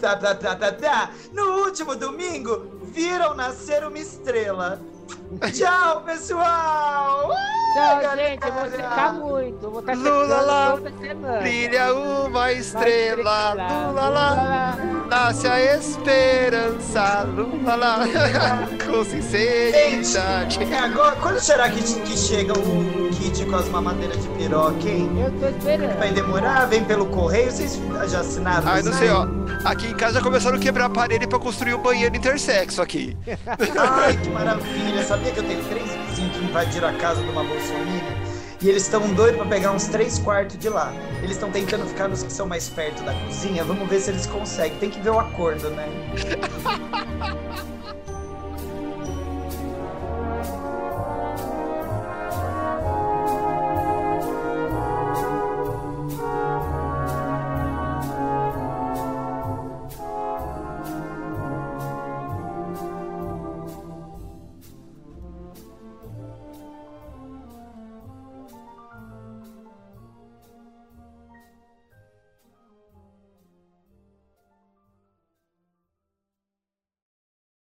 no último domingo, viram nascer uma estrela. Tchau, pessoal! Tchau, galera. gente. Eu vou secar muito. Eu vou estar Lula lá, secando toda semana. brilha uma Uma estrela, estrela, lula lá, nasce a esperança, lula lá, com sinceridade. É agora, quando será que, que chega o kit com as mamadeiras de piroca, hein? Eu tô esperando. Vai demorar? Vem pelo correio? Vocês já assinaram? Ai, não sei, ó. Aqui em casa já começaram a quebrar a parede pra construir um banheiro intersexo aqui. Ai, que maravilha! Sabia que eu tenho três vizinhos que invadiram a casa de uma bolsominion? E eles estão doidos para pegar uns três quartos de lá. Eles estão tentando ficar nos que são mais perto da cozinha. Vamos ver se eles conseguem. Tem que ver o acordo, né?